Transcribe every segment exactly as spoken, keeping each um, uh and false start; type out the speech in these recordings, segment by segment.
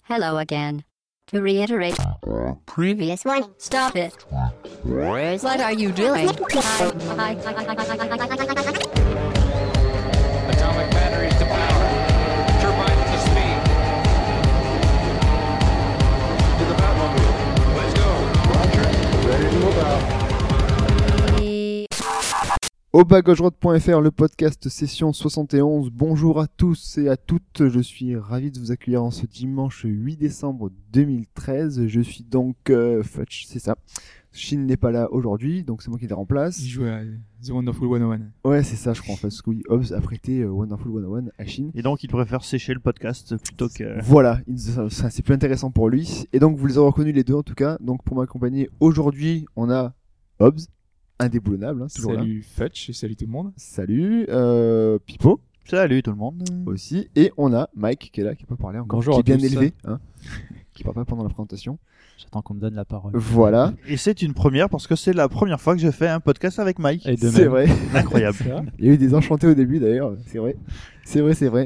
Hello again. To reiterate, previous one, stop it. What are you doing? Atomic batteries to power. Turbines to speed. To the Batmobile. Let's go. Roger. Ready to move out. Au bas gauche droite point f r, le podcast session soixante et onze. Bonjour à tous et à toutes, je suis ravi de vous accueillir en ce dimanche huit décembre deux mille treize. Je suis donc euh, Futch, c'est ça. Shin n'est pas là aujourd'hui, donc c'est moi qui les remplace. Il joue à The Wonderful cent un. Ouais, c'est ça, je crois en fait, parce que oui, Hobbs a prêté euh, Wonderful cent un à Shin. Et donc il préfère sécher le podcast plutôt que... Voilà, il- ça, ça, c'est plus intéressant pour lui. Et donc vous les avez reconnus les deux en tout cas. Donc pour m'accompagner aujourd'hui, on a Hobbs, indéboulonnable, hein, toujours là. Salut Futch et salut tout le monde. Salut, euh, Pipo Salut tout le monde. aussi. Et on a Mike qui est là, qui peut parler encore, Bonjour qui à est bien tous. élevé, hein, qui parle pas pendant la présentation. J'attends qu'on me donne la parole. Voilà, Et c'est une première parce que c'est la première fois que je fais un podcast avec Mike. Et de c'est même. vrai. Incroyable. C'est vrai. Il y a eu des enchantés au début d'ailleurs, c'est vrai. C'est vrai, c'est vrai.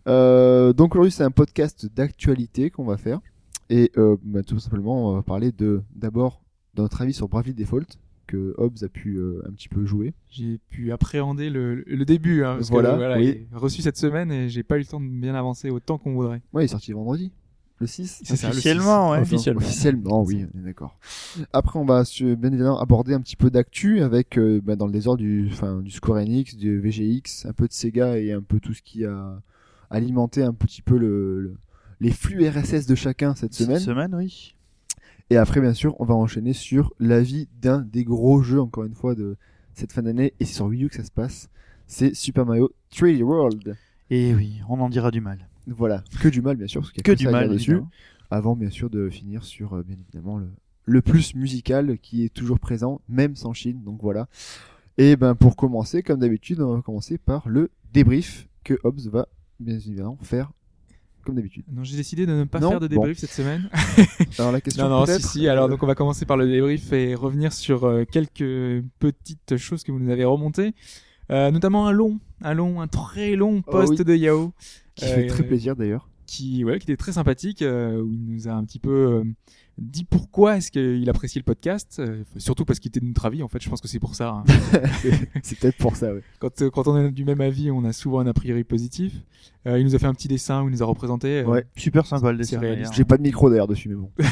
Euh, donc aujourd'hui c'est un podcast d'actualité qu'on va faire. Et euh, bah, tout simplement on va parler de d'abord de notre avis sur Bravely Default, que Hobbs a pu euh, un petit peu jouer. J'ai pu appréhender le, le début, hein, parce Voilà, que voilà, oui. il est reçu cette semaine et j'ai pas eu le temps de bien avancer autant qu'on voudrait. Ouais, il est sorti vendredi, le six. C'est ça, le Officiellement, ouais. Officiellement. Officiellement, oui, on est d'accord. Après, on va su- bien évidemment aborder un petit peu d'actu avec, euh, bah, dans le désordre du, enfin, du Square Enix, du V G X, un peu de Sega et un peu tout ce qui a alimenté un petit peu le, le- les flux R S S de chacun cette semaine. Cette semaine, oui. Et après, bien sûr, on va enchaîner sur l'avis d'un des gros jeux, encore une fois, de cette fin d'année. Et c'est sur Wii U que ça se passe. C'est Super Mario trois D World. Et oui, on en dira du mal. Voilà, que du mal, bien sûr, parce qu'il y a Que que du ça à mal dire dessus. évidemment. Avant bien sûr de finir sur euh, bien évidemment le, le plus musical qui est toujours présent, même sans Chine, donc voilà. Et ben pour commencer, comme d'habitude, on va commencer par le débrief que Hobbs va bien évidemment faire comme d'habitude. Non, j'ai décidé de ne pas Non, faire de bon. débrief cette semaine. Alors la question Non, non, si, peut-être si. Alors, donc, on va commencer par le débrief et revenir sur euh, quelques petites choses que vous nous avez remontées. Euh, notamment un long, un long, un très long Oh post oui. de Yao. qui fait euh, très plaisir d'ailleurs. qui, ouais, qui était très sympathique, euh, où il nous a un petit peu euh, dit pourquoi est-ce qu'il appréciait le podcast, euh, surtout parce qu'il était de notre avis, en fait, je pense que c'est pour ça. Hein. C'est peut-être pour ça, ouais. Quand, euh, quand on est du même avis, on a souvent un a priori positif. Euh, il nous a fait un petit dessin où il nous a représenté. euh, Ouais. Super sympa le C'est dessin. réaliste. d'ailleurs. J'ai pas de micro d'ailleurs dessus, mais bon.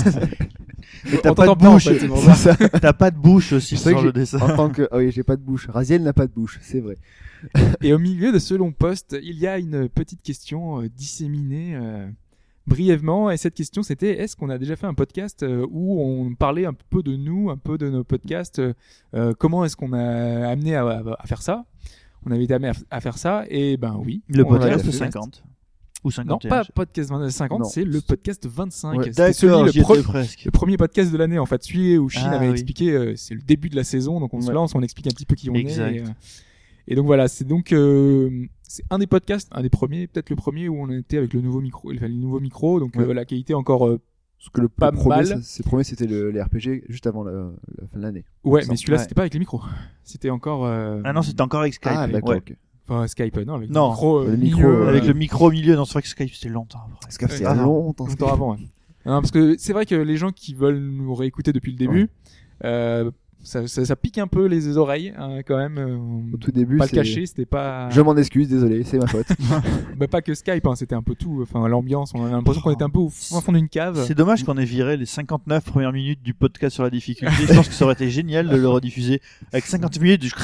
Mais t'as On pas de t'entend pas, en bouche. fait, c'est pour C'est ça. T'as pas de bouche aussi C'est vrai sur que le j'ai- dessin. En tant que, ah oui, j'ai pas de bouche. Raziel n'a pas de bouche, c'est vrai. Et au milieu de ce long post, il y a une petite question euh, disséminée euh, brièvement. Et cette question, c'était est-ce qu'on a déjà fait un podcast euh, où on parlait un peu de nous, un peu de nos podcasts euh, euh, comment est-ce qu'on a amené à, à- à faire ça On avait été amené à, à faire ça. Et ben oui. Le on a podcast fait. cinquante. Ou Non, cinquante et un. pas podcast vingt- cinquante, Non. c'est le podcast vingt-cinq. Ouais, C'était celui, D'accord, le, j'y pro- étais presque. le premier podcast de l'année, en fait. Celui où Shin Ah, avait oui. expliqué, euh, c'est le début de la saison, donc on se Ouais. lance, on explique un petit peu qui on Exact. est. Et, euh, et donc voilà, c'est donc euh, c'est un des podcasts, un des premiers, peut-être le premier où on était avec le nouveau micro, enfin, le nouveau micro, donc Ouais. euh, la qualité encore. euh, Parce que le Pas premier, mal. ça- c'est le premier, c'était le, les R P G juste avant la, la fin de l'année. ouais, Ça, mais celui-là ouais. c'était pas avec les micros, c'était encore. euh, Ah non, c'était encore avec Skype. Ah, d'accord, Ouais. ok. Enfin Skype, non, avec Non, le micro. euh, le micro, milieu, euh, Avec euh, le micro au milieu, non, c'est vrai que Skype c'était longtemps après. Parce que Ouais. c'est Ah non. longtemps. longtemps avant. Ouais. Non, parce que c'est vrai que les gens qui veulent nous réécouter depuis le début, euh, ça, ça, ça pique un peu les oreilles hein, quand même. euh, Au tout début, pas le c'est- cacher, c'était pas. Je m'en excuse, désolé, c'est ma faute. Bah, pas que Skype, hein, c'était un peu tout. Enfin, l'ambiance, on a l'impression qu'on était un peu au fin fond d'une cave. C'est dommage qu'on ait viré les cinquante-neuf premières minutes du podcast sur la difficulté. Je pense que ça aurait été génial de le rediffuser avec cinquante minutes du...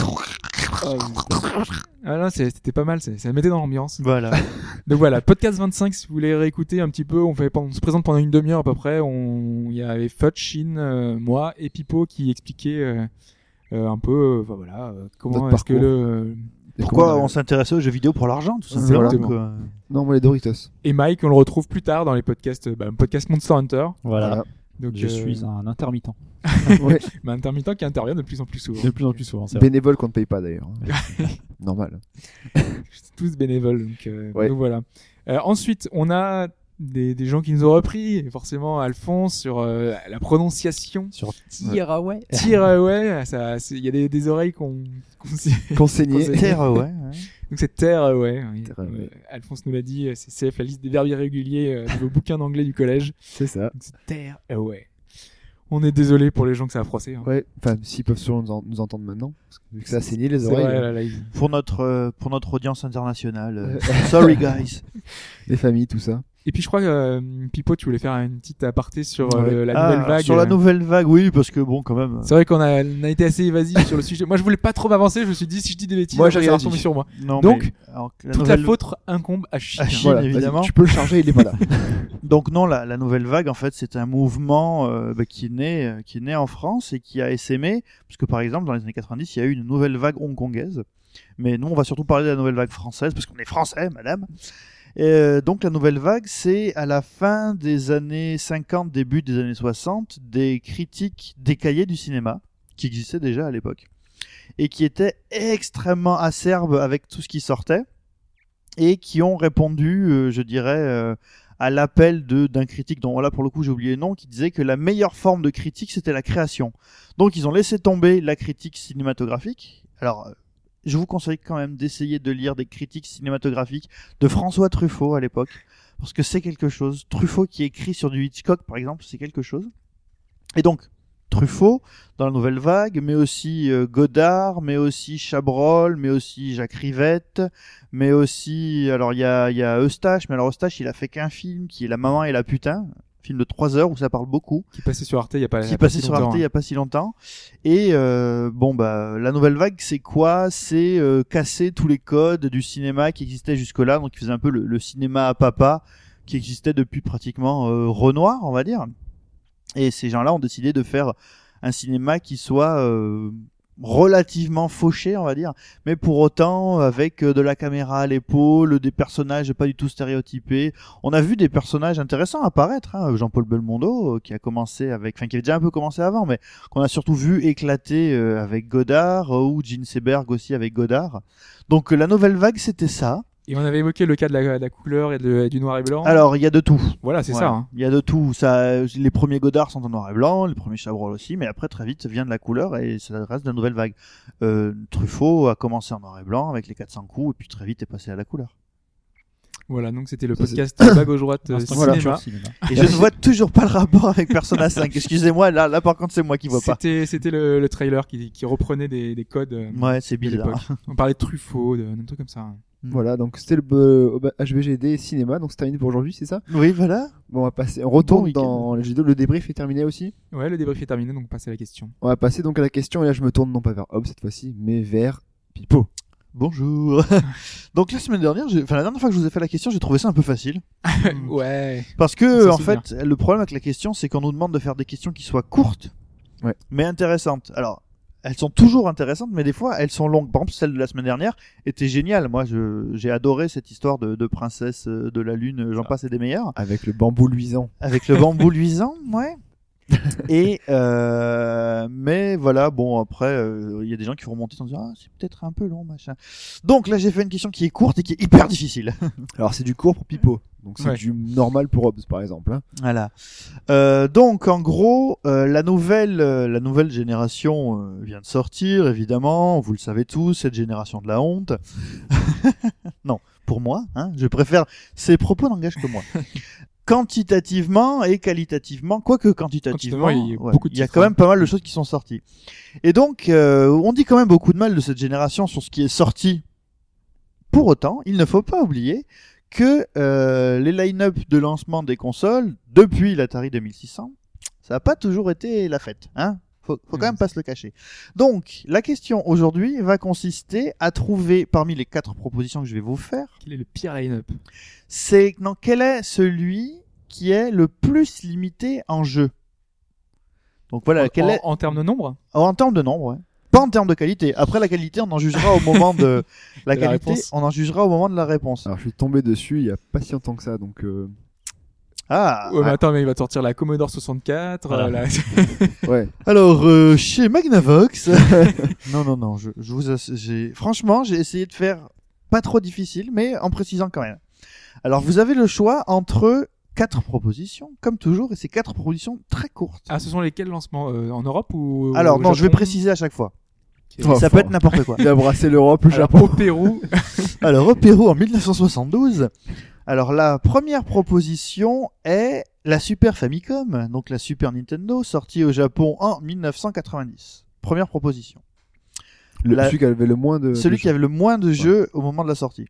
Ah non, c'est- c'était pas mal, c'est- ça mettait dans l'ambiance. Voilà. Donc voilà, podcast vingt-cinq, si vous voulez réécouter un petit peu, on, fait, on se présente pendant une demi-heure à peu près. On- Il y avait Futch, Shin, euh, moi et Pipo qui expliquaient euh, euh, un peu, euh, enfin, voilà, euh, comment Notre est-ce que parcours. le. Pourquoi on s'intéressait aux jeux vidéo pour l'argent, tout simplement. Exactement. quoi. Non, moi les Doritos. Et Mike, on le retrouve plus tard dans les podcasts, bah, podcast Monster Hunter. Voilà. Donc, Je euh, suis un intermittent. Ouais. bah, intermittent qui intervient de plus en plus souvent. De plus en plus souvent, c'est vrai. Bénévole qu'on ne paye pas d'ailleurs. Normal. C'est tous bénévoles, donc, euh, Ouais. donc voilà. Euh, ensuite, on a des, des gens qui nous ont repris, et forcément Alphonse sur euh, la prononciation. Sur Tiraway. Tire, euh, ouais, ça, c'est- il y a des, des oreilles qu'on qu'on s'y- Conseiller. Conseiller. Terre, ouais. ouais. Donc c'est terre, euh, ouais. oui. Terre, ouais. Euh, Alphonse nous l'a dit, euh, c'est C F, la liste des verbes irréguliers euh, de vos bouquins d'anglais du collège. C'est ça. Donc c'est terre, euh, ouais. On est désolé pour les gens que ça a froissé. Hein. Ouais, enfin, s'ils peuvent toujours nous, en- nous entendre maintenant, parce que vu que ça a saigné les C'est oreilles, vrai, euh, là, là, ils- Pour notre, euh, pour notre audience internationale. euh, Sorry, guys. les familles, tout ça. Et puis je crois que euh, Pipo, tu voulais faire une petite aparté sur euh, Ouais. le- la Ah, nouvelle vague. Sur la euh. nouvelle vague, oui, parce que bon, quand même. C'est vrai qu'on a, on a été assez évasif sur le sujet. Moi, je voulais pas trop m'avancer. Je me suis dit, si je dis des bêtises, Moi, après, j'ai ça va réagi. retomber sur moi. Non, Donc, mais, alors, la Toute nouvelle- la faute incombe à Chine. À Chine. Voilà, vas-y, évidemment. tu peux le charger, il est pas là. Donc non, la, la nouvelle vague, en fait, c'est un mouvement euh, bah, qui est né, euh, qui est né en France et qui a essaimé, puisque par exemple, dans les années quatre-vingt-dix, il y a eu une nouvelle vague hongkongaise. Mais nous, on va surtout parler de la nouvelle vague française, parce qu'on est français, madame. Et, euh, donc la nouvelle vague, c'est à la fin des années cinquante, début des années soixante, des critiques décaillées du cinéma, qui existaient déjà à l'époque, et qui étaient extrêmement acerbes avec tout ce qui sortait, et qui ont répondu, euh, je dirais, euh, à l'appel de d'un critique dont là pour le coup j'ai oublié le nom, qui disait que la meilleure forme de critique c'était la création. Donc ils ont laissé tomber la critique cinématographique. Alors euh, je vous conseille quand même d'essayer de lire des critiques cinématographiques de François Truffaut à l'époque, parce que c'est quelque chose. Truffaut qui écrit sur du Hitchcock par exemple, c'est quelque chose. Et donc Truffaut dans la nouvelle vague, mais aussi euh, Godard, mais aussi Chabrol, mais aussi Jacques Rivette, mais aussi, alors il y a, il y a Eustache, mais alors Eustache il a fait qu'un film qui est La Maman et la Putain, un film de trois heures où ça parle beaucoup, Qui passait sur Arte il y a pas. il y qui a pas passait si sur longtemps, Arte il y hein. a pas si longtemps. Et euh, bon bah la nouvelle vague c'est quoi? C'est euh, casser tous les codes du cinéma qui existaient jusque-là, donc qui faisait un peu le, le cinéma à papa qui existait depuis pratiquement euh, Renoir, on va dire. Et ces gens-là ont décidé de faire un cinéma qui soit euh, relativement fauché, on va dire, mais pour autant avec euh, de la caméra à l'épaule, des personnages pas du tout stéréotypés. On a vu des personnages intéressants apparaître, hein. Jean-Paul Belmondo euh, qui a commencé avec, enfin qui avait déjà un peu commencé avant, mais qu'on a surtout vu éclater euh, avec Godard, euh, ou Gene Seberg aussi avec Godard. Donc euh, la nouvelle vague c'était ça. Et on avait évoqué le cas de la, de la couleur et de, du noir et blanc. Alors il y a de tout. Voilà, c'est Ouais. ça. Hein. Il y a de tout. Ça, les premiers Godard sont en noir et blanc, les premiers Chabrol aussi, mais après très vite vient de la couleur et ça reste de la nouvelle vague. Euh, Truffaut a commencé en noir et blanc avec les quatre cents coups et puis très vite est passé à la couleur. Voilà, donc c'était le Ça, podcast Vague au droite euh, Instant Voilà. cinéma. culture, cinéma. Et je ne vois toujours pas le rapport avec Persona cinq. Excusez-moi, là, là par contre c'est moi qui vois pas. C'était, c'était le, le trailer qui, qui reprenait des, des codes euh, Ouais, c'est de bizarre. l'époque. On parlait de Truffaut, de, de trucs comme ça. hein. Voilà, donc c'était le euh, H B G D cinéma, donc c'est terminé pour aujourd'hui, c'est ça? Oui, voilà. Bon, on va passer, on retourne Bon week-end. dans les jeux vidéo, le débrief est terminé aussi. Ouais, le débrief est terminé, donc on passe à la question. On va passer donc à la question, et là je me tourne non pas vers Hobbs cette fois-ci, mais vers Pipo. Bonjour. Donc la semaine dernière, j'ai- enfin la dernière fois que je vous ai fait la question, j'ai trouvé ça un peu facile. Ouais. Parce On que s'en en souvient. fait, le problème avec la question, c'est qu'on nous demande de faire des questions qui soient courtes, Ouais. mais intéressantes. Alors, elles sont toujours intéressantes, mais des fois, elles sont longues. Par exemple, celle de la semaine dernière était géniale. Moi, je, j'ai adoré cette histoire de, de princesse euh, de la lune, j'en passe et des meilleurs. Avec le bambou luisant. Avec le bambou luisant, ouais. Et euh, mais voilà, bon après, euh, il y a des gens qui vont remonter en disant ah c'est peut-être un peu long machin. Donc là, j'ai fait une question qui est courte et qui est hyper difficile. Alors c'est du court pour Pipo, donc c'est Ouais. du normal pour Hobbs par exemple. Hein. Voilà. Euh, donc en gros, euh, la nouvelle, euh, la nouvelle génération euh, vient de sortir, évidemment. Vous le savez tous, cette génération de la honte. Non, pour moi, hein, je préfère. Ces propos n'engagent que moi. Quantitativement et qualitativement, quoique quantitativement, Quantitativement, il y a ouais, beaucoup de il y a titres, quand hein. même pas mal de choses qui sont sorties. Et donc, euh, on dit quand même beaucoup de mal de cette génération sur ce qui est sorti. Pour autant, il ne faut pas oublier que euh, les line-up de lancement des consoles depuis l'Atari deux mille six cents, ça n'a pas toujours été la fête, hein. Faut, faut quand même pas se le cacher. Donc, la question aujourd'hui va consister à trouver parmi les quatre propositions que je vais vous faire, Quel est le pire line-up? c'est non, quel est celui qui est le plus limité en jeu. Donc voilà, en, quel en- est en termes de nombre? oh, en termes de nombre, ouais. Pas en termes de qualité. Après la qualité, on en jugera au moment de la De la qualité, réponse. on en jugera au moment de la réponse. Alors je suis tombé dessus il y a pas si longtemps que ça, donc euh, Ah. Ouais, mais attends, mais il va te sortir la Commodore soixante-quatre. Voilà. euh, la- ouais. Alors euh, chez Magnavox, non non non, je, je vous ass- j'ai franchement j'ai essayé de faire pas trop difficile, mais en précisant quand même. Alors vous avez le choix entre quatre propositions, comme toujours, et c'est quatre propositions très courtes. Ah, ce sont lesquels lancements euh, en Europe ou Alors au non, je vais Japon? préciser à chaque fois. Ok. Oh, ça peut être n'importe quoi. Il a brassé l'Europe, le Alors, Japon. au Pérou, Alors au Pérou en mille neuf cent soixante-douze, alors la première proposition est la Super Famicom, donc la Super Nintendo, sortie au Japon en mille neuf cent quatre-vingt-dix. Première proposition. Le- La- Celui qui avait le moins de. Celui de qui avait le moins de jeux au moment de la sortie.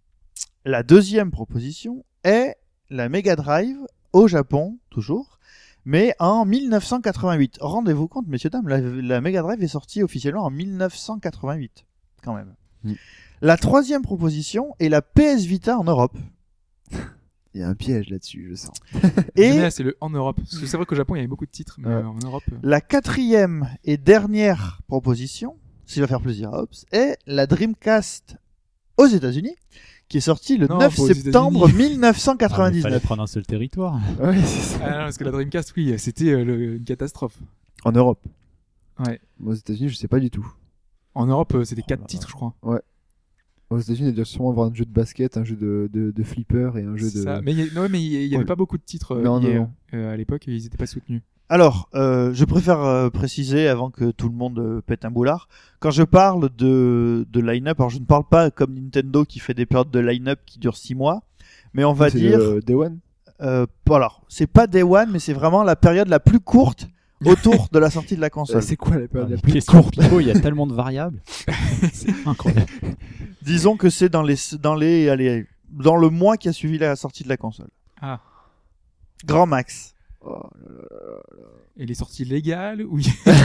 La deuxième proposition est la Mega Drive au Japon, toujours, mais en mille neuf cent quatre-vingt-huit. Rendez-vous compte, messieurs, dames, la, la Mega Drive est sortie officiellement en mille neuf cent quatre-vingt-huit, quand même. Mm. La troisième proposition est la P S Vita en Europe. Il y a un piège là-dessus, je sens. Et là, c'est le en Europe. Parce que c'est vrai qu'au Japon, il y avait beaucoup de titres, mais Ouais. euh, en Europe. euh, la quatrième et dernière proposition, s'il va faire plaisir à Hobbs, est la Dreamcast aux États-Unis, qui est sortie le Non, neuf pas aux septembre États-Unis. mille neuf cent Ah, mais fallait quatre-vingt-dix-neuf. prendre un seul territoire. Ouais, c'est ça. Ah non, parce que la Dreamcast, oui, c'était euh, le- une catastrophe. En Europe. Ouais. Moi, aux États-Unis, je sais pas du tout. En Europe, euh, c'était Oh quatre là titres, je crois. Aux États-Unis, il doit sûrement avoir un jeu de basket, un jeu de, de, de flipper et un jeu C'est de. ça. Mais il y, a- non, mais il y- il y avait Ouais. pas beaucoup de titres euh, Mais en hier. Europe. Euh, à l'époque, ils étaient pas soutenus. Alors, euh, je préfère euh, préciser avant que tout le monde euh, pète un boulard. Quand je parle de, de line-up, alors je ne parle pas comme Nintendo qui fait des périodes de line-up qui durent six mois, mais on va C'est dire, le Day One. euh, alors, c'est pas Day One, mais c'est vraiment la période la plus courte autour de la sortie de la console. Euh, C'est quoi la période Ah, la plus question courte Pico, il y a tellement de variables. C'est incroyable. Disons que c'est dans les, dans les, allez, dans le mois qui a suivi la sortie de la console. Ah. Grand max. Oh là là. Et les sorties légales ou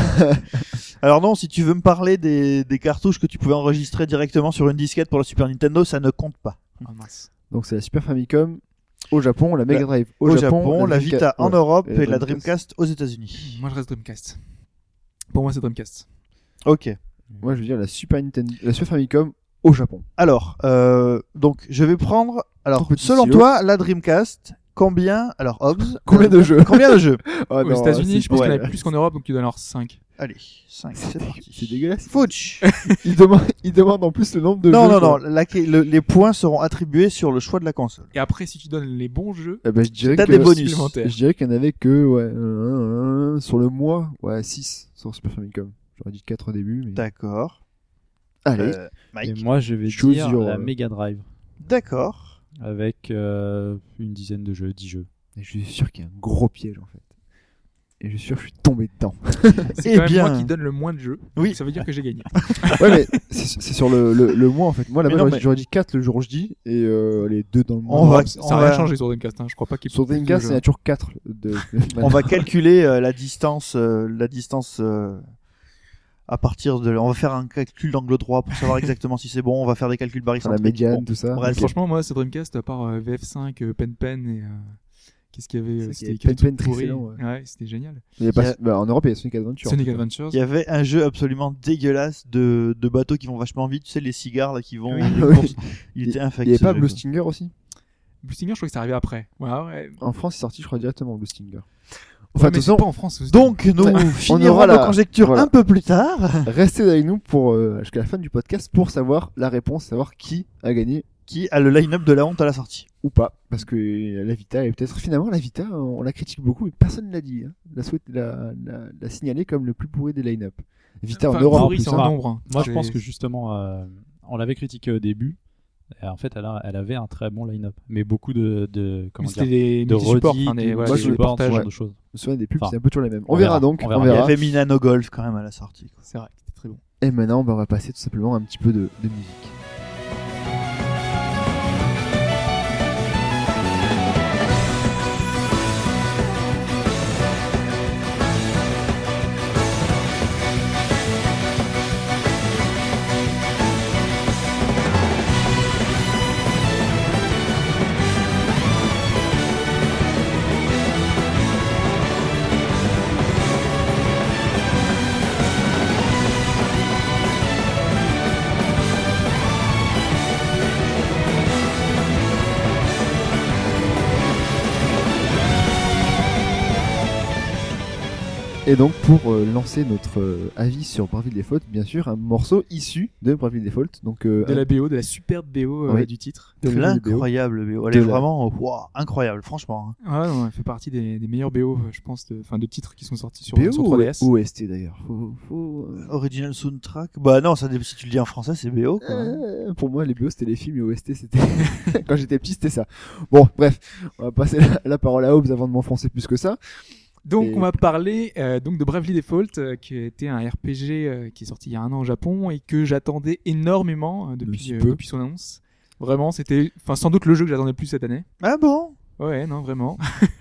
Alors non, si tu veux me parler des, des cartouches que tu pouvais enregistrer directement sur une disquette pour la Super Nintendo, ça ne compte pas. Ah, mince. Donc c'est la Super Famicom au Japon, la Mega La- Drive Au, Japon, la, Dreamcast- Vita en ouais. Europe Et et, la la Dreamcast aux États-Unis. Moi, je reste Dreamcast. Pour moi, c'est Dreamcast. Ok. Moi, je veux dire la Super Nintendo, la Super Famicom au Japon. Alors, euh, donc je vais prendre. Alors, Ton petit selon stylo. toi, la Dreamcast, combien Alors, Hobbs, Combien de jeux Combien de jeux Ah Aux non, États-Unis, c'est- je pense qu'il y en ouais. avait plus qu'en Europe, donc il doit y en avoir cinq. Allez, cinq, c'est parti. C'est dégueulasse. Fouch. Il demande, il demande en plus le nombre de Non, jeux. non, non. quoi. la- le- les points seront attribués sur le choix de la console. Et après, si tu donnes les bons jeux, Eh ben, je dirais T'as que des bonus. supplémentaires. je dirais qu'il y en avait que ouais, un, un, un, sur le mois, ouais, six sur Super Famicom. J'aurais dit quatre au début, mais D'accord. allez. Euh, Et Mike. moi, je vais Choose dire your- la Mega Drive D'accord. avec euh, une dizaine de jeux, dix jeux. Et je suis sûr qu'il y a un gros piège en fait. Et je suis sûr que je suis tombé dedans. c'est Eh quand même bien. moi qui donne le moins de jeux. Oui. Donc ça veut dire que j'ai gagné. Ouais, mais c'est c'est sur le, le, le mois en fait. Moi Mais là-bas, non, j'aurais mais- dit- j'aurais dit quatre le jour J et euh, les deux dans le mois. On va- ça on n'a rien va- changé sur Dreamcast. Hein. Je crois pas qu'il y ait Sur plus de Dreamcast, il y en jeux. a toujours quatre. De, On va calculer euh, la distance, euh, la distance euh, à partir de. On va faire un calcul d'angle droit pour savoir exactement si c'est bon. On va faire des calculs la barycentriques. médiane, Bon. tout ça. bref, Ok. Franchement, moi, c'est Dreamcast, à part euh, V F cinq, euh, Pen Pen et. euh, Qu'est-ce qu'il y avait C'est euh, vrai qu'il y C'était avait que Pen des Pen trucs pourris. excellent, Ouais, c'était génial. Il y a pas- Il y a- bah, en Europe, il y a Sonic Adventure. Sonic en tout cas. Adventures. Il y avait un jeu absolument dégueulasse de, de bateaux qui vont vachement vite. Tu sais, les cigares là qui vont. Oui. les Oui. courses. Il était Il infect. n'y avait ce pas jeu. Blue Stinger aussi Blue Stinger, je crois que c'est arrivé après. Ouais, ouais. En France, c'est sorti, je crois, directement Blue Stinger. Enfin, Enfin, de mais toute c'est façon, pas en France. aussi. Donc, nous Ouais. finirons On aura nos la- conjectures voilà. un peu plus tard. restez avec nous pour euh, jusqu'à la fin du podcast pour savoir la réponse, savoir qui a gagné Qui a le line-up de la honte à la sortie. ou pas. Parce que la Vita est peut-être finalement la Vita, on la critique beaucoup, mais personne ne l'a dit. Hein. La souhaite la, la, la signalé comme le plus pourri des line-up. Vita Enfin, en Europe. en pourri, plus, c'est hein. en nombre. hein. Moi, je C'est- pense que justement, euh, on l'avait critiqué au début. Et en fait, elle, a- elle avait un très bon line-up, mais beaucoup de, de comment C'était dire, des de multi-supports, redis, enfin, des, de voilà, Moi, des je support, ce portages. genre ouais. de choses. Je me souviens des pubs, Enfin, c'est un peu toujours les mêmes. On, on verra verra, donc. on On verra. Il y verra. avait Minano Golf quand même à la sortie. quoi. C'est vrai, c'était très bon. Et maintenant, bah, on va passer tout simplement un petit peu de, de musique. Et donc pour euh, lancer notre euh, avis sur Bravely Default, bien sûr, un morceau issu de Bravely Default. Donc, euh, De un- la B O, de la superbe B O euh, Oui. du titre. De très bonne B O. l'incroyable B O. Elle De est la- vraiment wow, incroyable, franchement. hein. Ah non, elle fait partie des, des meilleurs B O, euh, je pense, de, enfin, de titres qui sont sortis sur, B O sur ou trois D S. ou O S T d'ailleurs. Faut, faut, euh, Original soundtrack. Bah non, ça, dé- si tu le dis en français, c'est B O. Quoi. euh, pour moi, les B O c'était les films et O S T c'était quand j'étais petit, c'était ça. Bon, bref, on va passer la, la parole à Hobbs avant de m'enfoncer plus que ça. Donc Et- on va parler euh, donc de Bravely Default, euh, qui était un R P G euh, qui est sorti il y a un an au Japon et que j'attendais énormément euh, depuis, petit euh, peu. depuis son annonce. Vraiment, c'était, enfin, sans doute le jeu que j'attendais le plus cette année. Ah bon? Ouais, non, vraiment.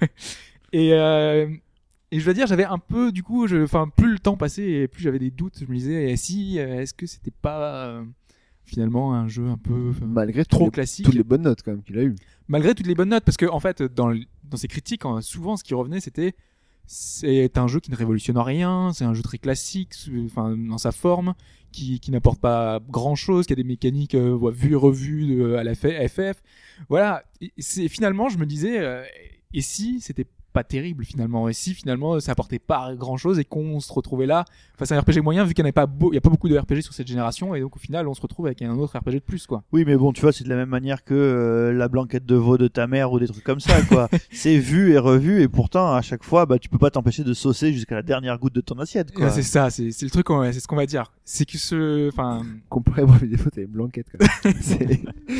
et euh, et je dois dire, j'avais un peu, du coup, je, enfin, plus le temps passait et plus j'avais des doutes. Je me disais, eh, si, euh, est-ce que c'était pas euh, finalement un jeu un peu enfin, Malgré trop toutes les, classique, toutes les bonnes notes quand même qu'il a eu. malgré toutes les bonnes notes, parce que en fait, dans le- dans ses critiques, en- souvent, ce qui revenait, c'était c'est un jeu qui ne révolutionne rien, c'est un jeu très classique, su- enfin dans sa forme, qui, qui n'apporte pas grand chose, qui a des mécaniques euh, ouais, vues et revues de- à la F F. Voilà. Et c'est finalement, je me disais, euh, et si c'était pas terrible finalement, et si finalement ça apportait pas grand chose et qu'on se retrouvait là face à un R P G moyen, vu qu'il n'y a pas beau, il y a pas beaucoup de R P G sur cette génération, et donc au final on se retrouve avec un autre R P G de plus, quoi. Oui, mais bon, tu vois, c'est de la même manière que euh, la blanquette de veau de ta mère ou des trucs comme ça, quoi. C'est vu et revu, et pourtant, à chaque fois, bah, tu peux pas t'empêcher de saucer jusqu'à la dernière goutte de ton assiette, quoi. Ouais, c'est ça, c'est c'est le truc, qu'on- c'est ce qu'on va dire. C'est que ce, enfin, Comparé à Bravely Default avec Blanquette quand même. c'est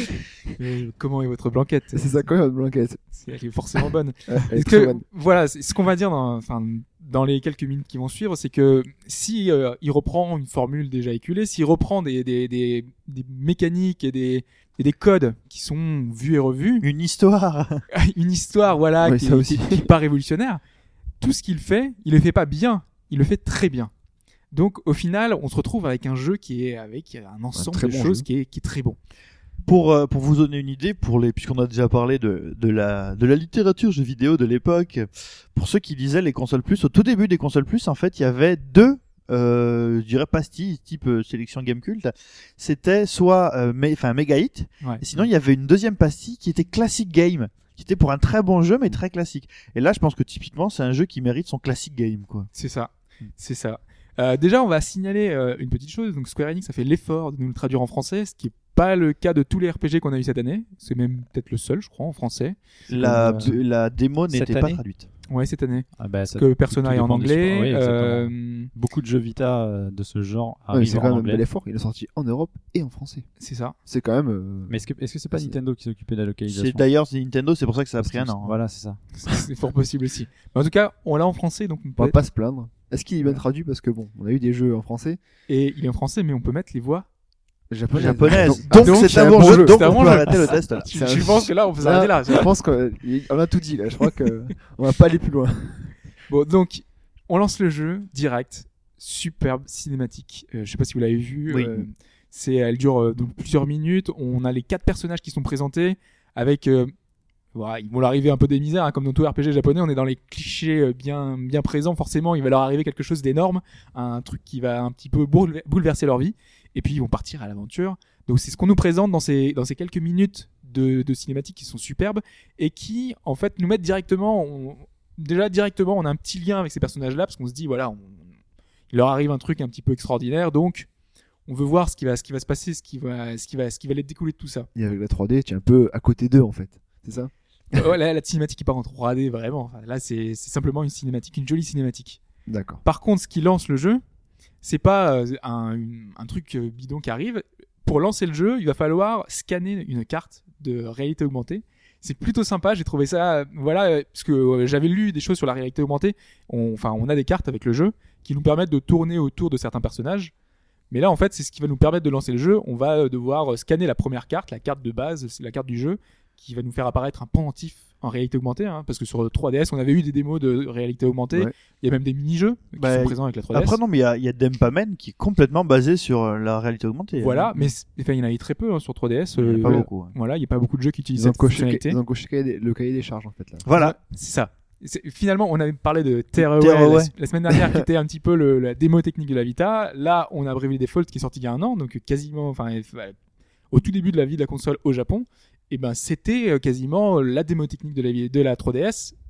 euh, comment est votre blanquette? c'est ça quand même Blanquette. C'est- Elle est forcément bonne. Ouais, elle est Est-ce très que, bonne. voilà, c'est- ce qu'on va dire dans, enfin, dans les quelques minutes qui vont suivre, c'est que si euh, il reprend une formule déjà éculée, s'il reprend des, des, des, des mécaniques et des, et des codes qui sont vus et revus, Une histoire. une histoire, voilà, Oui, qui, ça aussi. qui, qui est pas révolutionnaire, tout ce qu'il fait, il le fait pas bien, il le fait très bien. Donc, au final, on se retrouve avec un jeu qui est avec un ensemble très de bon choses jeu. qui est, qui est très bon. Pour, euh, pour vous donner une idée, pour les, puisqu'on a déjà parlé de, de la, de la littérature jeux vidéo de l'époque, pour ceux qui lisaient les consoles plus, au tout début des consoles plus, en fait, il y avait deux, euh, je dirais pastilles, type euh, sélection Gamecult. C'était soit, euh, mais, enfin, Mega Hit, Ouais. et sinon il y avait une deuxième pastille qui était Classic Game, qui était pour un très bon jeu, mais très classique. Et là, je pense que typiquement, c'est un jeu qui mérite son Classic Game, quoi. C'est ça, c'est ça. Euh, déjà, on va signaler euh, une petite chose. Donc, Square Enix a fait l'effort de nous le traduire en français, ce qui est pas le cas de tous les R P G qu'on a eu cette année. C'est même peut-être le seul, je crois, en français. La, comme, euh, la démo cette n'était pas année traduite. Ouais, cette année. Ah bah, Parce ça- que Persona tout est en dépend du anglais. support. Oui, exactement. euh, Beaucoup de jeux Vita euh, de ce genre Ouais, mais arrivent c'est en quand même un anglais. bel effort. Il est sorti en Europe et en français. c'est ça. C'est quand même. euh, Mais est-ce que est-ce que c'est pas C'est- Nintendo qui s'occupait de la localisation? C'est d'ailleurs c'est Nintendo, c'est pour ça que ça a Parce pris un qu'il- an. hein. Voilà, c'est ça. C'est fort possible aussi. Mais en tout cas, on l'a en français, donc on On va peut... pas se plaindre. Est-ce qu'il est bien traduit? Parce que bon, on a eu des jeux en français. et il est en français, mais on peut mettre les voix. Japonais. Japonaise. Donc, Donc, donc, c'est un un bon bon jeu. jeu. Donc C'est un on bon peut jeu. arrêter le test. là. Tu, C'est un- tu penses que là, on peut Là, s'arrêter là. Je pense qu'on a tout dit là. Je crois que on va pas aller plus loin. Bon, donc, on lance le jeu direct. Superbe cinématique. Euh, je sais pas si vous l'avez vu. Oui. euh, c'est, elle dure euh, donc plusieurs minutes. On a les quatre personnages qui sont présentés avec. Euh, voilà, ils vont leur arriver un peu des misères, hein, comme dans tout R P G japonais. On est dans les clichés euh, bien bien présents. Forcément, il va leur arriver quelque chose d'énorme, un truc qui va un petit peu bouleve- bouleverser leur vie. Et puis ils vont partir à l'aventure. Donc c'est ce qu'on nous présente dans ces dans ces quelques minutes de, de cinématiques qui sont superbes et qui en fait nous mettent directement. On, déjà directement, on a un petit lien avec ces personnages-là parce qu'on se dit voilà, on, il leur arrive un truc un petit peu extraordinaire, donc on veut voir ce qui va, ce qui va se passer, ce qui va, ce qui va, ce qui va les découler de tout ça. Et avec la trois D, tu es un peu à côté d'eux en fait. C'est ça? Ouais, là, la cinématique qui part en trois D vraiment. Enfin, là, c'est, c'est simplement une cinématique, une jolie cinématique. D'accord. Par contre, ce qui lance le jeu, c'est pas euh, un, une- un truc euh, bidon qui arrive. Pour lancer le jeu, il va falloir scanner une carte de réalité augmentée. C'est plutôt sympa, j'ai trouvé ça, euh, voilà, euh, parce que euh, j'avais lu des choses sur la réalité augmentée. On, enfin, on a des cartes avec le jeu qui nous permettent de tourner autour de certains personnages. Mais là, en fait, c'est ce qui va nous permettre de lancer le jeu. On va euh, devoir scanner la première carte, la carte de base, c'est la carte du jeu, qui va nous faire apparaître un pendentif en réalité augmentée, hein, parce que sur trois D S, on avait eu des démos de réalité augmentée. Ouais. Il y a même des mini-jeux qui Bah, sont présents avec la trois D S. Après non, mais il y a, il y a Dempamen qui est complètement basé sur euh, la réalité augmentée. Voilà, mais c'est- enfin, il y en a eu très peu hein, sur trois D S. Il y en a euh, pas beaucoup. hein. Voilà, il n'y a pas beaucoup de jeux qui utilisent Ils ont cette coché, fonctionnalité. ils ont coché le cahier des- le cahier des charges en fait là. Voilà. C'est ça. C'est- Finalement, on avait parlé de Tearaway Tearaway. la, la semaine dernière, qui était un petit peu le- la démo technique de la Vita. Là, on a Bravely Default qui est sorti il y a un an, donc quasiment, enfin, euh, au tout début de la vie de la console au Japon. Et ben, c'était euh, quasiment la démo technique de la, vie- de la trois D S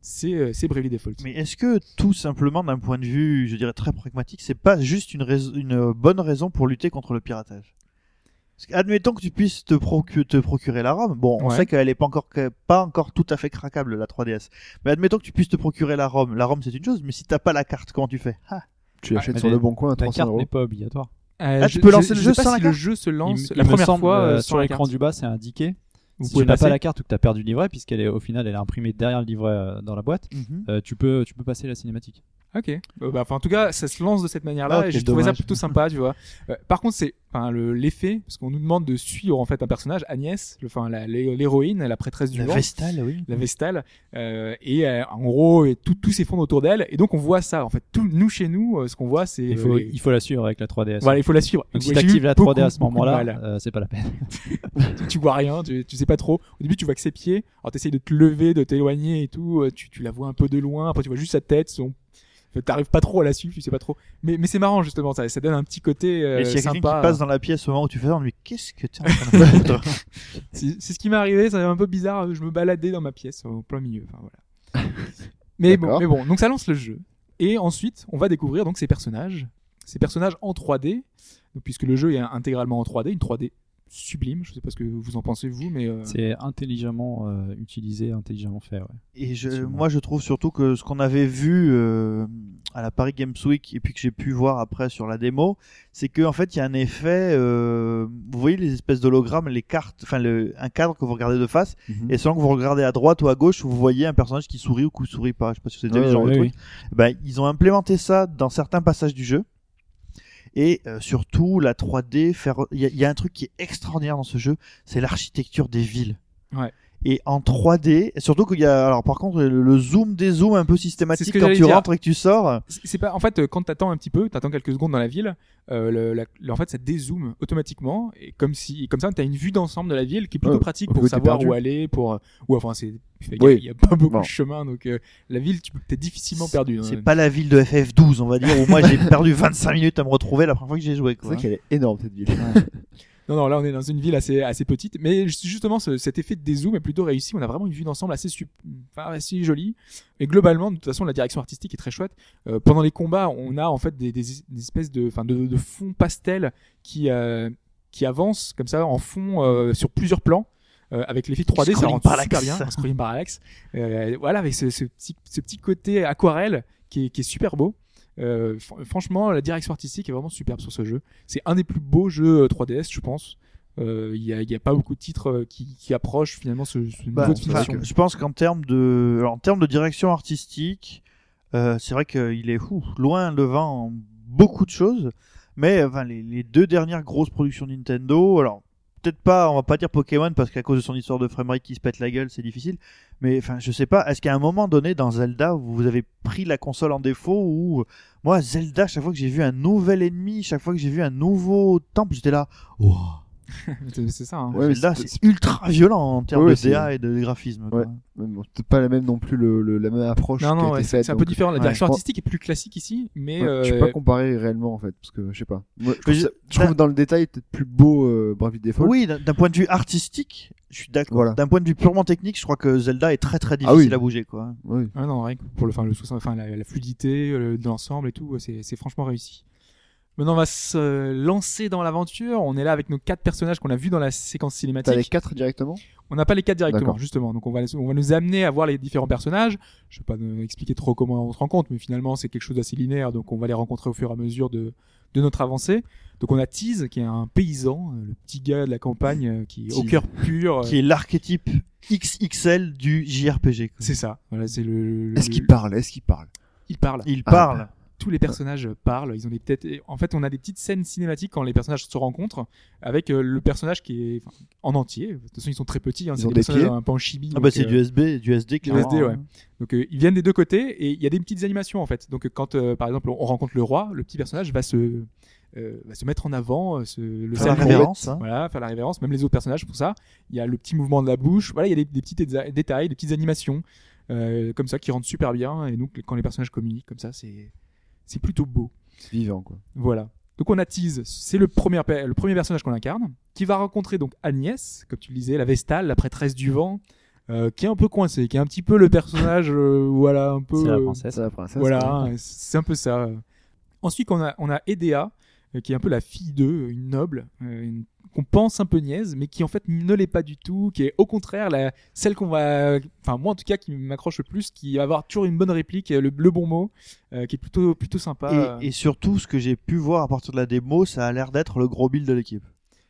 c'est euh, c'est Bravely Default. Mais est-ce que tout simplement, d'un point de vue, je dirais très pragmatique, c'est pas juste une, rais- une bonne raison pour lutter contre le piratage? Parce qu'admettons que tu puisses te, procu- te procurer la ROM. Bon, on Ouais. sait qu'elle est pas encore, que- pas encore tout à fait craquable, la trois D S. Mais admettons que tu puisses te procurer la ROM. La ROM, c'est une chose, mais si t'as pas la carte, comment tu fais? Ah. Tu l'achètes mais sur les- le bon coin à La trois cents carte euros. n'est pas obligatoire. Euh, Ah, je- tu peux je- lancer le je jeu sais pas sans la si carte le jeu se lance Il- la il me première semble, fois euh, euh, sur la l'écran carte. du bas, c'est indiqué. Vous Si pouvez tu n'as passer. pas la carte ou que tu as perdu le livret, puisqu'elle est au final elle est imprimée derrière le livret euh, dans la boîte, Mhm. euh, tu peux tu peux passer la cinématique. Ok. Euh, bah, enfin, en tout cas, ça se lance de cette manière-là Ah, ok, et j'ai trouvé ça dommage. plutôt sympa, tu vois. Euh, par contre, c'est enfin le l'effet parce qu'on nous demande de suivre en fait un personnage, Agnès, le- enfin la- l'hé- l'héroïne, la prêtresse du La vent, Vestale, oui. la Vestale, euh, et euh, en gros et tout tout s'effondre autour d'elle et donc on voit ça en fait. Tout nous chez nous, euh, ce qu'on voit, c'est Il faut euh, les- il faut la suivre avec la trois D S. voilà, il faut la suivre. Donc si J'ai eu t'actives la trois D à beaucoup, ce beaucoup de moment-là, mal. euh, c'est pas la peine. tu, tu vois rien, tu, tu sais pas trop. Au début, tu vois que ses pieds. Alors, t'essayes de te lever, de t'éloigner et tout. euh, Tu, tu la vois un peu de loin. Après, tu vois juste sa tête. Son... Enfin, t'arrives pas trop à la suivre, tu sais pas trop. Mais, mais c'est marrant, justement. Ça, ça donne un petit côté euh, Mais s'il y a quelqu'un sympa. qui passe dans la pièce au moment où tu fais ça, on lui qu'est-ce que t'es en train de faire toi C'est, c'est ce qui m'est arrivé. C'est un peu bizarre. Je me baladais dans ma pièce, au plein milieu. Enfin, voilà. mais bon, D'accord. mais bon. Donc, ça lance le jeu. Et ensuite, on va découvrir donc ces personnages. Ces personnages en trois D. Donc, puisque le jeu est intégralement en trois D. Une trois D sublime. Je sais pas ce que vous en pensez, vous, mais. euh, C'est intelligemment euh, utilisé, intelligemment fait. Ouais. Et je, Effectivement. moi, je trouve surtout que ce qu'on avait vu euh, à la Paris Games Week et puis que j'ai pu voir après sur la démo, c'est que en fait, il y a un effet. Euh, vous voyez les espèces d'hologrammes, les cartes, enfin le, un cadre que vous regardez de face, Mhm. et selon que vous regardez à droite ou à gauche, vous voyez un personnage qui sourit ou qui sourit pas. Je sais pas si vous avez déjà Ouais, vu ce genre ouais, de oui, truc. Ben, ils ont implémenté ça dans certains passages du jeu. Et euh, surtout, la trois D, faire... il y, a- il y a un truc qui est extraordinaire dans ce jeu, c'est l'architecture des villes. Ouais. Et en trois D, surtout qu'il y a, alors par contre, le, le zoom des zooms un peu C'est systématique ce que quand j'allais tu dire. rentres et que tu sors. C'est c'est pas en fait euh, quand t'attends un petit peu, t'attends quelques secondes dans la ville, euh, le, la- le- en fait ça dézoome automatiquement et comme si comme ça t'as une vue d'ensemble de la ville qui est plutôt Ouais, pratique au pour lieu que t'es savoir perdu. où aller, pour euh, ou enfin c'est il Oui. y a pas beaucoup Bon. de chemin donc euh, la ville tu t'es difficilement perdu. C'est hein. pas la ville de F F douze, on va dire, où moi j'ai perdu vingt-cinq minutes à me retrouver la première fois que j'ai joué. C'est Quoi. vrai qu'elle est énorme cette ville. Non non là on est dans une ville assez assez petite mais ju- justement ce- cet effet de dézoom est plutôt réussi. On a vraiment une vue d'ensemble assez sup- enfin, assez jolie. Mais globalement de toute façon la direction artistique est très chouette. Euh, pendant les combats on a en fait des, des, des espèces de enfin de, de fonds pastels qui euh, qui avancent comme ça en fond euh, sur plusieurs plans. Euh, avec l'effet trois D, ça Scrolling rend parallaxe. super bien, un scrolling parallaxe. Euh, voilà, avec ce, ce petit, ce petit côté aquarelle qui est, qui est super beau. Euh, fr- franchement, la direction artistique est vraiment superbe sur ce jeu. C'est un des plus beaux jeux euh, trois D S, je pense. Euh, Il y, a, il y a pas beaucoup de titres euh, qui, qui approchent finalement ce, ce Bah, niveau de enfin, finition. je pense qu'en termes de, alors, en termes de direction artistique, euh, c'est vrai qu'il est fou, loin devant beaucoup de choses. Mais enfin, les, les deux dernières grosses productions Nintendo, alors peut-être pas, on va pas dire Pokémon parce qu'à cause de son histoire de framerate qui se pète la gueule, c'est difficile. Mais enfin, je sais pas, est-ce qu'à un moment donné dans Zelda, vous avez pris la console en défaut ou moi Zelda, chaque fois que j'ai vu un nouvel ennemi, chaque fois que j'ai vu un nouveau temple, j'étais là, wow. C'est c'est ça. Hein. Ouais, mais Zelda, c'est- c'est ultra violent en termes Ouais, de c'est- D A et de graphisme. quoi. Ouais. Mais bon, c'est pas la même non plus le, le- la même approche Non, qui a non, été ouais, c'est faite. c'est un peu donc, différent. La ouais. direction Bon. artistique est plus classique ici, mais ouais, euh, Je peux pas comparer réellement en fait parce que je sais pas. Moi, je, trouve Mais ça- je- je trouve dans le détail peut-être plus beau euh, Bravely Default. Oui, d'un d'un point de vue artistique, je suis d'accord. Voilà. D'un point de vue purement technique, je crois que Zelda est très très difficile Ah oui. à bouger, quoi. Oui. ah non, rien que pour le, enfin, le soixante enfin, la, la fluidité euh, de l'ensemble et tout, c'est c'est franchement réussi. Maintenant, on va se lancer dans l'aventure. On est là avec nos quatre personnages qu'on a vus dans la séquence T'as cinématique. les quatre directement. On n'a pas les quatre directement, D'accord. justement. Donc, on va, on va nous amener à voir les différents personnages. Je vais pas euh, expliquer trop comment on se rencontre, mais finalement, c'est quelque chose d'assez linéaire. Donc, on va les rencontrer au fur et à mesure de, de notre avancée. Donc, on a Tease, qui est un paysan, euh, le petit gars de la campagne, euh, qui est au Tease. cœur pur. euh, Qui est l'archétype X X L du J R P G. quoi. C'est ça. Voilà, c'est le. le- Est-ce qu'il le- parle Est-ce qu'il parle Il parle. Il Ah, parle. Tous les personnages parlent. Ils ont des têtes. En fait, on a des petites scènes cinématiques quand les personnages se rencontrent avec euh, le personnage qui est enfin, en entier. De toute façon, ils sont très petits. Hein, Ils c'est ont des des personnages pieds. un peu en chibi. Ah donc, bah c'est euh, du S B, du S D clairement. S D, ouais. hein. Donc euh, ils viennent des deux côtés et il y a des petites animations en fait. Donc euh, quand euh, par exemple on rencontre le roi, le petit personnage va se euh, va se mettre en avant, euh, se, le Faire la saluer. révérence. hein. Voilà, faire la révérence. Même les autres personnages pour ça. Il y a le petit mouvement de la bouche. Voilà, il y a des, des petits déta- détails, des petites animations euh, comme ça qui rendent super bien. Et donc quand les personnages communiquent comme ça, c'est c'est plutôt beau. C'est vivant quoi. Voilà. Donc on a Tease, c'est le premier, pe- le premier personnage qu'on incarne, qui va rencontrer donc Agnès, comme tu le disais, la Vestale, la prêtresse du vent, euh, qui est un peu coincé, qui est un petit peu le personnage, euh, voilà, un peu. C'est la euh, princesse. C'est la princesse. Voilà, quoi. hein, c'est un peu ça. Ensuite, on a, on a Edea, euh, qui est un peu la fille d'eux, une noble, euh, une- qu'on pense un peu niaise, mais qui en fait ne l'est pas du tout, qui est au contraire la, celle qu'on va, enfin moi en tout cas qui m'accroche le plus, qui va avoir toujours une bonne réplique, le, le bon mot, euh, qui est plutôt, plutôt sympa. Et, et surtout, ce que j'ai pu voir à partir de la démo, ça a l'air d'être le gros build de l'équipe.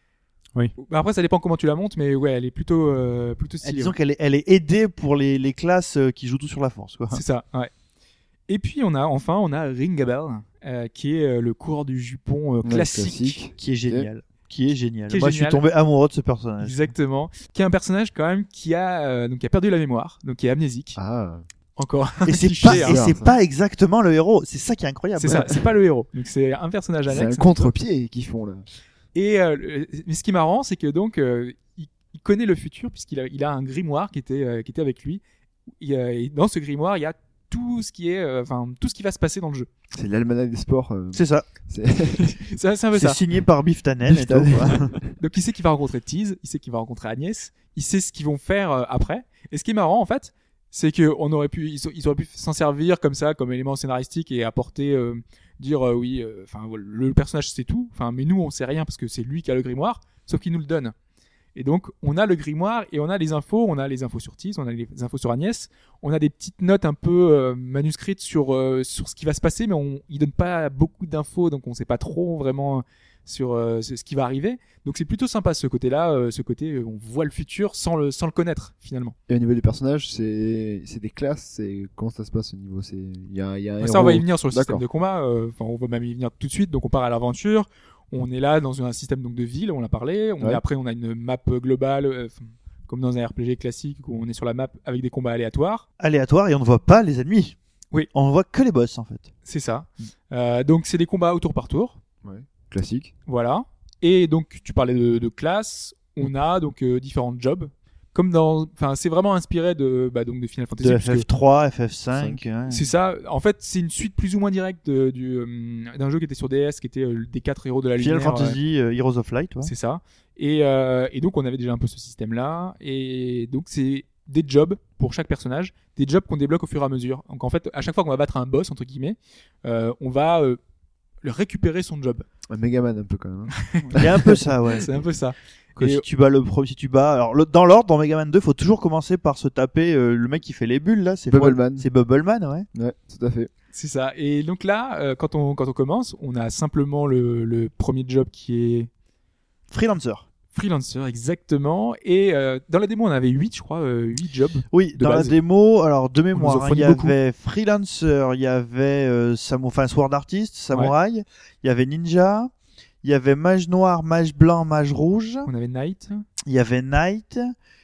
Après, ça dépend comment tu la montes, mais ouais, elle est plutôt, euh, plutôt Eh, stylée. disons ouais. qu'elle est, elle est aidée pour les, les classes euh, qui jouent tout sur la force, quoi. C'est ça, ouais. Et puis on a enfin on a Ringabel, euh, qui est euh, le coureur du jupon euh, Ouais, classique. Qui est génial. Qui est génial. Qui est Moi, génial. je suis tombé amoureux de ce personnage. Exactement. Qui est un personnage quand même qui a euh, donc qui a perdu la mémoire, donc qui est amnésique. Ah, Encore. Et un c'est cliché, pas, hein. et ça. c'est pas exactement le héros. C'est ça qui est incroyable. C'est ça, c'est pas le héros. Donc c'est un personnage c'est annexe. un contre-pied qu'ils font là. Et euh, le- mais ce qui est marrant, c'est que donc euh, il, il connaît le futur puisqu'il a, il a un grimoire qui était euh, qui était avec lui. Il, euh, et dans ce grimoire, il y a tout ce qui est, euh, enfin tout ce qui va se passer dans le jeu. C'est l'almanach des sports. euh, C'est ça. c'est C'est c'est un peu C'est ça. signé par Biff Tannen. Biff et tout, Tannen. quoi. Donc il sait qu'il va rencontrer Tease, il sait qu'il va rencontrer Agnès, il sait ce qu'ils vont faire euh, après. Et ce qui est marrant en fait, c'est que on aurait pu, ils, ils auraient pu s'en servir comme ça, comme élément scénaristique et apporter, euh, dire euh, oui, enfin voilà, le personnage sait tout. Enfin, mais nous on sait rien parce que c'est lui qui a le grimoire, sauf qu'il nous le donne. Et donc on a le grimoire et on a les infos, on a les infos sur Tease, on a les infos sur Agnès, on a des petites notes un peu euh, manuscrites sur euh, sur ce qui va se passer, mais on il donne pas beaucoup d'infos, donc on sait pas trop vraiment sur euh, ce ce qui va arriver. Donc c'est plutôt sympa ce côté-là, euh, ce côté euh, on voit le futur sans le sans le connaître finalement. Et au niveau des personnages, c'est c'est des classes. C'est comment ça se passe au niveau. C'est il y a il y a un Ça on va y héros. venir sur le système D'accord. de combat. euh, Enfin on va même y venir tout de suite. Donc on part à l'aventure. On est là dans un système donc de ville, on l'a parlé. On Ouais. est, après on a une map globale, euh, enfin, comme dans un R P G classique où on est sur la map avec des combats aléatoires. Aléatoire et on ne voit pas les ennemis. Oui. On ne voit que les boss, en fait. C'est ça. Euh, donc c'est des combats au tour par tour. Classique. Voilà. Et donc tu parlais de, de classe. On a donc euh, différents jobs. Comme dans, enfin c'est vraiment inspiré de bah, donc de Final Fantasy. De puisque- F F trois, F F cinq. ouais. C'est ça. En fait, c'est une suite plus ou moins directe de- du euh, d'un jeu qui était sur D S, qui était euh, des quatre héros de la Final lumière. Fantasy euh, Heroes of Light. euh, Ouais. C'est ça. Et, euh, et donc on avait déjà un peu ce système-là. Et donc c'est des jobs pour chaque personnage, des jobs qu'on débloque au fur et à mesure. Donc en fait, à chaque fois qu'on va battre un boss entre guillemets, euh, on va euh, le récupérer son job. Un Megaman un peu quand même. hein. Il y a un peu ça, ouais. C'est un peu ça. Que Et- si tu bats le pro, si tu bats, alors le- dans l'ordre, dans Mega Man deux, faut toujours commencer par se taper euh, le mec qui fait les bulles là. C'est Bubbleman. C'est Bubbleman, ouais. Ouais, tout à fait. C'est ça. Et donc là, euh, quand on quand on commence, on a simplement le, le premier job qui est Freelancer. freelancer exactement. Et euh, dans la démo, on avait huit, je crois, euh, huit jobs. Oui, De dans base. la démo, alors de mémoire, nous en hein, il fournit y beaucoup. avait Freelancer, il y avait euh, Samo- enfin, Sword Artist, Samouraï, il y avait Ninja, il y avait Mage Noir, Mage Blanc, Mage Rouge, On avait Knight. il y avait Knight,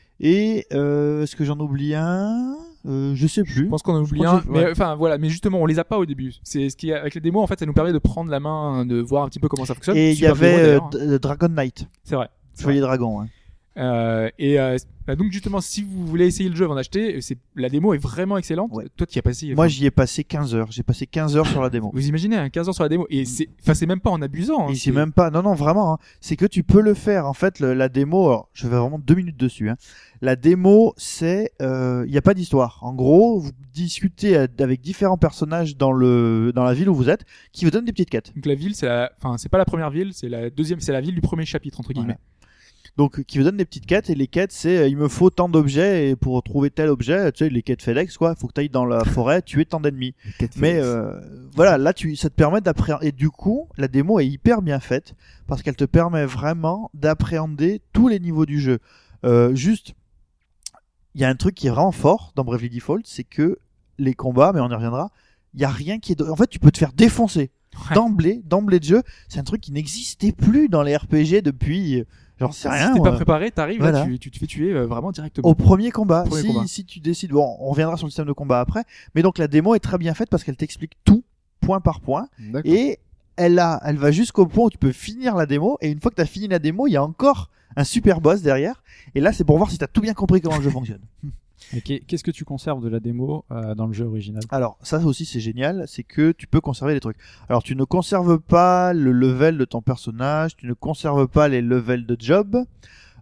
et euh, est-ce que j'en oublie un euh, Je sais plus. Je pense qu'on a oublié crois un, que j'ai- mais ouais. enfin voilà, mais justement on les a pas au début. C'est ce qui avec les démos en fait, ça nous permet de prendre la main, de voir un petit peu comment ça fonctionne. Et il y Super avait démo, euh, d'ailleurs. D- euh, Dragon Knight, C'est vrai. C'est Chevalier Dragon. hein. Euh, et euh, bah donc justement, si vous voulez essayer le jeu avant d'acheter, c'est la démo est vraiment excellente. Ouais. Toi, qui as passé. Moi, enfin, j'y ai passé quinze heures. J'ai passé quinze heures sur la démo. vous imaginez, hein, quinze heures sur la démo, et c'est, enfin c'est même pas en abusant. hein, Et c'est- c'est même pas, non, non, vraiment, hein. C'est que tu peux le faire. En fait, le- la démo, alors, je vais vraiment deux minutes dessus, hein. La démo, c'est, euh, il n'y a pas d'histoire. En gros, vous discutez à- avec différents personnages dans le, dans la ville où vous êtes, qui vous donnent des petites quêtes. Donc la ville, c'est la, enfin c'est pas la première ville, c'est la deuxième, c'est la ville du premier chapitre entre guillemets. Donc, qui vous donnent des petites quêtes, et les quêtes, c'est, euh, il me faut tant d'objets, et pour trouver tel objet, tu sais, les quêtes FedEx, quoi, il faut que tu ailles dans la forêt, tuer tant d'ennemis. Mais euh, voilà, là, tu, ça te permet d'appréhender. Et du coup, la démo est hyper bien faite parce qu'elle te permet vraiment d'appréhender tous les niveaux du jeu. Euh, juste, il y a un truc qui est vraiment fort dans Bravely Default, c'est que les combats, mais on y reviendra, il y a rien qui est. En fait, tu peux te faire défoncer Ouais. d'emblée, d'emblée de jeu. C'est un truc qui n'existait plus dans les R P G depuis. J'en sais rien. Si t'es moi. pas préparé, t'arrives, là, Voilà. tu, tu te fais tuer euh, vraiment directement. Au premier combat, Premier si, combat. si tu décides, bon, on reviendra sur le système de combat après, mais donc la démo est très bien faite parce qu'elle t'explique tout, point par point, D'accord. et elle a, elle va jusqu'au point où tu peux finir la démo, et une fois que tu as fini la démo, il y a encore un super boss derrière, et là c'est pour voir si tu as tout bien compris comment le jeu fonctionne. Et qu'est- qu'est-ce que tu conserves de la démo euh, dans le jeu original? Alors ça aussi c'est génial, c'est que tu peux conserver des trucs. Alors tu ne conserves pas le level de ton personnage, tu ne conserves pas les levels de job,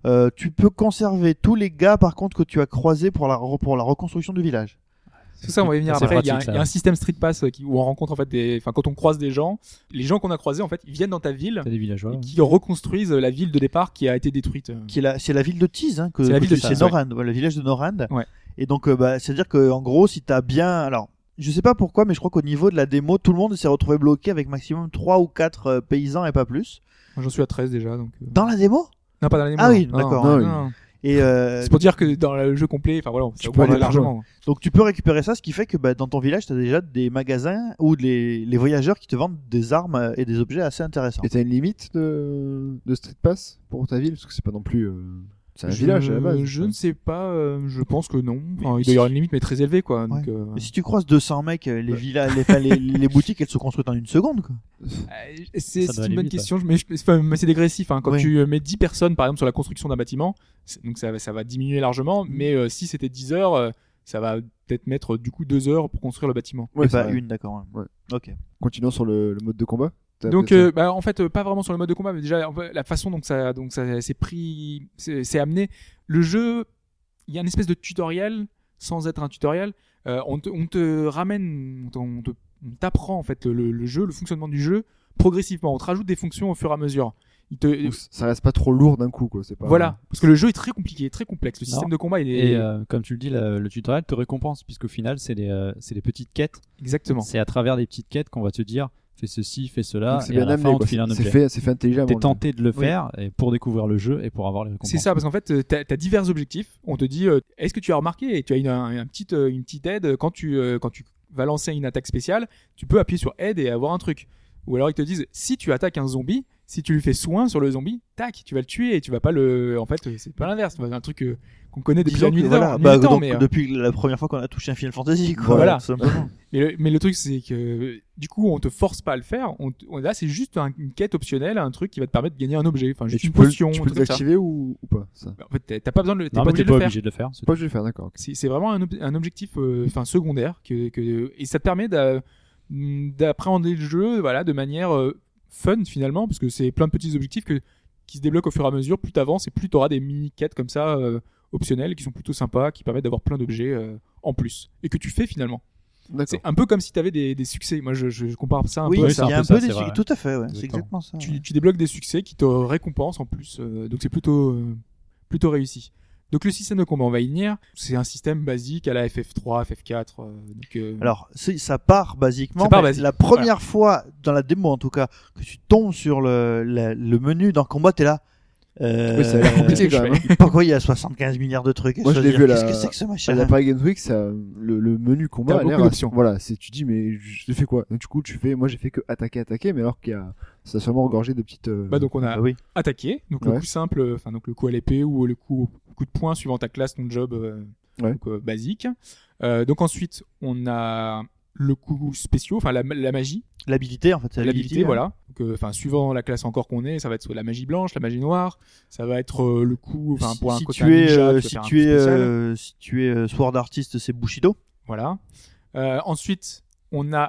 Euh, tu peux conserver tous les gars par contre que tu as croisés pour la pour la reconstruction du village. C'est ça, on va y venir C'est après. Il y, a un- pratique, ça. il y a un système Street Pass qui, où on rencontre en fait des, enfin quand on croise des gens, les gens qu'on a croisés en fait, ils viennent dans ta ville T'as des villageois. et ouais. qui reconstruisent la ville de départ qui a été détruite. Qui est la, c'est la ville de Tees, hein, que, C'est la que ville de tu- Tees, c'est ouais. Norand, voilà, le village de Norand. Ouais. Et donc, euh, bah, c'est-à-dire que en gros, si t'as bien, alors, je sais pas pourquoi, mais je crois qu'au niveau de la démo, tout le monde s'est retrouvé bloqué avec maximum trois ou quatre euh, paysans et pas plus. Moi, j'en suis à treize déjà, donc. euh, Dans la démo Non, pas dans la démo. Ah oui, non, d'accord. non, Ah oui. non. Et euh, C'est pour dire que dans le jeu complet, enfin voilà, ça Tu peux augmente aller largement. donc tu peux récupérer ça, ce qui fait que bah, dans ton village, t'as déjà des magasins où les, les voyageurs qui te vendent des armes euh, et des objets assez intéressants. Et t'as une limite de, de Street Pass pour ta ville? Parce que c'est pas non plus. euh, C'est un Je- village à la base. Je ne sais pas, euh, je pense que non. Enfin, Mais il doit y avoir si- une limite, mais très élevée, quoi. Donc, Ouais. euh, Et si tu croises deux cents mecs, euh, les villas, les, enfin, les, les boutiques, elles sont construites en une seconde, quoi. euh, c'est Ça c'est doit une aller bonne vite, question, mais, je- enfin, mais c'est dégressif. Hein. Quand Oui. tu euh, mets dix personnes, par exemple, sur la construction d'un bâtiment, c'est- donc ça, va- ça va diminuer largement. Mais euh, si c'était dix heures, euh, ça va peut-être mettre du coup deux heures pour construire le bâtiment. Ouais, et c'est pas vrai. une, d'accord. Ouais. Ouais. Ok. Continuons sur le, le mode de combat. T'as Donc, peut-être- euh, bah, en fait, euh, pas vraiment sur le mode de combat, mais déjà en fait, la façon dont ça, donc ça s'est pris, c'est c'est amené. Le jeu, il y a une espèce de tutoriel sans être un tutoriel. Euh, on, te, on te ramène, on te- on te- on t'apprend en fait le, le- le jeu, le fonctionnement du jeu progressivement. On te rajoute des fonctions au fur et à mesure. Il te, Donc, ça reste pas trop lourd d'un coup, quoi. C'est pas. voilà, parce que le jeu est très compliqué, très complexe. Le Non. système de combat, il est Et euh, comme tu le dis, la- le tutoriel te récompense, puisqu'au final, c'est les, euh, c'est les petites quêtes. exactement. C'est à travers des petites quêtes qu'on va te dire fais ceci, fais cela, Donc, c'est et à bien la amené, fin, on quoi. te file un C'est c'est objet. fait, c'est fait intelligemment. T'es le tenté de le Oui. faire et pour découvrir le jeu et pour avoir les récompenses. C'est ça, parce qu'en fait, euh, t'as as divers objectifs. On te dit, euh, est-ce que tu as remarqué, et tu as une, un, un petite, euh, une petite aide quand tu, euh, quand tu vas lancer une attaque spéciale, tu peux appuyer sur aide et avoir un truc. Ou alors ils te disent, si tu attaques un zombie, si tu lui fais soin sur le zombie, tac, tu vas le tuer et tu vas pas le. En fait, euh, c'est pas l'inverse. C'est un truc euh, qu'on connaît depuis Disons la nuit que des voilà, temps. bah, nuit des temps, donc, mais, euh, depuis la première fois qu'on a touché un Final Fantasy, quoi. Voilà. tout simplement. mais, le, mais le truc, c'est que du coup, on te force pas à le faire. On, te- on- là, c'est juste un- une quête optionnelle, un truc qui va te permettre de gagner un objet. Enfin, Et juste tu une peux, le- potion. tu un peux le truc comme ça. désactiver ou, ou pas ça En fait, t'as- t'as pas besoin de le. T'es Non, pas mais obligé t'es de pas le faire. obligé de le faire. c'est Pas tout. je vais faire, d'accord. ok. C'est c'est vraiment un, ob- un objectif euh, enfin secondaire que, que et ça te permet d'a- d'appréhender le jeu voilà de manière euh, fun finalement parce que c'est plein de petits objectifs que qui se débloquent au fur et à mesure. Plus t'avances et plus t'auras des mini quêtes comme ça euh, optionnelles qui sont plutôt sympas, qui permettent d'avoir plein d'objets euh, en plus et que tu fais finalement. D'accord. C'est un peu comme si t'avais des, des succès. Moi je, je compare ça un Oui, peu à il ça. y a un ça, peu c'est des vrai. Tout à fait, ouais. C'est Exactement. exactement ça. ouais. Tu, tu débloques des succès qui te récompensent en plus. euh, donc c'est plutôt euh, plutôt réussi. Donc le système de combat, on va y venir. C'est un système basique à la F F trois, F F quatre. euh, donc, euh, Alors, c'est- ça part basiquement. Ça part mais basique. La première fois, dans la démo en tout cas, que tu tombes sur le, le, le menu dans combat, t'es là. Euh, Oui, ça a l'air compliqué quand même. hein. Pourquoi il y a soixante-quinze milliards de trucs à Moi, je l'ai choisir vu à la- Qu'est-ce que c'est que ce À machin la Paris Games Week, ça, le, le menu combat T'as a l'air beaucoup assez- d'options. Voilà, c'est tu dis mais je fais quoi? Donc, du coup, tu fais, moi j'ai fait que attaquer, attaquer, mais alors qu'il y a, ça a sûrement regorgé de petites. euh, bah donc on a Ah oui. attaqué, donc Ouais. le coup simple, euh, enfin donc le coup à l'épée ou le coup coup de poing suivant ta classe, ton job euh, Ouais. donc, euh, basique. Euh, donc ensuite on a le coup spéciaux, enfin la, la magie, L'habilité, en fait. c'est l'habilité, hein. voilà. Donc euh, enfin suivant la classe encore qu'on est, ça va être soit la magie blanche, la magie noire, ça va être euh, le coup, enfin Si, pour un si côté tu es, ninja, euh, tu vas si faire un tu coup es, spécial. euh, si tu es euh, sword artist, c'est Bushido. Voilà. Euh, ensuite on a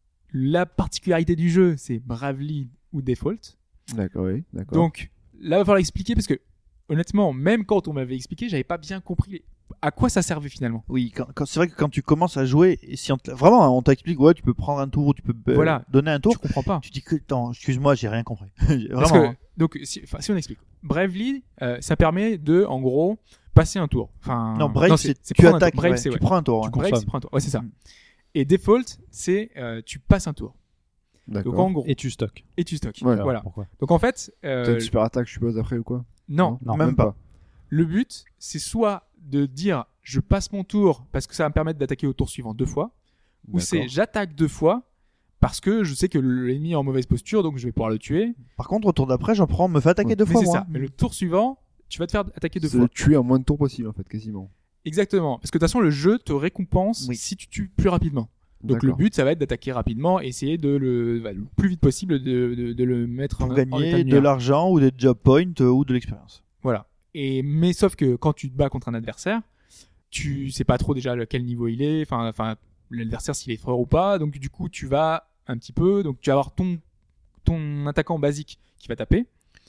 la particularité du jeu, c'est Bravely ou Default. D'accord, oui, d'accord. Donc là, il va falloir expliquer parce que honnêtement, même quand on m'avait expliqué, j'avais pas bien compris à quoi ça servait finalement. Oui, quand, quand- c'est vrai que quand tu commences à jouer, et si on te- vraiment hein, on t'explique, ouais, tu peux prendre un tour ou tu peux euh, Voilà. donner un tour, Tu comprends pas. tu dis que, attends, excuse-moi, j'ai rien compris. Parce Vraiment. que, donc, si, enfin, si on explique, Bravely, euh, ça permet de, en gros, passer un tour. Enfin, Non, Brave, c'est c'est tu prendre un attaques, tour. Brave, ouais, c'est tu ouais. prends un tour. Tu hein. Brave, consommes. c'est prendre un tour. Ouais, c'est ça. Mm. Et Default, c'est euh, tu passes un tour. D'accord. Donc en gros, Et tu stockes. et tu stockes. Ouais. Alors, Voilà. Pourquoi Donc en fait, euh, T'as une super attaque, je suppose, après ou quoi? non, Non, même pas. le but, c'est soit de dire je passe mon tour parce que ça va me permettre d'attaquer au tour suivant deux fois, ou c'est D'accord. j'attaque deux fois parce que je sais que l'ennemi est en mauvaise posture, donc je vais pouvoir le tuer. Par contre, au tour d'après, j'en prends, me fait attaquer Ouais. deux Mais fois. c'est moi. ça. Mais le tour suivant, tu vas te faire attaquer deux C'est fois. le tuer en moins de tours possible, en fait, quasiment. Exactement. Parce que de toute façon, le jeu te récompense Oui. si tu tues plus rapidement. Donc D'accord. le but, ça va être d'attaquer rapidement, essayer de le, bah, le plus vite possible de, de, de le mettre Pour en, en état gagner de lumière. l'argent ou des job points euh, ou de l'expérience. Voilà. Et mais sauf que quand tu te bats contre un adversaire, tu sais pas trop déjà à quel niveau il est, enfin, enfin l'adversaire s'il est fort ou pas. Donc du coup, tu vas un petit peu, donc tu vas avoir ton ton attaquant basique qui va taper.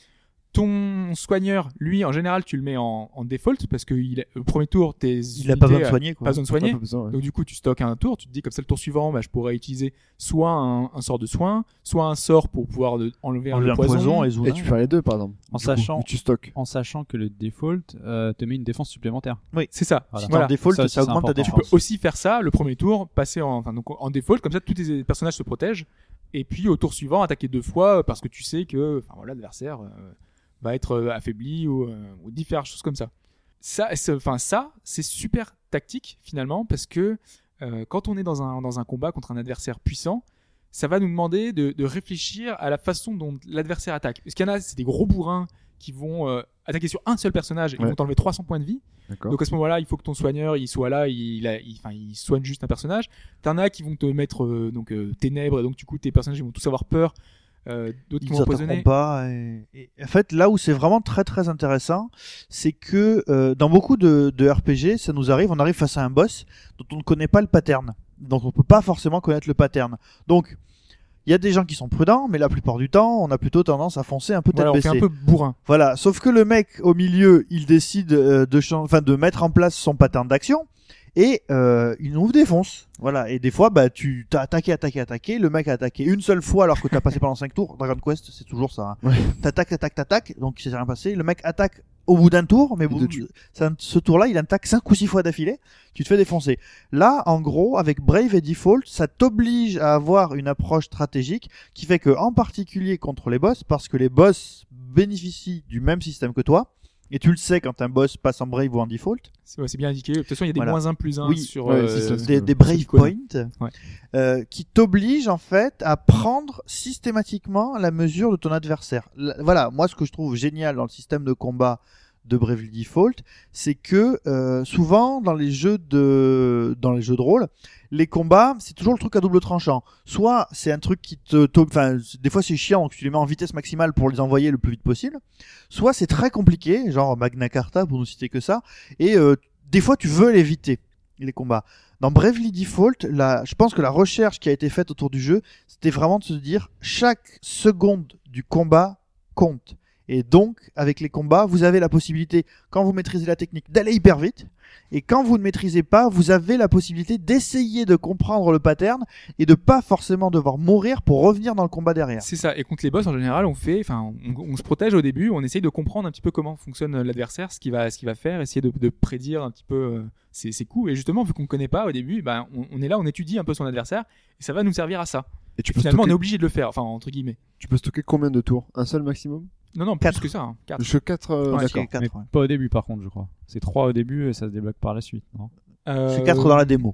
Ton soigneur, lui, en général, tu le mets en, en default parce que il, au premier tour, tes Il a pas besoin de unités, soigner, euh, quoi. pas besoin de soigner. Pas besoin, ouais. Donc du coup, tu stockes un tour, tu te dis comme ça le tour suivant, bah, je pourrais utiliser soit un, un sort de soin, soit un sort pour pouvoir de, enlever Enlever un un poison. poison et Et Zoulin. tu peux faire les deux, par exemple. En Du sachant- coup, tu stockes. En sachant que le default euh, te met une défense supplémentaire. C'est ça. Voilà. Voilà. En default, Ça ça, aussi, c'est augmente ta important. Tu défense. peux aussi faire ça le premier tour, passer en, enfin, donc en default, comme ça tous tes personnages se protègent. Et puis au tour suivant, attaquer deux fois parce que tu sais que, enfin voilà, l'adversaire euh, va être euh, affaibli ou, euh, ou différentes choses comme ça. Ça, c'est- enfin ça, c'est super tactique finalement parce que euh, quand on est dans un dans un combat contre un adversaire puissant, ça va nous demander de, de réfléchir à la façon dont l'adversaire attaque. Parce qu'il y en a, c'est des gros bourrins qui vont euh, attaquer sur un seul personnage et ils Ouais. vont t'enlever trois cents points de vie. D'accord. Donc à ce moment-là, il faut que ton soigneur il soit là, il, il, a- il- enfin, il soigne juste un personnage. T'en as qui vont te mettre euh, donc euh, ténèbres, et donc du coup tes personnages ils vont tous avoir peur. Euh, d'autres qui Ils vont attaqueront empoisonner. pas. Et... et en fait, là où c'est vraiment très très intéressant, c'est que euh, dans beaucoup de, de R P G, ça nous arrive, on arrive face à un boss dont on ne connaît pas le pattern. Donc on peut pas forcément connaître le pattern. Donc il y a des gens qui sont prudents, mais la plupart du temps, on a plutôt tendance à foncer un peu tête Voilà, on fait baissée. un peu bourrin. Voilà, sauf que le mec au milieu, il décide euh, de, chan- enfin, de mettre en place son pattern d'action et euh, il nous défonce. Voilà, et des fois, bah, tu t'as attaqué, attaqué, attaqué, le mec a attaqué une seule fois alors que t'as passé pendant cinq tours. Dragon Quest, c'est toujours ça. Hein. Ouais. T'attaques, t'attaques, t'attaques, donc il s'est rien passé. Le mec attaque au bout d'un tour, mais Il te bon, tue. ça- ce tour-là, il attaque cinq ou six fois d'affilée. Tu te fais défoncer. Là, en gros, avec Brave et Default, ça t'oblige à avoir une approche stratégique qui fait que, en particulier contre les boss, parce que les boss bénéficient du même système que toi, et tu le sais quand un boss passe en Brave ou en Default, C'est, ouais, c'est bien indiqué. De toute façon, il y a des Voilà. moins un plus un Oui. sur Ouais, euh, c'est ça, des, Euh, des Brave icônes. Points, Ouais. euh, qui t'obligent en fait à prendre systématiquement la mesure de ton adversaire. L- voilà, moi ce que je trouve génial dans le système de combat de Bravely Default, c'est que euh, souvent dans les jeux de dans les jeux de rôle, les combats c'est toujours le truc à double tranchant. Soit c'est un truc qui te, te- enfin c'est- des fois c'est chiant donc tu les mets en vitesse maximale pour les envoyer le plus vite possible. Soit c'est très compliqué, genre Magna Carta pour nous citer que ça, et euh, des fois tu veux l'éviter les combats. Dans Bravely Default, la, je pense que la recherche qui a été faite autour du jeu, c'était vraiment de se dire chaque seconde du combat compte. Et donc, avec les combats, vous avez la possibilité, quand vous maîtrisez la technique, d'aller hyper vite. Et quand vous ne maîtrisez pas, vous avez la possibilité d'essayer de comprendre le pattern et de pas forcément devoir mourir pour revenir dans le combat derrière. C'est ça. Et contre les boss, en général, on fait, enfin, on, on se protège au début, on essaye de comprendre un petit peu comment fonctionne l'adversaire, ce qu'il va, ce qu'il va faire, essayer de, de prédire un petit peu euh, ses, ses coups. Et justement, vu qu'on ne connaît pas au début, ben, on, on est là, on étudie un peu son adversaire, et ça va nous servir à ça. Et tu peux, Finalement, on stocker, est obligé de le faire, enfin, entre guillemets. tu peux stocker combien de tours? Un seul maximum? Non, non, Quatre. plus que ça. Hein. Quatre. Je quatre, euh, Ouais, d'accord. C'est quatre, Mais ouais. pas au début par contre, je crois. C'est trois au début et ça se débloque par la suite, non Euh, C'est quatre dans la démo.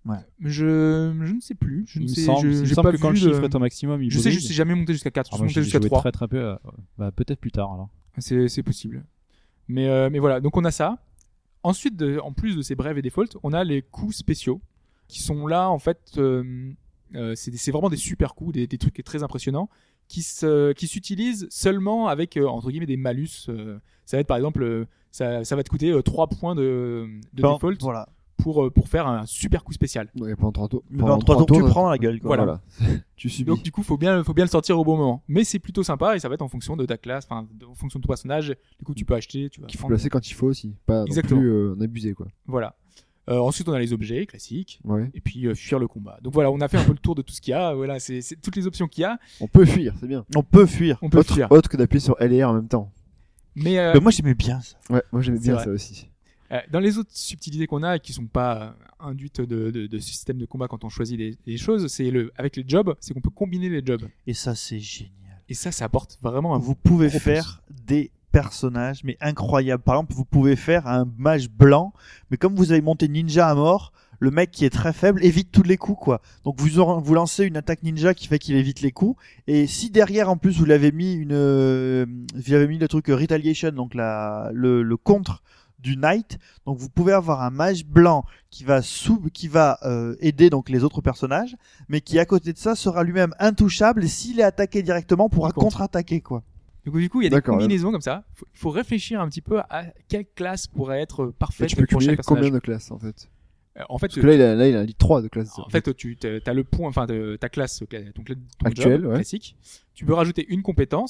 Je, je ne sais plus. Je Il ne me sais, semble, je, il me j'ai semble pas que quand le vu de- chiffre est au maximum, il Je sais, je brille. suis jamais monté jusqu'à quatre. Je Ah, suis moi, monté j'ai jusqu'à joué trois. très très peu. euh, bah, peut-être plus tard alors. C'est, c'est possible. Mais, euh, mais voilà, donc on a ça. Ensuite, de- en plus de ces brèves et default, on a les coups spéciaux qui sont là, en fait, euh, euh, c'est, des- c'est vraiment des super coups, des, des trucs très impressionnants qui, se, qui s'utilisent seulement avec, euh, entre guillemets, des malus. euh, ça va être par exemple, euh, ça, ça va te coûter euh, trois points de, de Bon, default Voilà. pour, euh, pour faire un super coup spécial. Donc, pendant trois tours. Mais dans trois tours, tu prends dans la gueule. Quoi. Voilà. tu subis. Donc du coup, faut bien, faut bien le sortir au bon moment. Mais c'est plutôt sympa et ça va être en fonction de ta classe, enfin, de- en fonction de ton personnage. Du coup, tu peux acheter, tu vas Qu'il faut prendre. placer quand il faut aussi. Pas Exactement. non plus euh, en abuser, quoi. Voilà. Euh, ensuite, on a les objets classiques. Ouais. Et puis euh, fuir le combat. Donc voilà, on a fait un peu le tour de tout ce qu'il y a. Voilà, c'est, c'est toutes les options qu'il y a. On peut fuir, c'est bien. On peut fuir. On peut autre, fuir. autre que d'appuyer sur L et R en même temps. Mais euh, Mais moi j'aimais bien ça. Ouais, moi j'aimais C'est bien vrai. ça aussi. euh, dans les autres subtilités qu'on a et qui sont pas euh, induites de, de, de système de combat quand on choisit les, les choses, c'est le avec les jobs, c'est qu'on peut combiner les jobs. Et ça c'est génial. Et ça, ça apporte vraiment un. Vous pouvez gros faire des personnages mais incroyables. Par exemple, vous pouvez faire un mage blanc, mais comme vous avez monté ninja à mort, le mec qui est très faible évite tous les coups quoi. Donc vous aurez- vous lancez une attaque ninja qui fait qu'il évite les coups et si derrière en plus vous l'avez mis une euh, vous avez mis le truc euh, retaliation donc la le, le contre du knight, donc vous pouvez avoir un mage blanc qui va sous qui va euh, aider donc les autres personnages mais qui à côté de ça sera lui-même intouchable et s'il est attaqué directement pourra Contre. contre-attaquer quoi. Donc du coup, il y a des D'accord, combinaisons comme ça. Faut, faut réfléchir un petit peu à quelle classe pourrait être Et parfaite tu peux pour cumuler chaque personnage. combien de classes en fait? Euh, En fait, Parce que là, il a, là, il a dit trois de classes. En fait, tu as le point, enfin, de- ta classe, ton, cla- ton Actuelle, job ouais. classique. Tu peux rajouter une compétence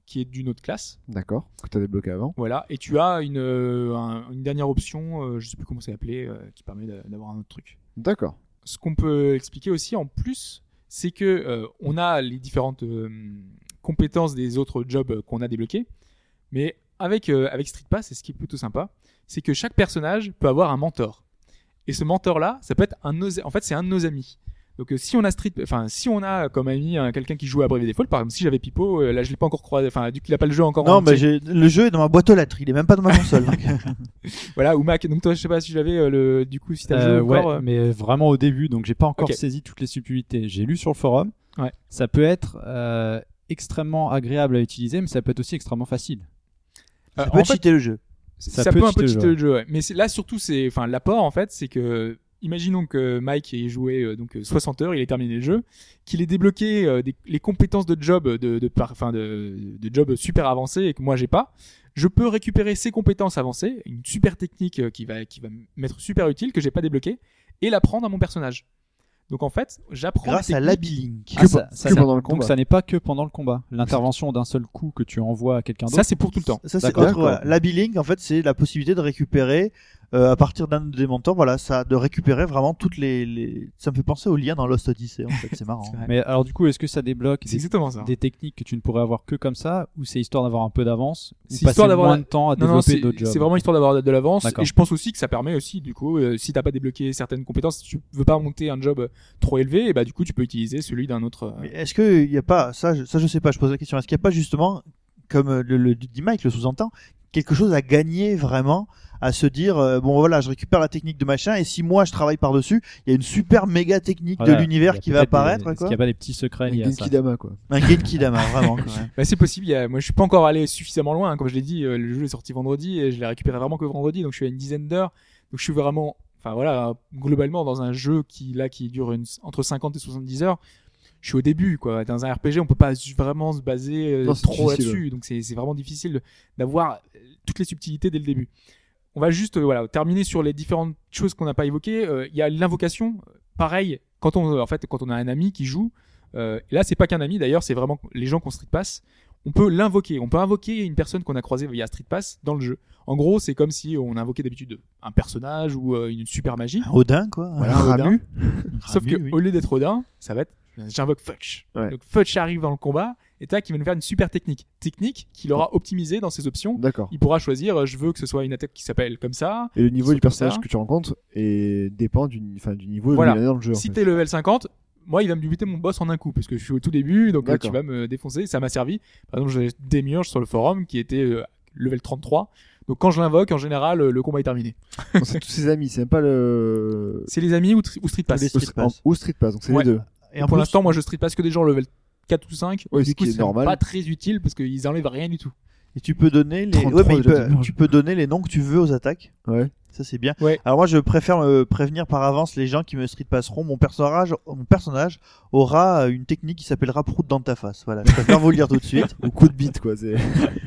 qui est d'une autre classe. D'accord, que tu as débloqué avant. Voilà, et tu as une, euh, un- une dernière option, euh, je sais plus comment c'est appelé, euh, qui permet d'a- d'avoir un autre truc. D'accord. Ce qu'on peut expliquer aussi en plus, c'est que euh, on a les différentes euh, compétences des autres jobs qu'on a débloqués, mais avec euh, avec Street Pass, et ce qui est plutôt sympa, c'est que chaque personnage peut avoir un mentor. Et ce mentor là, ça peut être un de nos, en fait c'est un de nos amis. Donc euh, si on a Street, enfin si on a comme ami euh, quelqu'un qui joue à Bravely Default, par exemple si j'avais Pipo, euh, là je l'ai pas encore croisé, enfin du coup il a pas le jeu encore. Non, en mais entier. j'ai... le jeu est dans ma boîte aux lettres, il est même pas dans ma console. donc. Voilà, ou Mac. Donc toi je sais pas si j'avais euh, le, du coup si t'as Euh, le jeu ouais, encore. euh, mais vraiment au début, donc j'ai pas encore Ok. saisi toutes les subtilités. J'ai lu sur le forum. Ouais. Ça peut être euh, extrêmement agréable à utiliser, mais ça peut être aussi extrêmement facile. euh, Ça peut en fait, cheater le jeu. ça, Ça peut, peut un peu cheater le cheater jeu, le jeu, ouais. Mais c'est, là surtout c'est, enfin l'apport en fait, c'est que imaginons que Mike ait joué euh, donc euh, soixante heures, il ait terminé le jeu, qu'il ait débloqué euh, des, les compétences de job de de par- enfin de, de job super avancées et que moi j'ai pas. Je peux récupérer ces compétences avancées, une super technique euh, qui va qui va m'être super utile que j'ai pas débloqué et la prendre à mon personnage. Donc en fait, j'apprends Grâce les à techniques. Labylink. Que ça, pe- ça- que ça- pendant le donc combat. ça n'est pas que pendant le combat. L'intervention d'un seul coup que tu envoies à quelqu'un d'autre. Ça c'est pour tout le temps. Ça, c'est D'accord. autre, voilà. Labylink, en fait, c'est la possibilité de récupérer, euh, à partir d'un des mentors, voilà, ça, de récupérer vraiment toutes les, les... Ça me fait penser au lien dans Lost Odyssey, en fait, c'est marrant. C'est vrai. Mais alors du coup, est-ce que ça débloque C'est des, exactement ça. des techniques que tu ne pourrais avoir que comme ça, ou c'est histoire d'avoir un peu d'avance, ou C'est passer histoire d'avoir moins la- de temps à Non, non, développer c'est, d'autres jobs? c'est vraiment histoire d'avoir de l'avance. D'accord. Et je pense aussi que ça permet aussi, du coup, euh, si t'as pas débloqué certaines compétences, si tu veux pas monter un job euh, trop élevé, et bah du coup tu peux utiliser celui d'un autre. euh, Mais est-ce que il y a pas, ça, je, ça je sais pas, je pose la question, est-ce qu'il n'y a pas justement, comme euh, le, le dit Mike le sous-entend, quelque chose à gagner vraiment, à se dire, euh, bon voilà, je récupère la technique de machin, et si moi je travaille par-dessus, il y a une super méga technique Voilà. de l'univers Il y a qui va peut-être des- apparaître, Est-ce quoi. qu'il n'y a pas des petits secrets Un liés à ça? Genki-Dama, quoi. Un Genkidama, vraiment, quand même. Bah, c'est possible. Il y a... Moi, je suis pas encore allé suffisamment loin. hein. Comme je l'ai dit, euh, le jeu est sorti vendredi et je l'ai récupéré vraiment que vendredi. Donc, je suis à une dizaine d'heures. Donc, je suis vraiment, enfin voilà, globalement dans un jeu qui là qui dure une... entre cinquante et soixante-dix heures. Je suis au début, quoi. Dans un R P G, on peut pas vraiment se baser euh, Non, c'est trop difficile, là-dessus. Donc, c'est c'est vraiment difficile de- d'avoir euh, toutes les subtilités dès le début. On va juste, euh, voilà, terminer sur les différentes choses qu'on n'a pas évoquées. Euh, Il y a l'invocation. Pareil, quand on, en fait, quand on a un ami qui joue. Euh, et là, c'est pas qu'un ami d'ailleurs, c'est vraiment les gens qui ont Street Pass. On peut l'invoquer. On peut invoquer une personne qu'on a croisée via Street Pass dans le jeu. En gros, c'est comme si on invoquait d'habitude un personnage ou euh, une super magie. Un Odin, quoi. Voilà, un Ramu. Odin. Sauf Ramu, que oui. au lieu d'être Odin, ça va être j'invoque Futch. Ouais. Donc Futch arrive dans le combat et tac, il va nous faire une super technique. Technique qu'il aura optimisée dans ses options. D'accord. Il pourra choisir, euh, je veux que ce soit une attaque qui s'appelle comme ça. Et le niveau Sauf du que personnage ça- que tu rencontres est... dépend du, enfin, du niveau Voilà. où il est dans le jeu. Si en fait. t'es level cinquante, moi il va me buter mon boss en un coup parce que je suis au tout début, donc euh, D'accord. tu vas me défoncer. Ça m'a servi. Par exemple, j'ai Demiurge sur le forum qui était euh, level trente-trois. Donc quand je l'invoque, en général, euh, le combat est terminé. Non, c'est tous ses amis, c'est même pas le. C'est les amis ou, tri- ou Street Pass. Les Ou Street Pass. Ou Street Pass, donc c'est Ouais. les deux. Et en Pour plus, l'instant, moi je Street Pass que des gens level quatre ou cinq. Oui, du ce coup, qui est c'est normal. pas très utile parce qu'ils enlèvent rien du tout. et tu peux donner les, trente-trois ouais, mais il déjà, peut- Demiurge. tu peux donner les noms que tu veux aux attaques. Ouais. Ça c'est bien. Ouais. Alors moi je préfère me prévenir par avance les gens qui me street passeront. Mon personnage, mon personnage aura une technique qui s'appellera prout dans ta face. Voilà, je préfère vous le dire tout de suite. Ou coup de bite, quoi. C'est...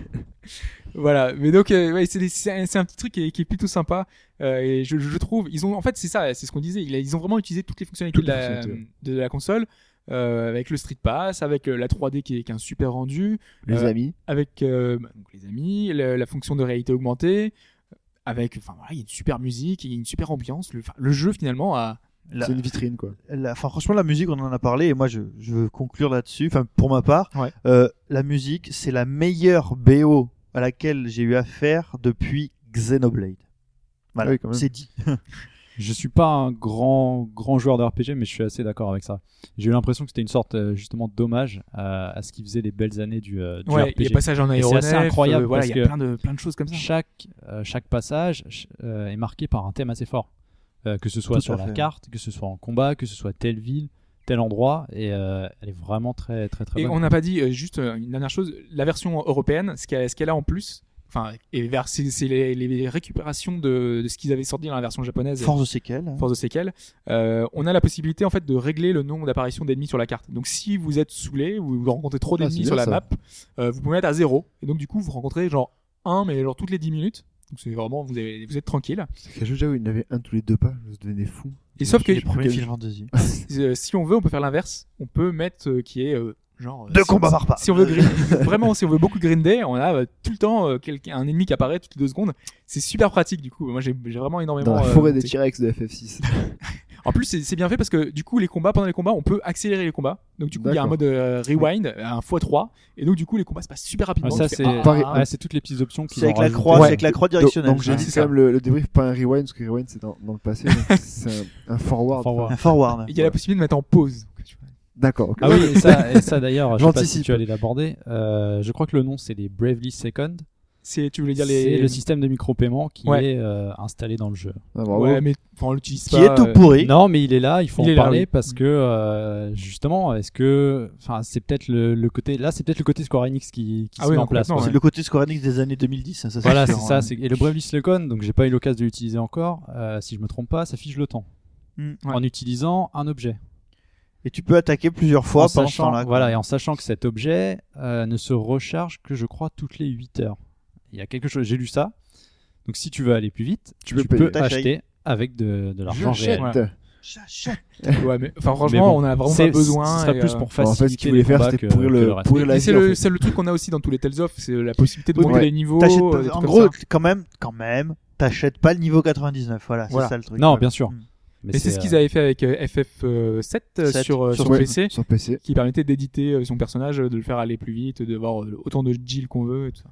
Voilà, mais donc euh, ouais, c'est, des- c'est, un, c'est un petit truc qui est, qui est plutôt sympa euh, et je, je trouve ils ont en fait c'est ça, c'est ce qu'on disait, ils, ils ont vraiment utilisé toutes les fonctionnalités Toutes de, les la, fonctionnalités. de la console euh, avec le Street Pass, avec euh, la trois D qui est, qui est un super rendu, Les Euh, amis. avec euh, bah, donc les amis, le- la fonction de réalité augmentée, avec enfin voilà, il y a une super musique, il y a une super ambiance, le, enfin, le jeu finalement a La- C'est une vitrine, quoi. la- enfin franchement la musique on en a parlé et moi je, je veux conclure là-dessus. Enfin pour ma part, Ouais. euh, la musique c'est la meilleure B O à laquelle j'ai eu affaire depuis Xenoblade. Voilà, Ah oui, quand même. c'est dit. Je suis pas un grand grand joueur de R P G, mais je suis assez d'accord avec ça. J'ai eu l'impression que c'était une sorte euh, justement d'hommage à, à ce qui faisait les belles années du, euh, du ouais, R il P y a G. passage en Et c'est aéronef, assez incroyable euh, voilà, parce il y a que plein de plein de choses comme ça. Chaque euh, chaque passage ch- euh, est marqué par un thème assez fort, Euh, que ce soit Tout sur à la fait. carte, que ce soit en combat, que ce soit telle ville, tel endroit, et euh, elle est vraiment très très très Et bonne. on n'a pas dit euh, juste euh, une dernière chose, la version européenne, ce qu'elle, ce qu'elle a en plus, enfin, et vers, c'est, c'est les, les récupérations de, de ce qu'ils avaient sorti dans la version japonaise, Force de séquelles. hein. Force de séquelles. Euh, on a la possibilité en fait de régler le nombre d'apparitions d'ennemis sur la carte. Donc si vous êtes saoulé, vous rencontrez trop Ah, d'ennemis c'est sur bien, la ça. map, euh, vous pouvez mettre à zéro. Et donc du coup vous rencontrez genre un, mais genre toutes les dix minutes. Donc c'est vraiment vous, avez, vous êtes tranquille. C'est quel jeu déjà où il y en avait un tous les deux pas, je devenais fou. Et sauf que Les premiers quel- Final Fantasy. euh, si on veut, on peut faire l'inverse. On peut mettre euh, qui est euh, Genre, Deux si combats on, par pas. Si on veut grind, vraiment, si on veut beaucoup grinder, on a euh, tout le temps euh, quelqu'un, un ennemi qui apparaît toutes les deux secondes. C'est super pratique du coup. Moi, j'ai, j'ai vraiment énormément. Dans la euh, forêt des monté. T-Rex de F F six. En plus, c'est, c'est bien fait parce que du coup, les combats pendant les combats, on peut accélérer les combats. Donc du coup, il y a un D'accord. mode euh, rewind, un fois trois, et donc du coup, les combats se passent super rapidement. Ouais, ça, Tu fais, c'est ah, pareil. ah, ouais, c'est toutes les petites options qu'ils C'est avec ont la rajoutées. croix, Ouais. c'est avec la croix directionnelle. Donc, donc j'ai Ouais, dit c'est quand ça. même le, le débrief, pas un rewind, parce que rewind c'est dans, dans le passé, donc c'est un, un forward. Forward. Un forward. Et il y a la possibilité de mettre en pause. Donc, tu vois. D'accord. ok. Ah oui, et ça, et ça d'ailleurs, je sais pas si J'anticipe. tu allais l'aborder. Euh, je crois que le nom c'est les Bravely Second. C'est, tu voulais dire C'est les. le système de micro-paiement qui Ouais. est euh, installé dans le jeu. Ah, bravo. Ouais, mais enfin, on l'utilise Qui pas. est tout euh, pourri. Non, mais il est là, il faut Il est en là, parler oui. parce que euh, justement, est-ce que, enfin, c'est peut-être le, le côté, là, c'est peut-être le côté Square Enix qui, qui Ah se oui, met non, en place. complètement, quoi. C'est le côté Square Enix des années deux mille dix. Ça, ça, Voilà, sûr, c'est ça. hein. C'est... Et le Bravely Second, donc j'ai pas eu l'occasion de l'utiliser encore. Euh, si je me trompe pas, ça fiche le temps Mm. Ouais. en utilisant un objet. Et tu peux attaquer plusieurs fois en pendant ce sachant, temps-là. quoi. voilà, et en sachant que cet objet euh, ne se recharge que je crois toutes les huit heures. Il y a quelque chose, j'ai lu ça. Donc si tu veux aller plus vite, Tu tu, peux payer. peux T'achètes. acheter avec de, de l'argent J'achète. réel. J'achète. Ouais, mais enfin, franchement, Mais bon, on a vraiment c'est- pas besoin. Ce serait et, plus euh, pour Bon, en fait, ce faciliter qu'ils voulaient les faire, combats c'était que, pourrir que le- le reste. pourrir la Et vie, c'est en le, fait. c'est le truc qu'on a aussi dans tous les Tales of, c'est la possibilité de Oui, monter ouais. les niveaux. T'achètes euh, pas- des trucs en comme gros, ça. quand même, quand même, t'achètes pas le niveau quatre-vingt-dix-neuf. Voilà, Voilà. c'est ça le truc. Non, Voilà. bien sûr. Mm. Mais c'est ce qu'ils euh, avaient fait avec euh, F F sept euh, sept, sur, euh, sur sur Ouais, P C, Sur P C. qui permettait d'éditer euh, son personnage, de le faire aller plus vite, d'avoir euh, autant de Jill qu'on veut et tout ça.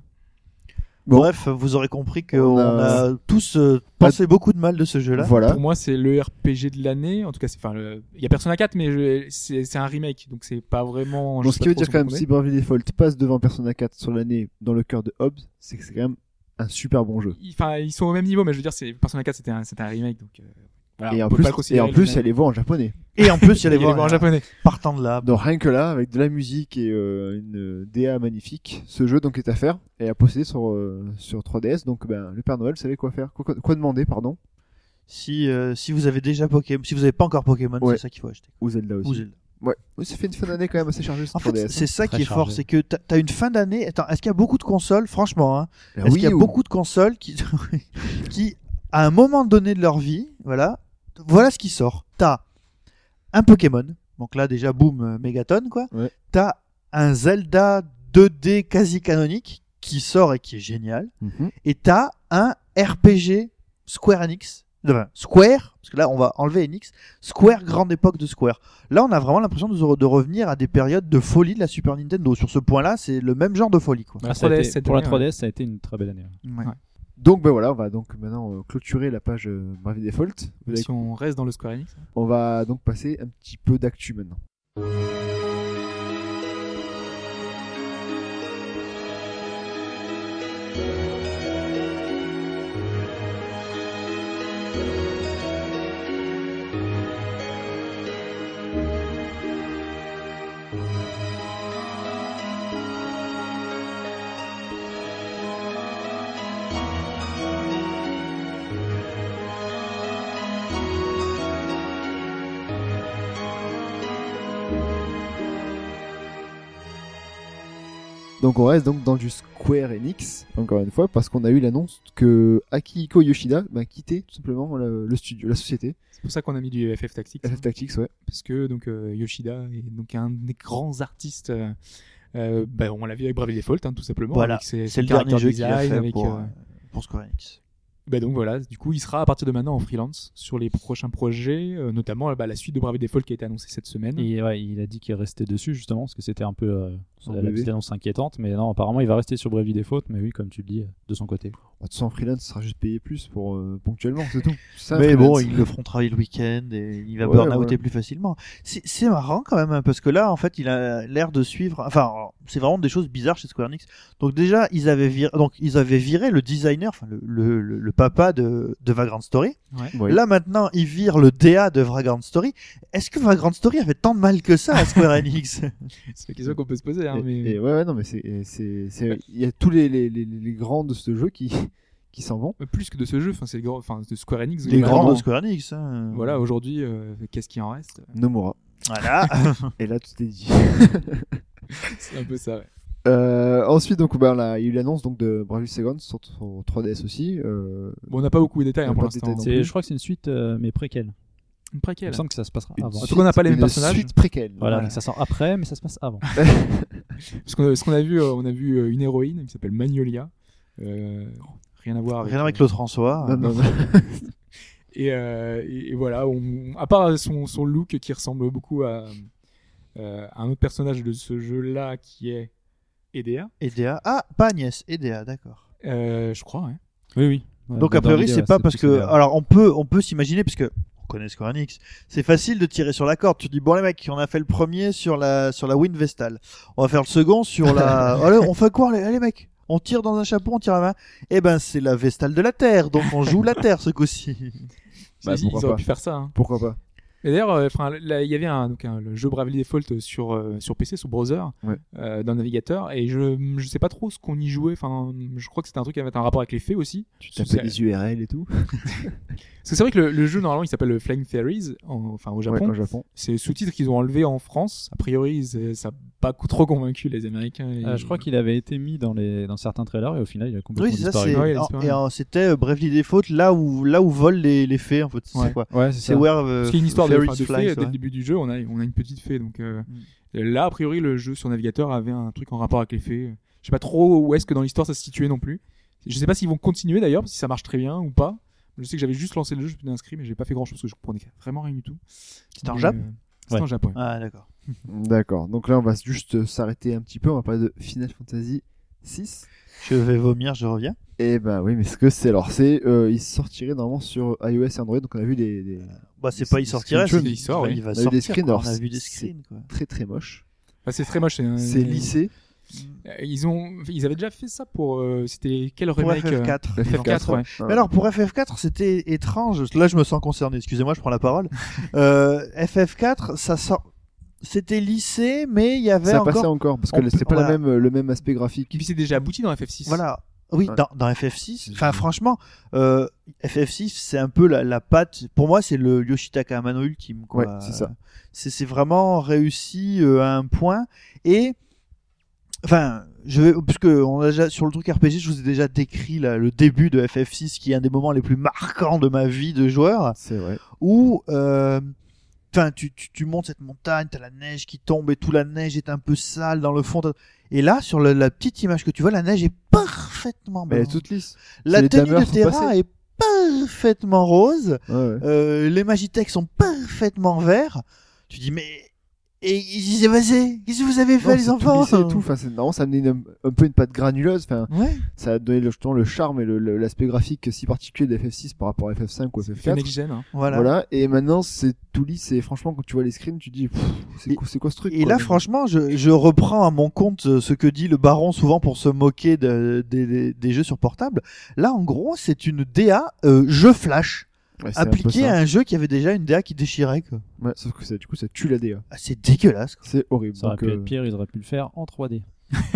Bon. Bref, vous aurez compris qu'on On a... a- tous euh, pensé beaucoup de mal de ce jeu-là. Voilà. Pour moi, c'est le R P G de l'année. En tout cas, c'est, enfin, le- il y a Persona quatre, mais je- c'est, c'est un remake, donc c'est pas vraiment. je Donc, sais ce qui pas veut trop dire quand même, ce qu'on si Bravely Default passe devant Persona quatre sur l'année dans le cœur de Hobbs, c'est que c'est quand même un super bon jeu. connaît. Enfin, ils sont au même niveau, mais je veux dire, c'est Persona quatre, c'était un, c'était un remake, donc. Euh, voilà, et, on en peut plus, pas le considérer et en plus, original. elle les voit en japonais. Et en plus, il y a les Il y a les voix en japonais. partant de là. Donc rien que là, avec de la musique et euh, une D A magnifique, ce jeu donc est à faire et à posséder sur, euh, sur trois D S. Donc ben, le Père Noël savait quoi faire, quoi, quoi demander, pardon. Si, euh, si vous avez déjà Pokémon, si vous avez pas encore Pokémon, Ouais. c'est ça qu'il faut acheter. Ou Zelda aussi. Ou Zelda. Ouais. Oui, ça fait une fin d'année quand même assez chargée sur En trois D fait, S. c'est ça Très qui est fort, chargé. c'est que t'as- t'as une fin d'année. Attends, est-ce qu'il y a beaucoup de consoles, franchement, hein, Ah est-ce oui, qu'il y a ou- beaucoup de consoles qui, qui, à un moment donné de leur vie, voilà, voilà ce qui sort. T'as un Pokémon, donc là déjà boum, euh, mégaton quoi. Ouais. T'as un Zelda deux D quasi canonique qui sort et qui est génial. Mhm. Et t'as un R P G Square Enix, enfin, Square, parce que là on va enlever Enix, Square grande époque de Square. Là on a vraiment l'impression de, de revenir à des périodes de folie de la Super Nintendo. Sur ce point-là, c'est le même genre de folie quoi. Ah, La ça a trois D S, été- cette pour la année, trois D S, ça a été une très belle année. Ouais. Ouais. Donc ben voilà, on va donc maintenant euh, clôturer la page euh, Bravely Default. Vous l'avez- Si on reste dans le Square Enix. On va donc passer un petit peu d'actu maintenant. Donc on reste donc dans du Square Enix, encore une fois, parce qu'on a eu l'annonce que Akihiko Yoshida va quitter tout simplement le, le studio, la société, C'est pour ça qu'on a mis du F F Tactics. F F Tactics, ouais. Parce que donc euh, Yoshida est donc un des grands artistes. Euh, euh, bah, on l'a vu avec Bravely Default, hein, tout simplement. Voilà, avec ses- c'est ses le dernier character jeu qu'il a design, fait avec, pour, euh, euh, pour Square Enix. bah, donc voilà, du coup, il sera à partir de maintenant en freelance sur les prochains projets, euh, notamment bah, la suite de Bravely Default qui a été annoncée cette semaine. Et ouais, il a dit qu'il restait dessus justement parce que c'était un peu euh, Son la, la bébé. petite annonce inquiétante, mais non, apparemment il va rester sur Bravely Default, mais oui, comme tu le dis, de son côté. De toute façon, en freelance, ça sera juste payé plus pour euh, ponctuellement, c'est tout. C'est un Mais bon, freelance. ils le feront travailler le week-end et il va Ouais, burn-outer ouais. plus facilement. C'est c'est marrant quand même, hein, parce que là, en fait, il a l'air de suivre. Enfin, c'est vraiment des choses bizarres chez Square Enix. Donc déjà, ils avaient viré, donc ils avaient viré le designer, enfin le, le, le, le papa de, de Vagrant Story. Oui. Là maintenant, ils virent le D A de Vagrant Story. Est-ce que Vagrant Story avait tant de mal que ça à Square Enix? C'est la question qu'on peut se poser. Hein, Et- mais... et ouais, ouais, non, mais c'est, c'est, c'est, il y a tous les, les, les, les grands de ce jeu qui, qui s'en vont. Euh, Plus que de ce jeu, enfin, c'est le grand, enfin, de Square Enix. Les globalement. grands de Square Enix. Hein. Voilà, aujourd'hui, euh, qu'est-ce qui en reste Nomura. Voilà. Et là, tout est dit. C'est un peu ça, ouais. Euh, ensuite, donc, bah, là, il y a eu l'annonce donc de Bravely Second sur, sur trois D S aussi. Euh, Bon, on n'a pas beaucoup de détails On hein, n'a pour pas de l'instant. détails non C'est, plus. je crois que c'est une suite, euh, mais préquelle. Il Une me préquelle. semble que ça se passera Une avant. En tout cas, on n'a pas les mêmes une personnages. Suite préquelle. Voilà, Voilà. donc ça sort après, mais ça se passe avant. Parce qu'on a, parce qu'on a vu, euh, on a vu euh, une héroïne qui s'appelle Magnolia. Euh, rien à voir avec. Rien avec euh, Claude François. Non, non, non. Et, euh, et, et voilà, on, à part son, son look qui ressemble beaucoup à, euh, à un autre personnage de ce jeu-là qui est Edea, E D A. Ah, pas Agnès, E D A, d'accord. euh, je crois, ouais. Oui, oui. Ouais, Donc dans a priori l'idée, c'est ouais, pas parce plus que sévère. alors on peut on peut s'imaginer parce que on connaît Square Enix, c'est facile de tirer sur la corde. Tu dis bon les mecs, on a fait le premier sur la sur la Wind Vestal, on va faire le second sur la. Allez, on fait quoi les, allez mecs, on tire dans un chapeau, on tire à la main. Eh ben c'est la Vestale de la Terre, donc on joue la Terre ce coup-ci. Bah, ils, ils pourquoi auraient pas. pu faire ça. Hein. Pourquoi pas? Et d'ailleurs, euh, enfin, là, il y avait un, donc un, le jeu Bravely Default sur euh, sur P C, sur browser, Ouais. euh, dans le navigateur, et je je sais pas trop ce qu'on y jouait. Enfin, je crois que c'était un truc qui avait un rapport avec les fées aussi. Tu Parce que tapais c'est- les U R L et tout. Parce que c'est vrai que le, le jeu normalement il s'appelle Flying Fairies, en- enfin au Japon. Ouais, au Japon. C'est sous-titres qu'ils ont enlevé en France. A priori, c'est- ça n'a pas trop convaincu les Américains. Et- Euh, je crois qu'il avait été mis dans, les... dans certains trailers et au final il a complètement Oui c'est ça, disparu. c'est Ouais, il a en- disparu. et en- c'était euh, Bravely Default là où là où volent les les fées en fait. C'est Ouais. quoi? Ouais, c'est C'est ça. where euh, Parce qu'il y a une histoire de, fairies enfin, de fly, fée. c'est Dès le vrai. début du jeu, on a, on a une petite fée. Donc euh, Mm. là, a priori, le jeu sur navigateur avait un truc en rapport avec les fées. Je sais pas trop où est-ce que dans l'histoire ça se situait non plus. Je sais pas s'ils vont continuer d'ailleurs, si ça marche très bien ou pas. Je sais que j'avais juste lancé le jeu, je me suis inscrit, mais j'ai pas fait grand chose parce que je comprenais vraiment rien du tout. C'était en Mais, Jap euh, C'était Ouais. en Japon. Ah d'accord. D'accord. Donc là, on va juste euh, s'arrêter un petit peu. On va parler de Final Fantasy six. Je vais vomir, je reviens. Et bah oui, mais ce que c'est alors, c'est euh, il sortirait normalement sur iOS et Android. Donc on a vu des, des Bah c'est Des- pas il des sortirait, screenshots, c'est il sort, il oui. va On a vu sortir. des screens, quoi. alors On a vu des c'est- screens quoi. très très moches. Enfin, c'est très moche. C'est, un- C'est lissé. Euh, Ils ont, ils avaient déjà fait ça pour. euh, c'était quel Pour remake euh, F F quatre. F F quatre, ouais. Ah. Mais alors pour F F quatre c'était étrange. Là je me sens concerné. Excusez-moi, je prends la parole. euh, F F quatre ça sort. C'était lissé, mais il y avait ça encore. passait encore parce on que c'était peut- pas la voilà. même, le même aspect graphique. Et puis c'est déjà abouti dans F F six. Voilà. Oui, Ouais. dans, dans F F six. C'est- Enfin, franchement, euh, F F six, c'est un peu la, la patte. Pour moi, c'est le Yoshitaka Amano ultime. Quoi. Ouais, c'est ça. C'est, c'est vraiment réussi euh, à un point. Et, enfin, je vais, puisque on a déjà, sur le truc R P G, je vous ai déjà décrit là, le début de F F six, qui est un des moments les plus marquants de ma vie de joueur, C'est vrai. où, euh, enfin, tu, tu, tu montes cette montagne, t'as la neige qui tombe et tout, la neige est un peu sale dans le fond. t'as- Et là, sur le- la petite image que tu vois, la neige est parfaitement Mais elle est blanche. toute lisse. La c'est les tenue dameurs de sont Terra passés. est parfaitement rose. Ouais, ouais. Euh, les Magitech sont parfaitement verts. Tu dis, mais. Et qu'est-ce qui s'est passé? Qu'est-ce que vous avez fait, Non, les c'est tout enfants? lissé et tout. Enfin, c'est, non, ça amenait une- un peu une pâte granuleuse. Enfin, Ouais. ça a donné le, justement, le charme et le, le- l'aspect graphique si particulier de F F six par rapport à F F cinq ou F F Fait quatre. next gen. Hein. Voilà. Voilà. Et maintenant, c'est tout lisse. Et franchement, quand tu vois les screens, tu dis, pff, c'est, Et- quoi, c'est quoi ce truc? Et quoi, là, mais- franchement, je, je reprends à mon compte euh, ce que dit le baron souvent pour se moquer de- des- des- des jeux sur portable. Là, en gros, c'est une D A euh, jeu flash Ouais, c'est un peu appliquée ça. à un jeu qui avait déjà une D A qui déchirait. Quoi. Ouais, sauf que ça, du coup, ça tue la D A. Ah, c'est dégueulasse. Quoi. C'est horrible. Ça aurait Donc, pu euh, être pire, ils auraient pu le faire en trois D.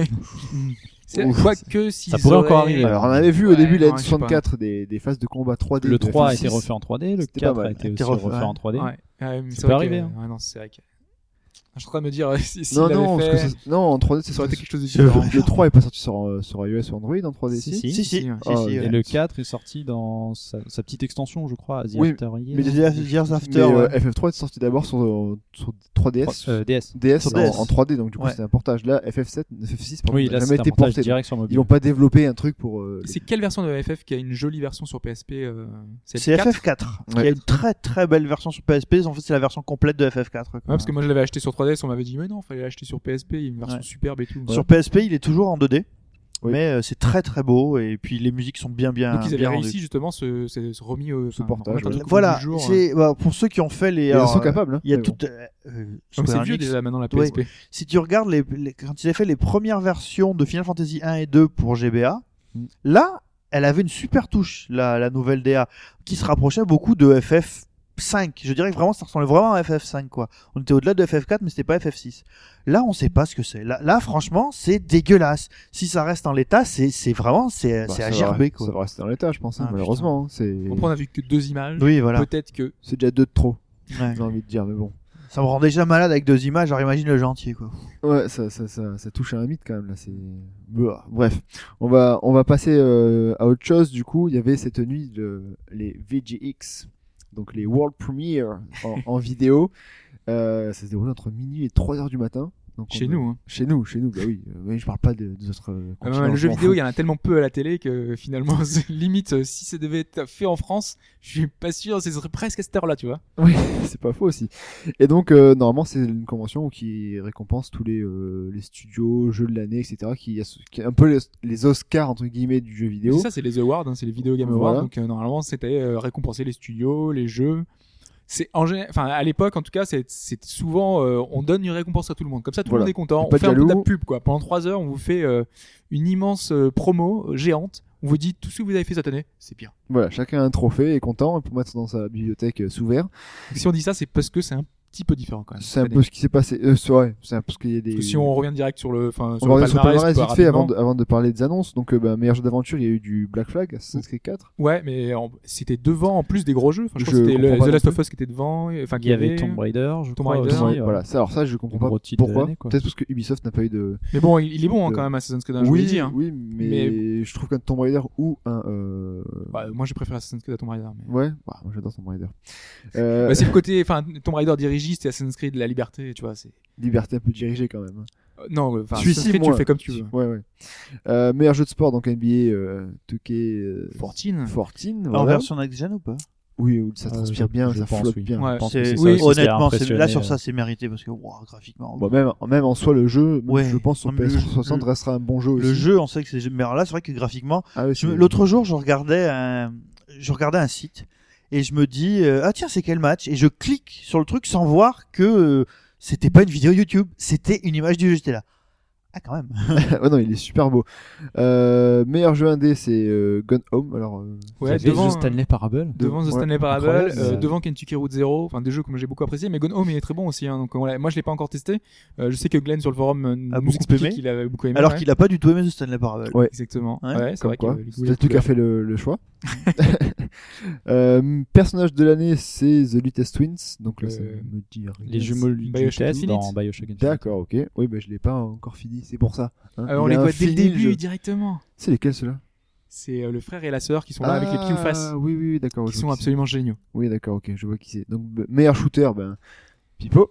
C'est, Ouf. quoique si Ça pourrait encore arriver. Alors, on avait vu au Ouais, début la non, N je sais pas. soixante-quatre des, des phases de combat trois D. Le de trois a F F six. été refait en trois D, le C'était pas quatre mal. a été Été aussi refait, refait ouais. en trois D. Ouais. Ouais, mais Ça c'est peut vrai arriver, que- hein. Ouais, non, c'est vrai que. Je suis en train de me dire, si, s'il Non, l'avait non, fait, parce que c'est- non, en trois D, c'est ça aurait été sorti. quelque chose de Je- différent. Le trois est pas sorti sur, euh, sur iOS ou Android en trois D. Si, si. si. Si, si. si, ouais. si, Ah, si, ouais. ouais. Et le quatre est sorti dans sa, sa petite extension, je crois, The Oui, After Years. Mais Years Years After, Mais euh, ouais. F F trois est sorti d'abord sur, euh, sur trois D S. Euh, D S. D S, sur en, D S. en trois D, donc du coup Ouais. c'est un portage. Là, F F sept, F F six, pardon, Oui, n'a là jamais c'est un été portage porté. direct sur Ils mobile. n'ont pas développé un truc pour. euh, C'est quelle version de F F qui a une jolie version sur P S P euh, C'est le F F quatre. Ouais. Il y a une très très belle version sur P S P. En fait, c'est la version complète de F F quatre. quoi. Ouais, parce que moi je l'avais acheté sur trois D S, on m'avait dit mais non, fallait l'acheter sur P S P, il y a une version Ouais. superbe et tout. Sur P S P, il est toujours en deux D. Oui. Mais euh, c'est très très beau et puis les musiques sont bien bien. Donc ils avaient bien réussi rendues. justement ce, ce, ce remis au Ce enfin, portage, remettre un ouais. truc au Voilà, goût du jour, hein. c'est bah, pour ceux qui ont fait les. Ils en alors, sont euh, capables. Hein, Il y a mais tout. bon. euh, euh, Comme c'est Square vieux Enix, déjà maintenant la P Oui. S P. Si tu regardes les, les- quand il a fait les premières versions de Final Fantasy un et deux pour G B A, Mm. là, elle avait une super touche, la, la nouvelle D A, qui se rapprochait beaucoup de F F cinq. Je dirais que vraiment, ça ressemblait vraiment à F F cinq, quoi. On était au-delà de F F quatre, mais c'était pas F F six. Là, on sait pas ce que c'est. Là, là franchement, c'est dégueulasse. Si ça reste en l'état, c'est, c'est vraiment, c'est, Bah, c'est ça à va- gerber, quoi. Ça va rester dans l'état, je pense, hein, Ah, malheureusement. hein, C'est Après on a vu que deux images. Oui, voilà. Peut-être que c'est déjà deux de trop, Ouais. j'ai envie de dire, mais bon. Ça me rend déjà malade avec deux images, alors imagine le gentil, quoi. Ouais, ça, ça, ça, ça touche à un mythe quand même là. C'est Bah, bref, on va, on va passer euh, à autre chose. Du coup, il y avait cette nuit de les V G X donc les World Premiere en, en vidéo. Euh, ça se déroule entre minuit et trois heures du matin. Donc Chez on- nous, hein. Chez nous, chez nous, bah oui. Euh, mais je parle pas de- des autres euh, Euh, continents, le je jeu m'en vidéo, fous. il y en a tellement peu à la télé que finalement, c'est limite, euh, si ça devait être fait en France, je suis pas sûr, ce serait presque à cette heure-là, tu vois. Oui, c'est pas faux aussi. Et donc, euh, normalement, c'est une convention qui récompense tous les, euh, les studios, jeux de l'année, et cetera, qui, qui est un peu les, les Oscars, entre guillemets, du jeu vidéo. C'est ça, c'est les awards, hein, c'est les Video Game Awards. Voilà. Donc euh, normalement, c'était euh, récompenser les studios, les jeux. C'est en gé- enfin à l'époque en tout cas, c'est c'est souvent euh, on donne une récompense à tout le monde. Comme ça, tout Voilà. le monde est content. Et pas On de fait un peu de la jaloux. pub quoi. Pendant trois heures, on vous fait euh, une immense euh, promo euh, géante. On vous dit tout ce que vous avez fait cette année, c'est bien. Voilà, chacun a un trophée, est content, pour mettre dans sa bibliothèque euh, sous verre. Donc, si on dit ça, c'est parce que c'est un petit peu différent quand même. C'est un cette peu année. ce qui s'est passé. Euh, c'est vrai, c'est un peu ce qu'il y a des. Parce que si on revient direct sur le, enfin On sur va le revenir sur le palmarès, palmarès quoi, vite fait avant rapidement. de, avant de parler des annonces. Donc, euh, bah, meilleur jeu d'aventure, il y a eu du Black Flag, Assassin's Creed quatre. Ouais, mais en- c'était devant en plus des gros jeux. Enfin, je crois Je que c'était le- comprends pas The non Last of plus. Us qui était devant. et- Enfin, Il qui y avait avait- Tomb Raider, je Tomb crois. Raider. aussi, Ouais, euh, voilà, ça, alors ça, je comprends le pas gros titre de pourquoi. l'année, quoi. Peut-être parce que Ubisoft n'a pas eu de. Mais bon, il, il est bon hein, de- quand même Assassin's Creed. hein, je vous l'ai Oui, dit. Hein. oui, mais, je trouve qu'un Tomb Raider ou un. Euh... Bah, moi, je préfère Assassin's Creed à Tomb Raider. Mais... Ouais, bah, moi j'adore Tomb Raider. Euh, Bah, c'est le côté, enfin, Tomb Raider dirigiste et Assassin's Creed la liberté, tu vois. C'est Liberté un peu dirigée quand même. Euh, non, enfin, Celui-ci, Assassin's Creed, tu moins. le fais comme tu veux. Ouais, ouais. Euh, meilleur jeu de sport, donc N B A euh, deux K euh, Fourteen. quatorze. En Voilà. version next gen ou pas? Oui, oui, ça Euh, transpire je- bien, je ça pense, flotte oui. bien. Ouais. Je pense que C'est- c'est ça oui, aussi qui a honnêtement, c'est- impressionné, là sur euh, ça c'est mérité parce que wow, graphiquement. Bon, même, même en soi, le jeu, même Ouais. je pense sur Non, mais P S le- soixante le- restera un bon jeu aussi. Le jeu, on sait que c'est. Mais alors là, c'est vrai que graphiquement, Ah ouais, je me- c'est- l'autre jour, je regardais un, je regardais un site et je me dis euh, ah tiens c'est quel match et je clique sur le truc sans voir que euh, c'était pas une vidéo YouTube, c'était une image du jeu. J'étais là. Ah quand même. ouais, non, il est super beau. Euh, meilleur jeu indé, c'est euh, Gone Home. Alors, euh, Ouais, il y avait devant, The Stanley Parable. devant The Ouais, Stanley Parable, incroyable, euh, mais- devant Kentucky Route Zero, enfin des jeux que j'ai beaucoup apprécié, mais Gone Home il est très bon aussi. Hein, donc voilà, moi je l'ai pas encore testé. Euh, je sais que Glenn sur le forum euh, A nous beaucoup expliquait aimé. qu'il avait beaucoup aimé. Alors ouais. qu'il a pas du tout aimé The Stanley Parable. Ouais. Exactement. Ouais, Ouais, c'est comme vrai quoi, qu'il c'est toi qui as fait le, le choix. euh, personnage de l'année, c'est The Latest Twins. Donc là, ça Euh, me dit rien. Les jumeaux Bioshock Lutez dans Infinite. Bioshock Infinite. D'accord, ok. Oui, bah je l'ai pas encore fini, c'est pour ça. hein. Euh, on Il les a voit un dès le fini, début jeu. directement. C'est lesquels ceux-là? C'est euh, le frère et la sœur qui sont là avec les pieds ou face, Ah, oui, oui, oui, d'accord. qui je sont vois qui absolument géniaux. c'est. Oui, d'accord, ok, je vois qui c'est. Donc, bah, meilleur shooter, ben, Pipo.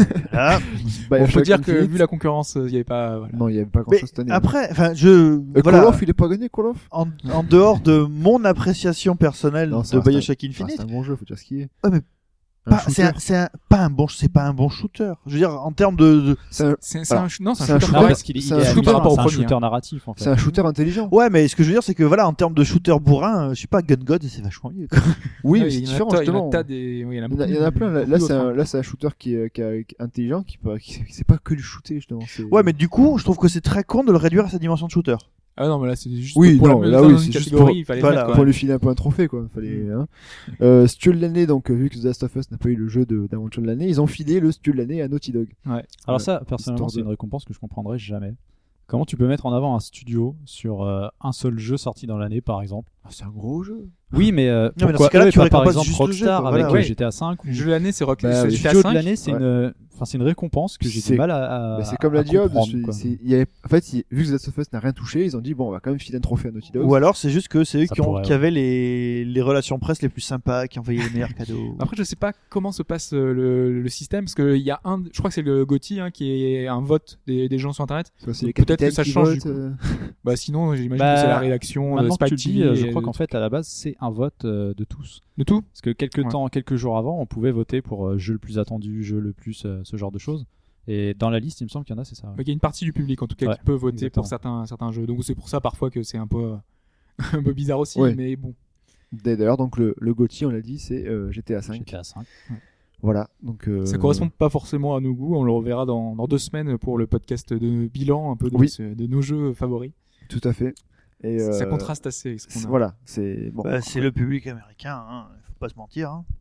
Là. Bon, Bioshock faut dire que Infinite. vu la concurrence, il y avait pas. Voilà. Non, il y avait pas grand Mais chose cette année. après, enfin, je Euh, voilà. Call of, il est pas gagné, Call of? En, en dehors de mon appréciation personnelle Non, ça de reste un- Bioshock Enfin, Infinite, c'est un bon jeu, faut dire ce qui est. Ouais, mais Un pas- c'est un, shooter. c'est un- pas un bon, c'est pas un bon shooter. Je veux dire, en termes de, de- C'est un, C'est c'est Alors, un, ch- non, c'est c'est un un shooter. Non, shooter. parce qu'il est C'est un idéal, shooter c'est par rapport au un premier, shooter hein. narratif en fait. c'est un shooter intelligent. ouais, mais ce que je veux dire, c'est que voilà, en termes de shooter bourrin, euh, je sais pas, Gun God, c'est vachement mieux. Quoi. Oui, Ouais, mais c'est il y en a différent, tas- il y en a justement. tas des- oui, il y en a Il y en a, il y en a beaucoup- plein. Là, beaucoup là, d'autres, c'est un, hein. là, c'est un shooter qui est, qui est intelligent, qui, peut- qui, qui sait pas que le shooter, justement. C'est- Ouais, mais du coup, je trouve que c'est très con de le réduire à sa dimension de shooter. Ah non, mais là c'est juste Oui, pour non, la là, mettre oui, dans c'est une juste catégorie, pour- il fallait voilà, le mettre, Pour quoi. lui filer un peu un trophée, quoi. Fallait, hein. Euh, studio de l'année, donc, euh, vu que The Last of Us n'a pas eu le jeu de- d'aventure de l'année, ils ont filé le studio de l'année à Naughty Dog. Ouais. Alors Ouais. ça, personnellement, Histoire c'est de- une récompense que je comprendrais jamais. Comment tu peux mettre en avant un studio sur euh, un seul jeu sorti dans l'année, par exemple? Ah, c'est un gros jeu. Oui, mais euh, Non, mais dans pourquoi ce cas-là, eux et tu pas, par récompenses exemple juste le jeu, Rockstar quoi, avec voilà. euh, Ouais. G T A cinq ou Le jeu de l'année, c'est Rock. Bah, c'est oui. G T A studio de cinq. l'année, c'est Ouais. une, enfin c'est une récompense que j'ai C'est- du mal à. à Bah, c'est comme la à Diode. comprendre, c'est- quoi. c'est- il y avait- En fait, il- vu que The Last of Us n'a rien touché, ils ont dit, bon, on va quand même filer un trophée à Naughty Dog. Ou alors, c'est juste que c'est eux Ça qui, ont, pourrait, qui ouais. avaient les, les relations presse les plus sympas, qui envoyaient les meilleurs cadeaux. Après, je sais pas comment se passe euh, le, le système, parce qu'il y a un, je crois que c'est le GOTY hein, qui est un vote des, des gens sur Internet. Soit c'est les Peut-être que capitaines ça qui change, votent, du coup. euh, Bah sinon, j'imagine Bah, que c'est la rédaction de Maintenant que Spike tu le T V. dis, euh, je et crois de- qu'en fait, à la base, c'est un vote euh, de tous. de tout. Parce que quelques Ouais. temps, quelques jours avant, on pouvait voter pour euh, jeu le plus attendu, jeu le plus, euh, ce genre de choses. Et dans la liste, il me semble qu'il y en a, c'est ça. ouais. Donc, il y a une partie du public en tout cas Ouais, qui peut voter exactement. pour certains certains jeux. Donc c'est pour ça parfois que c'est un peu un peu bizarre aussi, Ouais. mais bon. D'ailleurs, donc le, le GOTY, on l'a dit, c'est euh, G T A cinq. G T A cinq. Voilà. Donc, euh, Ça correspond pas forcément à nos goûts. On le reverra dans, dans deux semaines pour le podcast de bilan un peu de, Oui. ce- de nos jeux favoris. Tout à fait. Et, Ça euh, contraste assez avec ce c'est- qu'on a. Voilà, c'est bon. Bah, c'est le public américain, hein. Faut pas se mentir. Hein.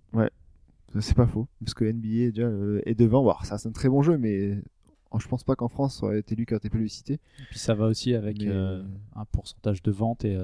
C'est pas faux, parce que N B A déjà euh, est devant. Bon, ça c'est un très bon jeu, mais euh, je pense pas qu'en France ça aurait été lui qui aurait été publicité. Et puis ça va aussi avec Mais- euh, un pourcentage de vente et, euh,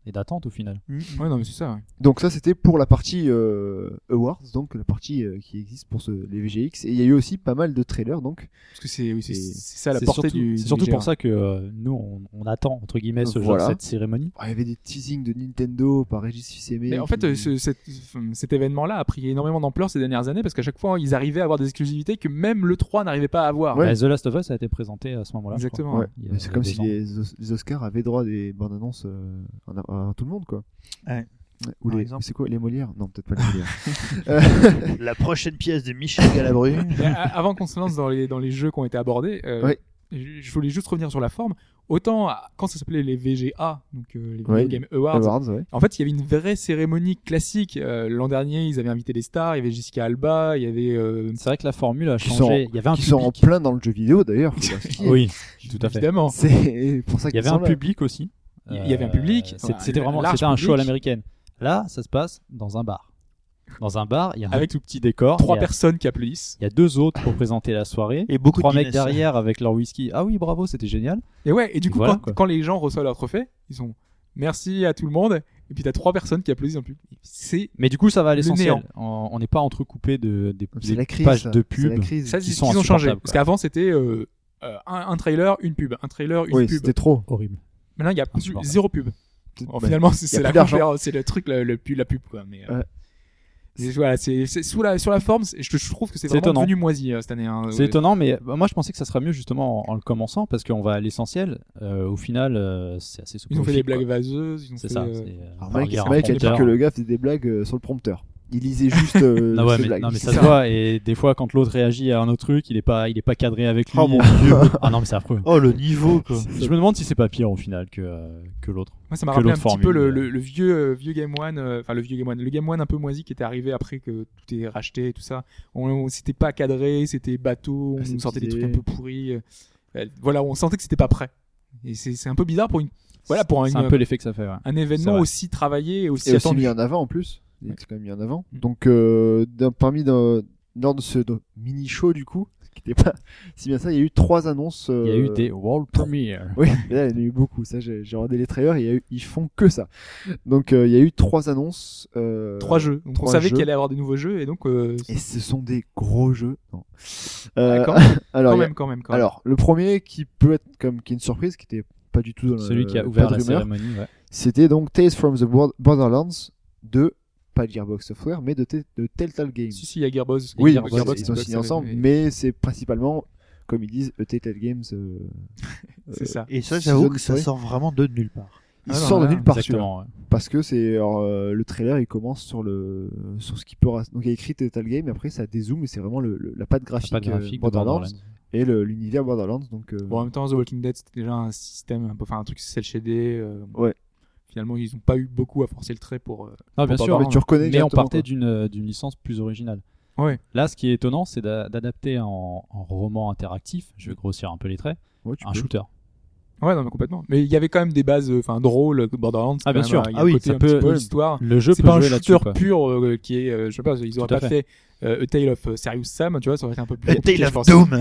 et d'attente au final. Ouais, non, mais c'est ça. Ouais. Donc ça c'était pour la partie euh, Awards, donc la partie euh, qui existe pour ce, les V G X. Et il y a eu aussi pas mal de trailers donc. Parce que c'est, oui, c'est, Et c'est ça la C'est portée surtout, du. c'est du surtout V G A. pour ça que euh, nous on, on attend entre guillemets ce Voilà. genre, cette cérémonie. Il y avait des teasings de Nintendo par Régis Fils-Aimé. Mais en fait, qui- euh, ce- cet, cet événement-là a pris énormément d'ampleur ces dernières années parce qu'à chaque fois, ils arrivaient à avoir des exclusivités que même le trois n'arrivait pas à avoir. Ouais. Bah, The Last of Us a été présenté à ce moment-là. je Exactement. crois. Ouais. Il y a- Mais il c'est y a comme deux si ans. les, Os- les Oscars avaient droit des bandes annonces euh, à, à tout le monde quoi. Ouais. Ouais, Ou Par les, exemple. c'est quoi les Molières? Non, peut-être pas les Molières. Euh, La prochaine pièce de Michel Galabru. Mais, a- avant qu'on se lance dans les, dans les jeux qui ont été abordés, euh, Ouais. je je voulais juste revenir sur la forme. Autant à- quand ça s'appelait les V G A, donc euh, les Video Ouais, Game Awards, Awards, ouais. en fait, il y avait une vraie cérémonie classique. Euh, l'an dernier, ils avaient invité des stars. Il y avait Jessica Alba, il y avait. euh, C'est vrai que la formule a Qui changé. sont- Il y avait un Qui sont en public. plein dans le jeu vidéo d'ailleurs. faut pas se fier. Oui, tout à fait. Évidemment. C'est pour ça Il y qu'ils avait sont un là. public aussi. Il y avait un public, Euh, c'est- un C'était vraiment large c'était un show à public. l'américaine. Là, ça se passe dans un bar. Dans un bar, il y a un Avec tout petit décor. Trois il y a, personnes qui applaudissent. il y a deux autres pour présenter la soirée. Et beaucoup Trois de mecs Guinness. derrière avec leur whisky. Ah oui, bravo, c'était génial. Et ouais, et du coup, Voilà, quand, quoi. quand les gens reçoivent leur trophée, ils sont merci à tout le monde. Et puis t'as trois personnes qui applaudissent dans le public. C'est Mais du coup, ça va à Le l'essentiel. néant. On on n'est pas entrecoupé de des, C'est des la crise. pages ça. de C'est la pub. crise. ça, qui c'est ce sont qu'ils ont changé. insupportables, Parce quoi. qu'avant, c'était euh, euh, un, un trailer, une pub, un trailer, une Oui, pub. c'était trop. Horrible. Maintenant, il y a plus- Insupportable. zéro pub. Bon, Bah, finalement, c'est y a c'est plus la d'argent. conférence, c'est le truc, le, le pu- la pub, quoi. Mais euh, Ouais. c'est- voilà, c'est c'est- sous la sur la forme, c'est- je, je trouve que c'est C'est vraiment étonnant. devenu moisi euh, cette année. hein. C'est Ouais. étonnant, mais bah, moi je pensais que ça serait mieux justement en, en le commençant parce qu'on va à l'essentiel. Euh, au final, euh, c'est assez Ils ont fait des soporifique, blagues quoi. vaseuses. Ils ont C'est fait, ça. euh, c'est, euh, Alors, par Mike, lire un Mike a dit prompteur. que le gars faisait des blagues euh, sur le prompteur. Il lisait juste euh, Non, ouais, ses mais, blagues. non, mais ça C'est se ça. voit. Et des fois, quand l'autre réagit à un autre truc, il est pas, il est pas cadré avec lui. Oh mon dieu. Ah non, mais c'est affreux. Oh le niveau quoi. Je me demande si c'est pas pire au final que euh, que l'autre. Moi, ça m'a que rappelé un l'autre petit peu le, formule, le, le vieux euh, vieux Game One, euh, enfin le vieux Game One, le Game One un peu moisi qui était arrivé après que tout est racheté et tout ça. On, on- c'était pas cadré, c'était bateau, on Aseptisé. nous sortait des trucs un peu pourris. euh, euh, voilà, on sentait que c'était pas prêt. Et c'est c'est un peu bizarre pour une voilà pour C'est un, un peu l'effet que ça fait. Ouais. un C'est événement vrai. aussi travaillé et aussi Et aussi attendu. mis en avant en plus. Il était quand même mis en avant. Mm. Donc, euh, d'un- parmi dans- lors de ce de- mini show du coup, qui n'était pas si bien ça, il y a eu trois annonces. euh, Il y a eu des world premiere. Oui, mais là, il y en a eu beaucoup. Ça, j'ai j'ai regardé les trailers. Il y a eu, ils font que ça. Donc, euh, il y a eu trois annonces. euh, Trois jeux. Donc on trois savait jeux. qu'il allait y avoir des nouveaux jeux et donc euh, Et ce sont des gros jeux. Non. Euh, ah, quand même, alors, quand il y a- même, quand même, quand même. alors, le premier qui peut être comme qui est une surprise, qui était pas du tout dans le- Celui qui a pas ouvert de la rumeur, cérémonie. Ouais. c'était donc Tales from the Bor- Borderlands de pas de Gearbox Software, mais de, Te- de Telltale Games. Si si, il y a Gearbox. Oui, Gearbox, ils- Gearbox, ils ont Gearbox, signé ça, ensemble, mais- mais c'est principalement, comme ils disent, A Telltale Games. euh, c'est euh, ça. Et ça Season j'avoue que ça Story. sort vraiment de nulle part. Il Ah non, sort de là, nulle part celui-là. Exactement. ouais. Parce que c'est alors, euh, le trailer, il commence sur le sur ce qui peut ras- donc il y a écrit Telltale Game, et après ça dézoome et c'est vraiment le, le- la patte graphique, Pas de euh, graphique de Borderlands, Borderlands. et le- l'univers Borderlands. Donc euh, Bon, en même temps, The Walking Dead, c'était déjà un système, un peu, enfin un truc cel shadé. euh, Ouais. Finalement, ils ont pas eu beaucoup à forcer le trait pour. euh, Non, bien Pour sûr. mais tu reconnais Mais on exactement, partait quoi. d'une euh, d'une licence plus originale. Ouais. Là, ce qui est étonnant, c'est d'a- d'adapter en, en roman interactif. Je vais grossir un peu les traits. Ouais, tu Un peux. shooter. Ouais, non, mais complètement. Mais il y avait quand même des bases, euh, enfin drôles. euh, Borderlands. Ah, quand bien même, sûr. euh, Il y a Ah un oui, côté ça un peut- petit peu le- l'histoire. Le jeu C'est peut pas un jouer là-dessus. shooter quoi. pur euh, qui est, euh, je sais pas, ils auraient Tout à pas fait, euh, A Tale of Serious Sam, tu vois, ça aurait été un peu plus A compliqué, Tale je of pense. Doom.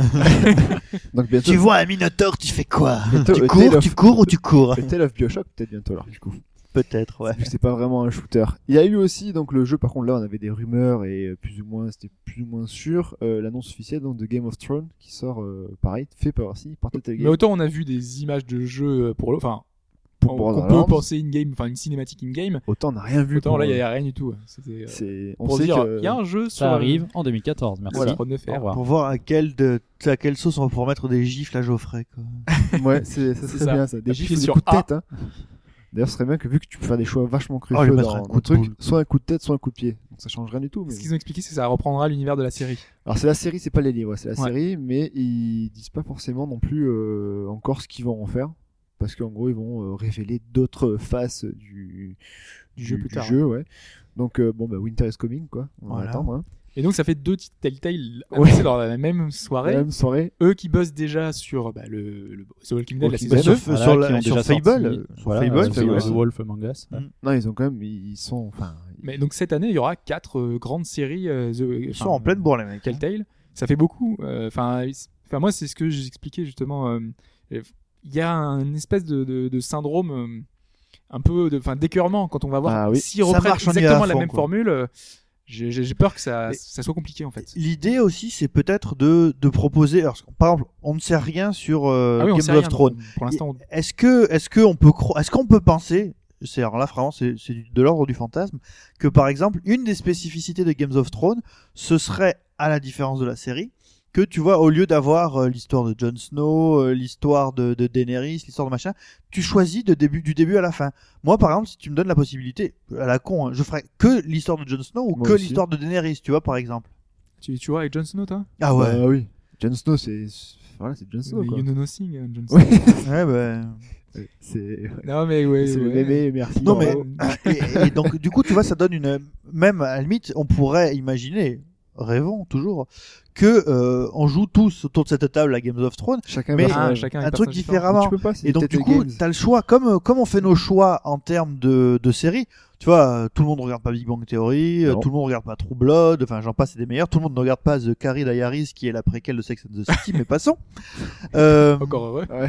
Donc bientôt. Tu vois un minotaure, tu fais quoi? Bientôt, Tu A cours, Tale tu of- cours ou tu cours? A Tale of Bioshock peut-être bientôt alors du coup. Peut-être, ouais. Vu que c'est pas vraiment un shooter. Il y a eu aussi donc le jeu, par contre là on avait des rumeurs et euh, plus ou moins c'était plus ou moins sûr euh, l'annonce officielle donc de Game of Thrones qui sort euh, pareil fait par aussi par Telltale Mais Games autant on a vu des images de jeux euh, pour le, enfin, pour on, qu'on Borderlands. peut penser in-game, enfin une cinématique in-game. Autant on n'a rien vu. Autant pour, là, il y euh, a rien du tout. ouais. C'était euh, c'est on pour sait dire, que il y a un jeu sur Ça arrive en deux mille quatorze. Merci. Voilà. Au de faire. revoir. Pour voir à quelle, de, à quelle sauce on va pouvoir mettre des gifles à Geoffrey, quoi. ouais c'est ça C'est serait ça. bien ça. Des Appuyer gifs ou des sur coups de A. tête. Hein. D'ailleurs, ce serait bien que vu que tu peux faire des choix vachement Oh, lui cruciaux mettre dans un dans coup le de truc, boule. soit un coup de tête, soit un coup de pied. Donc ça change rien du tout. Mais... Ce qu'ils ont expliqué, c'est que ça reprendra l'univers de la série. Alors c'est la série, c'est pas les livres, c'est la Ouais. série, mais ils disent pas forcément non plus euh, encore ce qu'ils vont en faire, parce qu'en gros ils vont euh, révéler d'autres faces du, Du jeu plus tard, jeu, ouais. Donc euh, bon bah Winter is coming quoi, on va Voilà. attendre. Hein. Et donc ça fait deux titres Telltale Ouais. annoncés dans la même soirée. La même soirée. Eux qui bossent déjà sur bah, le, le The Walking Dead, la Walking saison Dead, deux. Sur, Voilà, sur, qui la, ont sur déjà Fable, sorti- euh, sur voilà, Fable, euh, c'est The vrai. Wolf Among Us. ouais. Mm. Non ils ont quand même, ils sont, enfin, Mais donc cette année, il y aura quatre euh, grandes séries. euh, The- ils enfin, sont en pleine bourre, les mecs. Telltale. Ça fait beaucoup. euh, Enfin, enfin moi, c'est ce que j'expliquais justement. euh, Il y a un espèce de, de, de syndrome. euh, un peu de, enfin, d'écœurement quand on va voir Ah oui. s'ils Ça reprennent marche, on y va à exactement la fond, même quoi. formule. euh, J'ai, j'ai j'ai peur que ça, Et- ça soit compliqué en fait. L'idée aussi, c'est peut-être de, de proposer. Alors, par exemple, on ne sait rien sur euh, ah oui, on Game sait of rien, Thrones. donc, Pour l'instant, on- Est-ce que, est-ce que on peut, cro- est-ce qu'on peut penser, c'est alors là vraiment c'est, c'est du- de l'ordre du fantasme, que par exemple une des spécificités de Game of Thrones, ce serait à la différence de la série, que tu vois au lieu d'avoir euh, l'histoire de Jon Snow, euh, l'histoire de, de Daenerys, l'histoire de machin, tu choisis de début du début à la fin. Moi par exemple, si tu me donnes la possibilité, à la con, hein, je ferais que l'histoire de Jon Snow ou Moi que aussi. l'histoire de Daenerys, tu vois par exemple. tu, tu vois avec Jon Snow, toi Ah ouais. Bah oui. Jon Snow, c'est. Voilà, c'est Jon Snow, Mais quoi. You know nothing, euh, Jon Snow. Ouais. Ouais, bah... Ouais, c'est. Non mais ouais, C'est le ouais. bébé, merci. Non, mais- Ouais. et, et donc du coup tu vois ça donne une même à la limite on pourrait imaginer, rêvons toujours, que euh, on joue tous autour de cette table à Game of Thrones, Chacun mais- va Ah, faire- chacun un est truc personnage différemment. Tu peux pas, c'est et donc du Telltale coup Games. t'as le choix comme euh, comme on fait nos choix en termes de de séries. Tu vois, euh, tout le monde regarde pas Big Bang Theory, euh, Non. tout le monde regarde pas True Blood, enfin j'en passe c'est des meilleurs, tout le monde ne regarde pas The Carrie Diaries qui est la préquelle de Sex and the City, mais passons. Euh, Encore heureux. Ouais.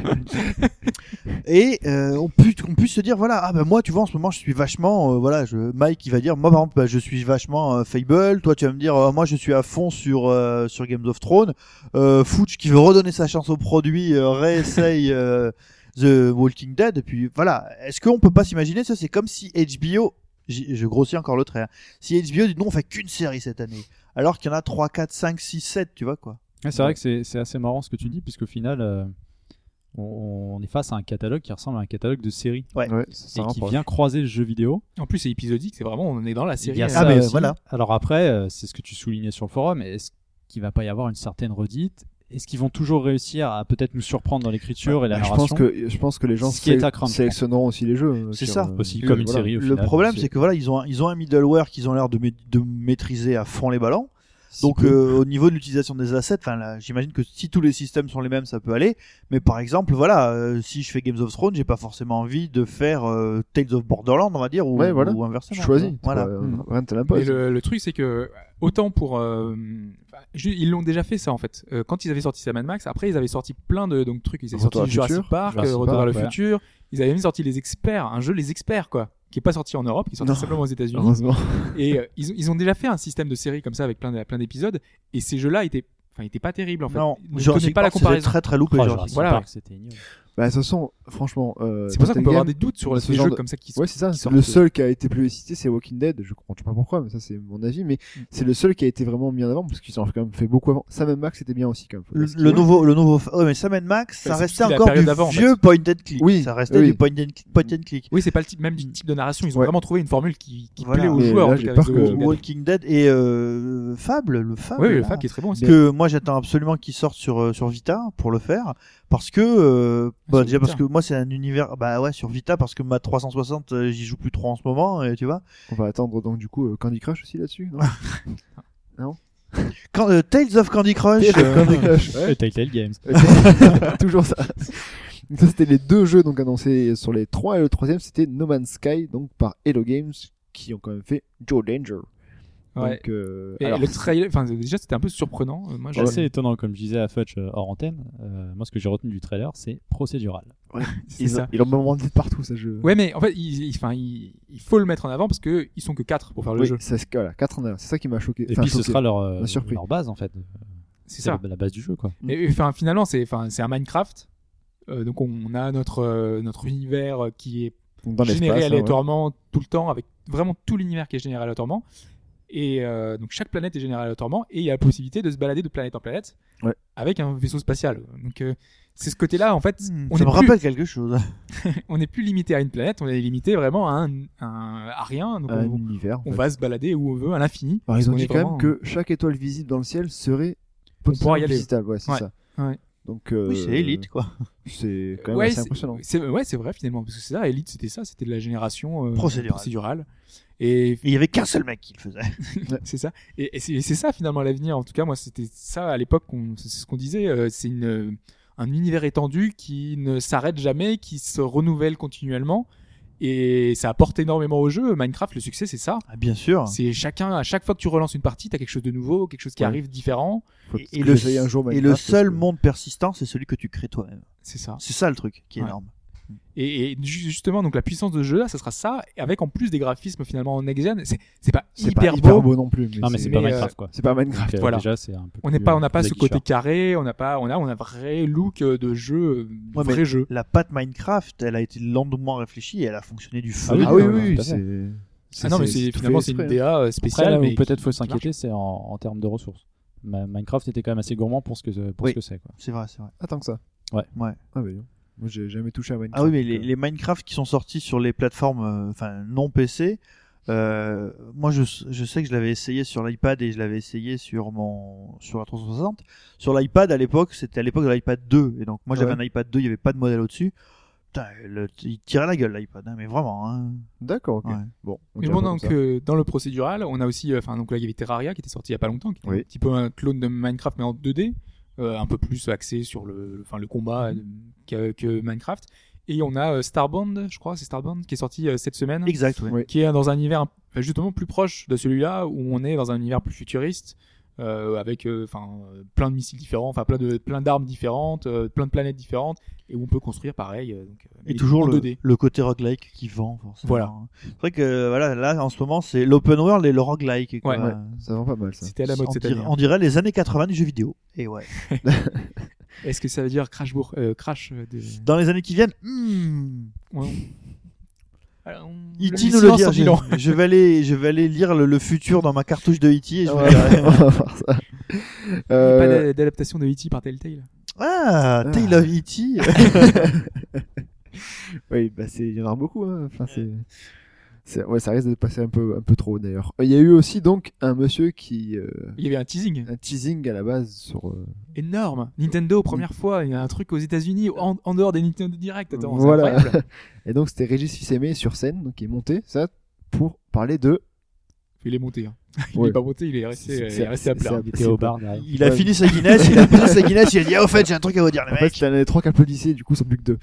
et euh, on puisse on puisse se dire voilà ah ben moi tu vois en ce moment je suis vachement euh, voilà je Mike il va dire moi par exemple bah, je suis vachement euh, Fable, toi tu vas me dire euh, moi je suis à fond sur euh, sur Game of Thrones, euh, Fouch qui veut redonner sa chance au produit euh, réessaye euh, The Walking Dead, et puis voilà, est-ce qu'on peut pas s'imaginer ça, c'est comme si H B O, j- je grossis encore le trait, hein. Si H B O dit non on fait qu'une série cette année alors qu'il y en a trois, quatre, cinq, six, sept, tu vois quoi. Ouais, c'est vrai que c'est c'est assez marrant ce que tu dis, puisqu'au final, euh, on, on est face à un catalogue qui ressemble à un catalogue de séries Ouais. Ouais, ça et qui rapproche. vient croiser le jeu vidéo. En plus c'est épisodique, c'est vraiment on est dans la série. Il y a euh, ça Ah, mais, aussi. voilà. Alors après, euh, c'est ce que tu soulignais sur le forum, est-ce qu'il va pas y avoir une certaine redite? Est-ce qu'ils vont toujours réussir à peut-être nous surprendre dans l'écriture et la Bah, je narration? pense que je pense que les gens Ce qui est sé- à craindre. sélectionneront aussi les jeux. euh, C'est sur, ça. euh, Aussi euh, comme une voilà. série au Le final. problème c'est- c'est que voilà ils ont un, ils ont un middleware qu'ils ont l'air de, ma- de maîtriser à fond les ballons. Si Donc peu. euh, au niveau de l'utilisation des assets, enfin là, j'imagine que si tous les systèmes sont les mêmes, ça peut aller. Mais par exemple, voilà, euh, si je fais Games of Thrones, j'ai pas forcément envie de faire euh, Tales of Borderlands, on va dire, ou, Ouais, voilà. ou inversement. Tu choisis. Voilà. Voilà. Mm. Rien te Mais l'impose. le, le truc, c'est que autant pour, euh, enfin, ju- ils l'ont déjà fait ça en fait. Euh, quand ils avaient sorti ça Mad Max, après ils avaient sorti plein de donc trucs. Ils avaient Retour sorti à Jurassic futur. Park, Jurassic euh, Retour vers le Park, ouais. futur. Ils avaient même sorti les experts, un jeu les experts quoi, qui est pas sorti en Europe, qui est sorti Non. simplement aux États-Unis. Heureusement. Et euh, ils, ont- ils ont déjà fait un système de série comme ça avec plein de- plein d'épisodes. Et ces jeux-là étaient, enfin, étaient pas terribles en fait. Non, Ils ne Jurassic tenaient pas la Park, c'était comparaison. très très loupé. Oh, Jurassic Jurassic Voilà, Park, ouais. c'était ignoble. Bah, de toute façon, franchement. euh, C'est pour ça qu'on Telltale peut avoir Games, des doutes sur ce les genre jeux de- comme ça qui Ouais, c'est ça. qui C'est sortent. le seul qui a été plus cité, c'est Walking Dead. Je comprends pas pourquoi, mais ça, c'est mon avis. Mais Mm. c'est le seul qui a été vraiment mis en avant parce qu'ils ont quand même fait beaucoup avant. Sam and Max, c'était bien aussi, quand même. faut Le, dire ce le qu'il y a. nouveau, le nouveau, ouais, mais Sam and Max, ça Ouais, c'est restait plus la encore période du d'avant, en fait. vieux point and click. Oui, ça restait oui. du point and, point and click. Oui, c'est pas le type, même du type de narration. Ils ont Ouais. vraiment trouvé une formule qui, qui Voilà. plaît aux Mais joueurs. là, en tout j'ai cas, peur avec que- The Walking Dead. Walking Dead et euh, Fable, le Fable. Oui, le là. Fab qui est très bon aussi. Que moi j'attends absolument qu'il sorte sur euh, sur Vita pour le faire parce que euh, bah, sur déjà parce Vita. que moi c'est un univers bah ouais sur Vita parce que ma trois cent soixante euh, j'y joue plus trop en ce moment et tu vois On va attendre donc du coup euh, Candy Crush aussi là-dessus. non quand euh, Tales of Candy Crush euh, Candy Crush. Ouais. Et Telltale Games. Toujours ça. Donc ça c'était les deux jeux donc annoncés sur les trois et le troisième c'était No Man's Sky donc par Hello Games qui ont quand même fait Joe Danger. Ouais. Donc euh, Et alors, le trailer, enfin déjà c'était un peu surprenant. Euh, Moi, C'est j'ai- assez étonnant, comme je disais à Fudge euh, hors antenne. Euh, moi, ce que j'ai retenu du trailer, c'est procédural. c'est ils, ça. ils l'ont demandé de partout ça jeu. Ouais, mais en fait, il, il- enfin, il, il faut le mettre en avant parce que ils sont que quatre pour faire le Oui, jeu. c'est ce- voilà, quatre en un. C'est ça qui m'a choqué. Et Enfin, puis, ce choqué. sera leur, euh, m'a surpris. leur base, en fait. C'est ça. la, la base du jeu, quoi. Et enfin, finalement, c'est, enfin, c'est un Minecraft. Euh, donc on a notre euh, notre univers qui est Donc, dans généré l'espace, hein, ouais. aléatoirement tout le temps avec vraiment tout l'univers qui est généré aléatoirement. Et euh, donc chaque planète est générée aléatoirement et il y a la possibilité de se balader de planète en planète Ouais. avec un vaisseau spatial. Donc euh, c'est ce côté-là en fait. hmm, on ça est me plus- rappelle quelque chose. on n'est plus limité à une planète, on est limité vraiment à, un, un- à rien. Donc Un on, univers. en on fait. va se balader où on veut, à l'infini. Alors, ils ont On dit est quand même vraiment- que chaque étoile visible dans le ciel serait On pourra y potentiellement aller. visitable. Ouais, c'est Ouais. ça. Ouais. Donc euh, Oui, c'est élite quoi. C'est quand même Ouais, assez c'est- impressionnant. C'est, ouais, c'est vrai finalement, parce que c'est ça, Elite, c'était ça, c'était de la génération euh, Procédurale. procédurale. Et Et il y avait qu'un seul mec qui le faisait. c'est ça. Et, et c'est, et c'est ça finalement l'avenir. En tout cas, moi, c'était ça à l'époque. qu'on- c'est ce qu'on disait. euh, c'est une, un univers étendu qui ne s'arrête jamais, qui se renouvelle continuellement. Et ça apporte énormément au jeu. Minecraft, le succès, c'est ça. Ah, bien sûr. C'est chacun, à chaque fois que tu relances une partie, t'as quelque chose de nouveau, quelque chose qui Ouais. arrive différent. Faut Et, que et le, j'essaye un jour et Minecraft, le parce seul que- monde persistant, c'est celui que tu crées toi-même. C'est ça. C'est ça le truc qui est Ouais. énorme. Et, et ju- justement, donc la puissance de ce jeu-là, ça sera ça, avec en plus des graphismes finalement en next-gen. C'est, c'est pas C'est hyper pas beau. hyper beau non plus. Mais Non, mais c'est mais, pas euh, Minecraft quoi. C'est pas Minecraft. Donc, euh, voilà. Déjà, c'est un peu On plus, n'est pas, on n'a euh, pas plus ce côté aguicheur. carré, on n'a pas, on a, on a un vrai look euh, de jeu, euh, Ouais, vrai mais jeu. La patte Minecraft, elle a été longuement réfléchie et elle a fonctionné du feu. Ah oui, Ah oui, ouais, oui, tout à fait. c'est. c'est- Ah non, mais c'est, tout finalement fait c'est une exprès, D A euh, Après, spéciale, là où mais peut-être qui- faut qui marche. s'inquiéter, c'est en, en termes de ressources. Ma- Minecraft était quand même assez gourmand pour ce que pour Oui. ce que c'est quoi. C'est vrai, c'est vrai. hein. Attends que ça. Ouais. Ouais. Ah bah non. Moi j'ai jamais touché à Minecraft. Ah oui, mais les, donc, euh, les Minecraft qui sont sortis sur les plateformes, euh, enfin non P C, euh, moi je, je sais que je l'avais essayé sur l'iPad et je l'avais essayé sur mon sur la trois cent soixante. Sur l'iPad à l'époque, c'était à l'époque de l'iPad deux et donc moi j'avais Ouais. un iPad deux, il y avait pas de modèle au-dessus. Putain, le- il tirait la gueule l'iPad, hein, mais vraiment. Hein. D'accord, ok. Ouais. Bon. on Mais dira bon, pas comme donc ça. euh, dans le procédural, on a aussi, euh, enfin donc là il y avait Terraria qui était sorti il y a pas longtemps, qui était Oui. un petit peu un clone de Minecraft mais en deux D, euh, un peu plus axé sur le, enfin le combat Mhm. euh, que, que Minecraft. Et on a euh, Starbound, je crois, c'est Starbound qui est sorti euh, cette semaine, Exact, oui. Oui. qui est dans un univers un- enfin, justement plus proche de celui-là, où on est dans un univers plus futuriste, euh, avec euh, enfin euh, plein de missiles différents, enfin plein de plein d'armes différentes, euh, plein de planètes différentes, et où on peut construire pareil. euh, donc, euh, Et mais toujours en le, deux D. le côté roguelike qui vend, forcément. Voilà. C'est vrai que voilà, là en ce moment c'est l'open world et le roguelike. Quoi. Ouais. Ouais, ça va pas mal ça. C'était à la mode on, cette dirait, année. hein. on dirait les années quatre-vingts du jeu vidéo. Et ouais. Est-ce que ça veut dire crash bourg, euh, crash euh, de... Dans les années qui viennent, hmm, Ouais, on- Alors, on- E T le nous le silence dire. en dit Je, long. je vais aller, je vais aller lire le, le futur dans ma cartouche de E T et je vous Ouais, dirai. on va voir ça. Il y a Euh, pas d'a- d'adaptation de E T par Telltale. Ah, Ah. Tale of E T. Oui, bah c'est, il y en a beaucoup. Hein. Enfin, c'est, c'est, ouais, ça risque de passer un peu, un peu trop d'ailleurs. Il y a eu aussi donc un monsieur qui, euh, Il y avait un teasing un teasing à la base sur. euh, énorme. Nintendo, première fois, il y a un truc aux États-Unis en, en dehors des Nintendo Direct. Attends, c'est Voilà. incroyable. Et donc c'était Régis Fils-Aimé sur scène, donc qui est monté ça pour parler de. Il est monté. Hein. Il Ouais. est pas monté, il est resté, C'est- il c'est- est resté à c'est- plat. c'est- Il était au bar derrière. Il a Ouais. fini sa Guinness, il a fini sa Guinness, il a dit ah, au fait, j'ai un truc à vous dire, les En fait, mecs. c'était un des trois qui applaudissaient, du coup, sans plus que deux.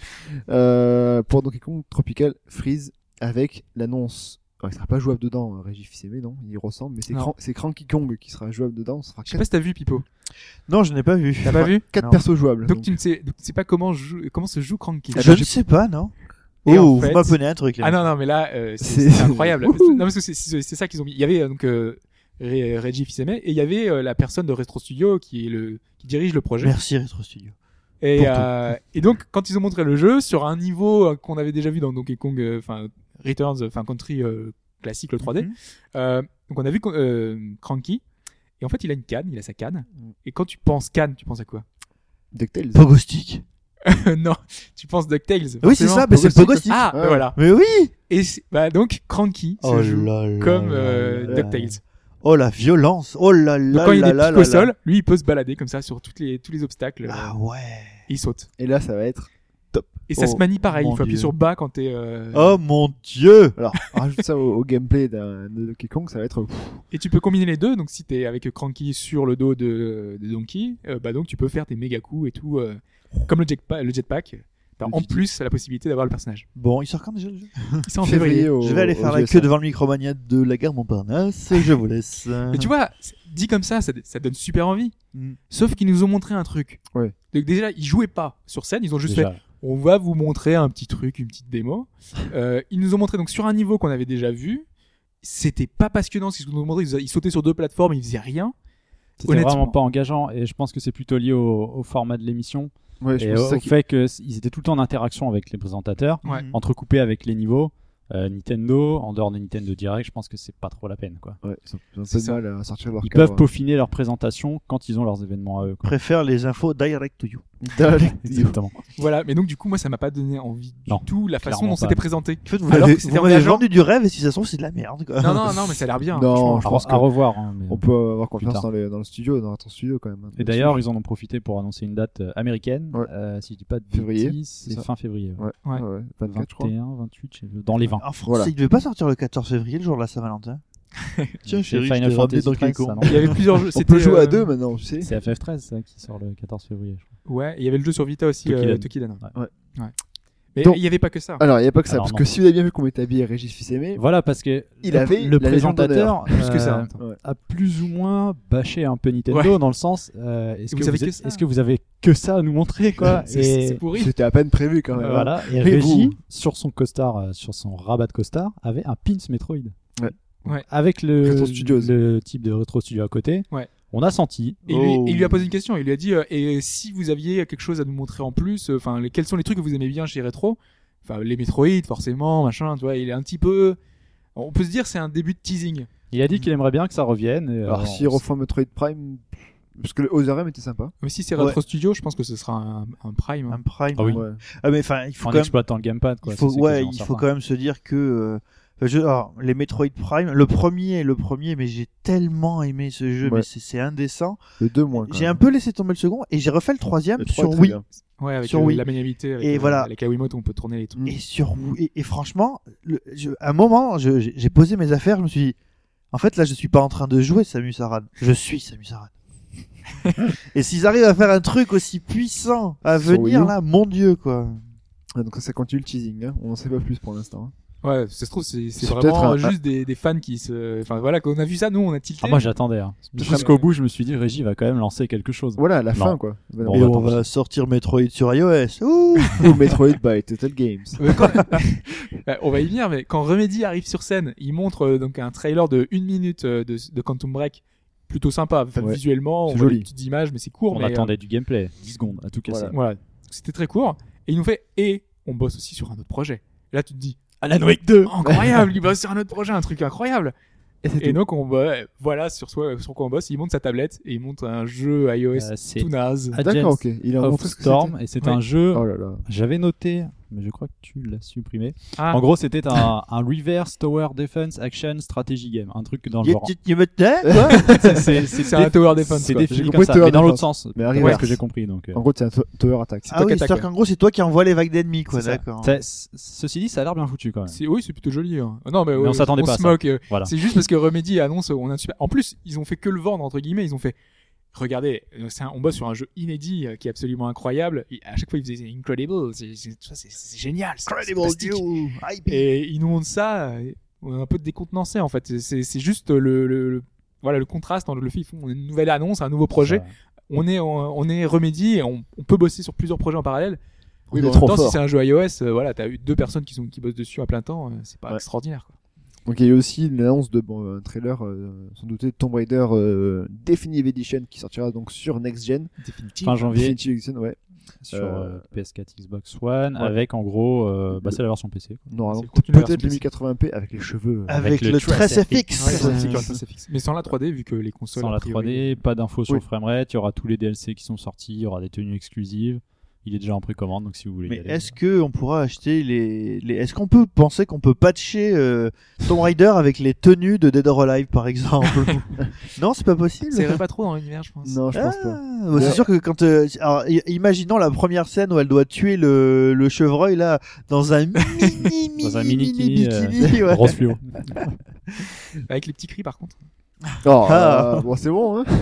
Euh, pour Donkey Kong Tropical Freeze, avec l'annonce. Alors, il sera pas jouable dedans, hein, Régis Fils-Aimé, non? Il ressemble, mais c'est, Non. Cran- c'est Cranky Kong qui sera jouable dedans. Ce sera Je sais pas si t'as vu Pipo. Non, je n'ai pas vu. T'as pas vu quatre Non. persos jouables. Donc donc. tu ne sais, donc tu sais pas comment, joue- comment se joue Cranky. Je ne sais pas, non. Et Oh, en vous fait- m'apprenez un truc là. Ah non non mais là euh, c'est, C'est- c'est incroyable. Wouhou. Non parce que c'est, c'est, c'est ça qu'ils ont mis. Il y avait euh, donc euh, Ré- Reggie Fils-Aimé et il y avait euh, la personne de Retro Studio qui est le qui dirige le projet. Merci Retro Studio. Et, Pour euh, et donc, quand ils ont montré le jeu sur un niveau euh, qu'on avait déjà vu dans Donkey Kong, euh, enfin Returns, enfin Country euh, classique, le trois D. Mhm. euh, donc on a vu euh, Cranky. Et en fait, il a une canne, il a sa canne. Mm. Et quand tu penses canne, tu penses à quoi DuckTales. Pogo Stick. Non, tu penses DuckTales. Oui, c'est forcément. ça, mais c'est le Pogo Stick. Ah, Ouais. voilà. Mais oui. Et c'est- bah donc Cranky se Oh joue là là comme là euh, là là. DuckTales. Oh la violence. Oh là là Donc quand il là est là pique là au là. sol, lui il peut se balader comme ça sur toutes les tous les obstacles. Ah euh, ouais. et il saute. Et là, ça va être. Et ça Oh, se manie pareil. mon Il faut appuyer Dieu. sur bas quand t'es. Euh... Oh mon dieu. Alors, rajoute ça au, au gameplay d'un, de Donkey Kong, ça va être. pff, Et tu peux combiner les deux, donc si t'es avec Cranky sur le dos de, de Donkey, euh, bah donc tu peux faire tes méga coups et tout, euh, comme le jetpack. Le jetpack t'as Le en jet- plus la possibilité d'avoir le personnage. Bon, il sort quand déjà le jeu C'est en février. au- Je vais aller aux faire la U S A. queue devant le Micromania de la gare Montparnasse. Je vous laisse. Mais tu vois, c'est- dit comme ça, ça, ça donne super envie. Mm. Sauf qu'ils nous ont montré un truc. Ouais. Donc déjà, ils jouaient pas sur scène, ils ont juste Déjà. fait. On va vous montrer un petit truc, une petite démo. euh, ils nous ont montré donc sur un niveau qu'on avait déjà vu. C'était pas passionnant ce qu'ils nous ont montré. Ils, ils sautaient sur deux plateformes, ils faisaient rien. C'était Honnêtement. vraiment pas engageant et je pense que c'est plutôt lié au, au format de l'émission Ouais, je et pense que au, c'est ça au qui- fait qu'ils étaient tout le temps en interaction avec les présentateurs, Ouais. Mm. entrecoupés avec les niveaux. Euh, Nintendo, en dehors de Nintendo Direct, je pense que c'est pas trop la peine, quoi. Ouais, ils ont, ils ont un C'est peu de ça. mal à sortir leur Ils cadre. peuvent peaufiner leur présentation quand ils ont leurs événements à eux, quoi. Préfère les infos direct to you. Direct. Exactement. Voilà. Mais donc du coup, moi, ça m'a pas donné envie du Non, tout la façon clairement dont pas. c'était présenté. En fait, vous Alors m'avez que c'était vous m'avez engageant. vendu du rêve et si ça se trouve, c'est de la merde. Quoi. Non, non, non, mais ça a l'air bien. Non, franchement. je À, pense re- que- à revoir. hein, mais- On peut avoir Plus confiance tard. dans, les, dans le studio, dans notre studio quand même. hein. Et d'ailleurs, ils en ont profité pour annoncer une date euh, américaine. Ouais. Euh, si je dis pas de Février, bêtises, c'est c'est ça. fin février. ouais. Ouais, Ouais. ouais, ouais, vingt-quatre, je crois. vingt et un, vingt-huit, je sais plus, dans les vingt. En France, Voilà. il devait pas sortir le quatorze février, le jour de la Saint-Valentin. Tiens, C'est chérie, Final je t'ai ramené Fantasy Donkey treize, Kong. ça, non Il y avait plusieurs jeux. On C'était, peut jouer euh, à deux maintenant, tu sais. C'est F F treize ça, qui sort le quatorze février. Je crois. Ouais, il y avait le jeu sur Vita aussi, Tokidan. euh, Tokidan. Ouais. Ouais. Mais Donc- il y avait pas que ça. Alors, il n'y a pas que ça, Alors, parce non. que si vous avez bien vu qu'on m'était habillé Régis Fils-Aimé, Voilà, parce que Il le, avait le la Légion présentateur Plus que ça. euh, ouais. a plus ou moins bâché un peu Nintendo Ouais. dans le sens euh, est-ce Vous que savez vous, que êtes- ça. est-ce que vous avez que ça à nous montrer, quoi. C'est- et c'est pourri. C'était à peine prévu quand même. euh, voilà. Et Mais Reggie, vous- sur son costard, euh, sur son rabat de costard, avait un pins Metroid. Ouais. Ouais. Avec le, Retro Studios. le type de Retro Studio à côté. Ouais. On a senti. Et il, lui, Oh. il lui a posé une question. Il lui a dit euh, et si vous aviez quelque chose à nous montrer en plus, enfin les- quels sont les trucs que vous aimez bien chez Retro? Enfin les Metroid forcément, machin. Tu vois, il est un petit peu. On peut se dire c'est un début de teasing. Il a dit qu'il aimerait bien que ça revienne. Et, Alors euh, s'ils on- refont Metroid Prime, parce que le Other M était sympa. Mais si c'est Ouais. Retro Studio, je pense que ce sera un, un Prime. hein. Un Prime. Ah oui. Ouais. Ah, mais enfin, il faut en quand même exploitant le gamepad, quoi. il faut, ça, c'est ouais, quasiment il certain. faut quand même se dire que euh, enfin, je- alors, les Metroid Prime, le premier, le premier, mais j'ai tellement aimé ce jeu, Ouais. mais c'est, c'est indécent. Le deux moins. quand J'ai même. un peu laissé tomber le second et j'ai refait le troisième Le trois est sur très Wii. bien. Ouais, avec Sur euh, Wii. la maniabilité. Avec, Et euh, voilà. Avec la Wiimote, on peut tourner les trucs. Mm. Et sur Wii- et, et franchement, le, je- à un moment, je- j'ai, j'ai posé mes affaires, je me suis dit, en fait, là, je suis pas en train de jouer Samus Aran, je suis Samus Aran. Et s'ils arrivent à faire un truc aussi puissant à Sur Wii venir U. là, mon Dieu, quoi. Ouais, donc ça continue le teasing. Hein. On n'en sait pas plus pour l'instant. hein. Ouais, ça se trouve, c'est c'est C'est vraiment peut-être un- juste des, des fans qui se. Enfin voilà, quand on a vu ça, nous, on a tilté. Ah, moi j'attendais. Hein. Jusqu'au bout, je me suis dit, Reggie va quand même lancer quelque chose. Voilà, la Non. fin quoi. Bon, Et bah, on tant va sortir Metroid sur iOS. Ouh. Ou Metroid by Total Games. Mais quand- Ouais, on va y venir, mais quand Remedy arrive sur scène, il montre euh, donc un trailer de une minute euh, de, de Quantum Break, plutôt sympa. Enfin, Ouais. visuellement, C'est on voit joli. des petites images, mais c'est court. On mais, attendait du gameplay. dix secondes à tout casser. Voilà. euh, voilà, c'était très court. Et il nous fait et on bosse aussi sur un autre projet. Et là, tu te dis Alan Wake deux. incroyable, il bosse sur un autre projet, un truc incroyable. Et c'est Et tout. donc on bah, voilà sur soi, sur quoi on bosse. Il monte sa tablette et il monte un jeu iOS Euh, c'est tout naze. Agents D'accord, ok. Il a of montré ce que Storm et c'est Ouais. un jeu. c'était. Oh là là. J'avais noté, mais je crois que tu l'as supprimé. Ah, En gros, c'était un, un reverse tower defense action strategy game, un truc dans le Y- genre. tu- tu me tais, quoi. C'est- c'est- c'est c'est un déf- tower defense. C'est quoi. défini J'ai comme compris ça, tower mais dans l'autre defense. sens. Mais Ouais, reverse. ce que j'ai compris. Donc, euh. En gros, c'est un to- tower attack. Ah oui, qu'attaque, c'est-à-dire ouais. qu'en gros, c'est toi qui envoie les vagues d'ennemis, quoi. C'est ça. D'accord. Ça- c- ceci dit, ça a l'air bien foutu quand même. C'est- oui, c'est plutôt joli. hein. Non, mais, Mais ouais, on s'attendait pas à se ça. moque. euh, Voilà. C'est juste parce que Remedy annonce on a un super. En plus, ils ont fait que le vendre entre guillemets. Ils ont fait. Regardez, euh, c'est un- on bosse sur un jeu inédit euh, qui est absolument incroyable. Et à chaque fois, ils faisaient c'est incredible. C'est c'est- tu vois, c'est- c'est génial. c'est Incredible fantastique. Duo, I P. Et ils nous montrent ça. et On est un peu décontenancé en fait. C'est- C'est c'est juste le, le, le- voilà le contraste entre le fait ils font une nouvelle annonce, un nouveau projet. Ça- On est on, on est Remedy et on, on peut bosser sur plusieurs projets en parallèle. On Oui, est mais en trop même temps, si fort. c'est un jeu iOS, euh, voilà, t'as eu deux personnes qui sont qui bossent dessus à plein temps, euh, c'est pas Ouais. extraordinaire. Quoi. Donc il y a eu aussi l'annonce de bon, un trailer euh, sans doute de Tomb Raider euh, Definitive Edition qui sortira donc sur Next Gen. Définitif. Fin janvier Definitive Edition, ouais. sur Euh, euh, P S quatre, Xbox One, avec en gros, euh, bah, c'est la version P C. quoi. On aura C'est donc le contenu de la peut-être version le mille quatre-vingts p avec les cheveux. euh, Avec, avec le le Trace Trace F F X. Ouais, c'est- Ouais. c'est sûr, ça, c'est fixe. Mais sans la trois D, vu que les consoles. Sans a la priori- trois D, pas d'infos sur Oui. le framerate, il y aura tous les D L C qui sont sortis, il y aura des tenues exclusives. Il est déjà en précommande, donc si vous voulez. y Mais aller, est-ce que on pourra acheter les, les... Est-ce qu'on peut penser qu'on peut patcher euh, Tomb Raider avec les tenues de Dead or Alive par exemple? Non, c'est pas possible. Ça irait pas trop dans l'univers, je pense. Non, je pense Ah, pas. bah, c'est sûr que quand euh, alors i- imaginons la première scène où elle doit tuer le, le chevreuil là dans un mini mini Dans un mini mini bikini, bikini, ouais. Rose fluo. Avec les petits cris, par contre. Oh, Ah. euh, bon, c'est bon, hein.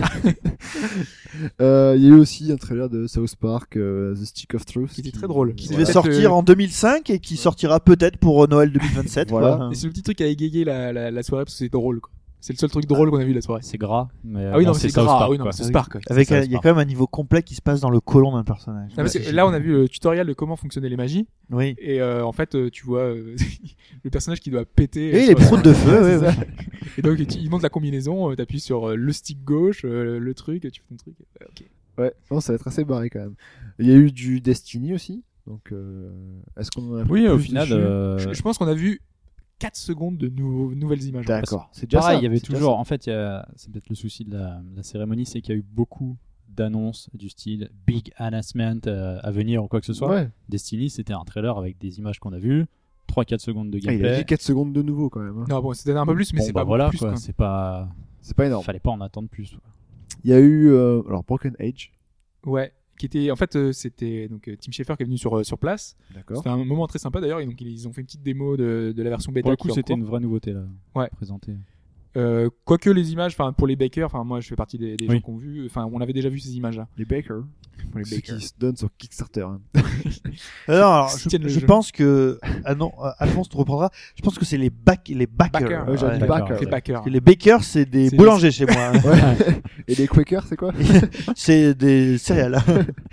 Euh, Il y a eu aussi un trailer de South Park, euh, The Stick of Truth. Qui était très drôle. Qui Qui devait Ouais. sortir Euh, en deux mille cinq et qui sortira peut-être pour euh, Noël deux mille vingt-sept. Voilà. quoi. Et c'est le petit truc qui a égayé la, la, la soirée parce que c'est drôle, quoi. C'est le seul truc drôle qu'on a vu de la soirée. C'est gras, mais Ah oui, non, bon, mais c'est South gras. Park, Oui, non, quoi. c'est Spark. ouais. Avec C'est un- South il y a Park. quand même un niveau complet qui se passe dans le côlon d'un personnage. Non, parce Ouais, que c'est là, on a génial. vu le tutoriel de comment fonctionnaient les magies. Oui. Et euh, en fait, euh, tu vois euh, le personnage qui doit péter. Et euh, les sur- proutes de feu, ouais, c'est ouais. ça. Et donc, tu- il monte la combinaison. euh, T'appuies sur euh, le stick gauche, euh, le truc, tu fais ton truc. Ouais, ok. Ouais, non, ça va être assez barré quand même. Il y a eu du Destiny aussi. Donc, euh, est-ce qu'on en a Oui, plus au dessus final, euh, Je, je pense qu'on a vu quatre secondes de nou- nouvelles images. D'accord, c'est déjà pareil, ça. il y avait c'est déjà toujours. En fait, il y a- c'est peut-être le souci de la, de la cérémonie, c'est qu'il y a eu beaucoup d'annonces du style big announcement euh, à venir ou quoi que ce ça. soit. Ouais. Destiny, c'était un trailer avec des images qu'on a vues, trois quatre secondes de Ah, il a gameplay. dit quatre secondes de nouveau quand même. hein. Non, bon, c'était un peu plus, mais Bon, c'est bah pas voilà, beaucoup plus. quoi. quoi. C'est pas. C'est pas énorme. Fallait pas en attendre plus. quoi. Il y a eu euh, alors Broken Age. Ouais. Qui était, en fait, euh, c'était donc euh, Tim Schafer qui est venu sur euh, sur place. D'accord. C'était un moment très sympa d'ailleurs. Et donc ils ont fait une petite démo de, de la version bêta. Pour le qui coup, est en c'était cours. une vraie nouveauté là. Ouais. Présentée. Euh, quoique les images, enfin pour les bakers, enfin moi je fais partie des, des Oui. gens qui ont vu. Enfin, on avait déjà vu ces images-là. Les Baker. pour les Ceux bakers. qui se donnent sur Kickstarter. hein. Euh, non, alors, Ils je, tiennent le je jeu. pense que ah non, euh, Alphonse te reprendra. Je pense que c'est les back, les backers. Backers. Ouais, j'avais dit d'accord. backer. Les ouais. bakers. Parce que les bakers, c'est des C'est boulangers chez moi. Ouais. Et les Quakers, c'est quoi? C'est des céréales.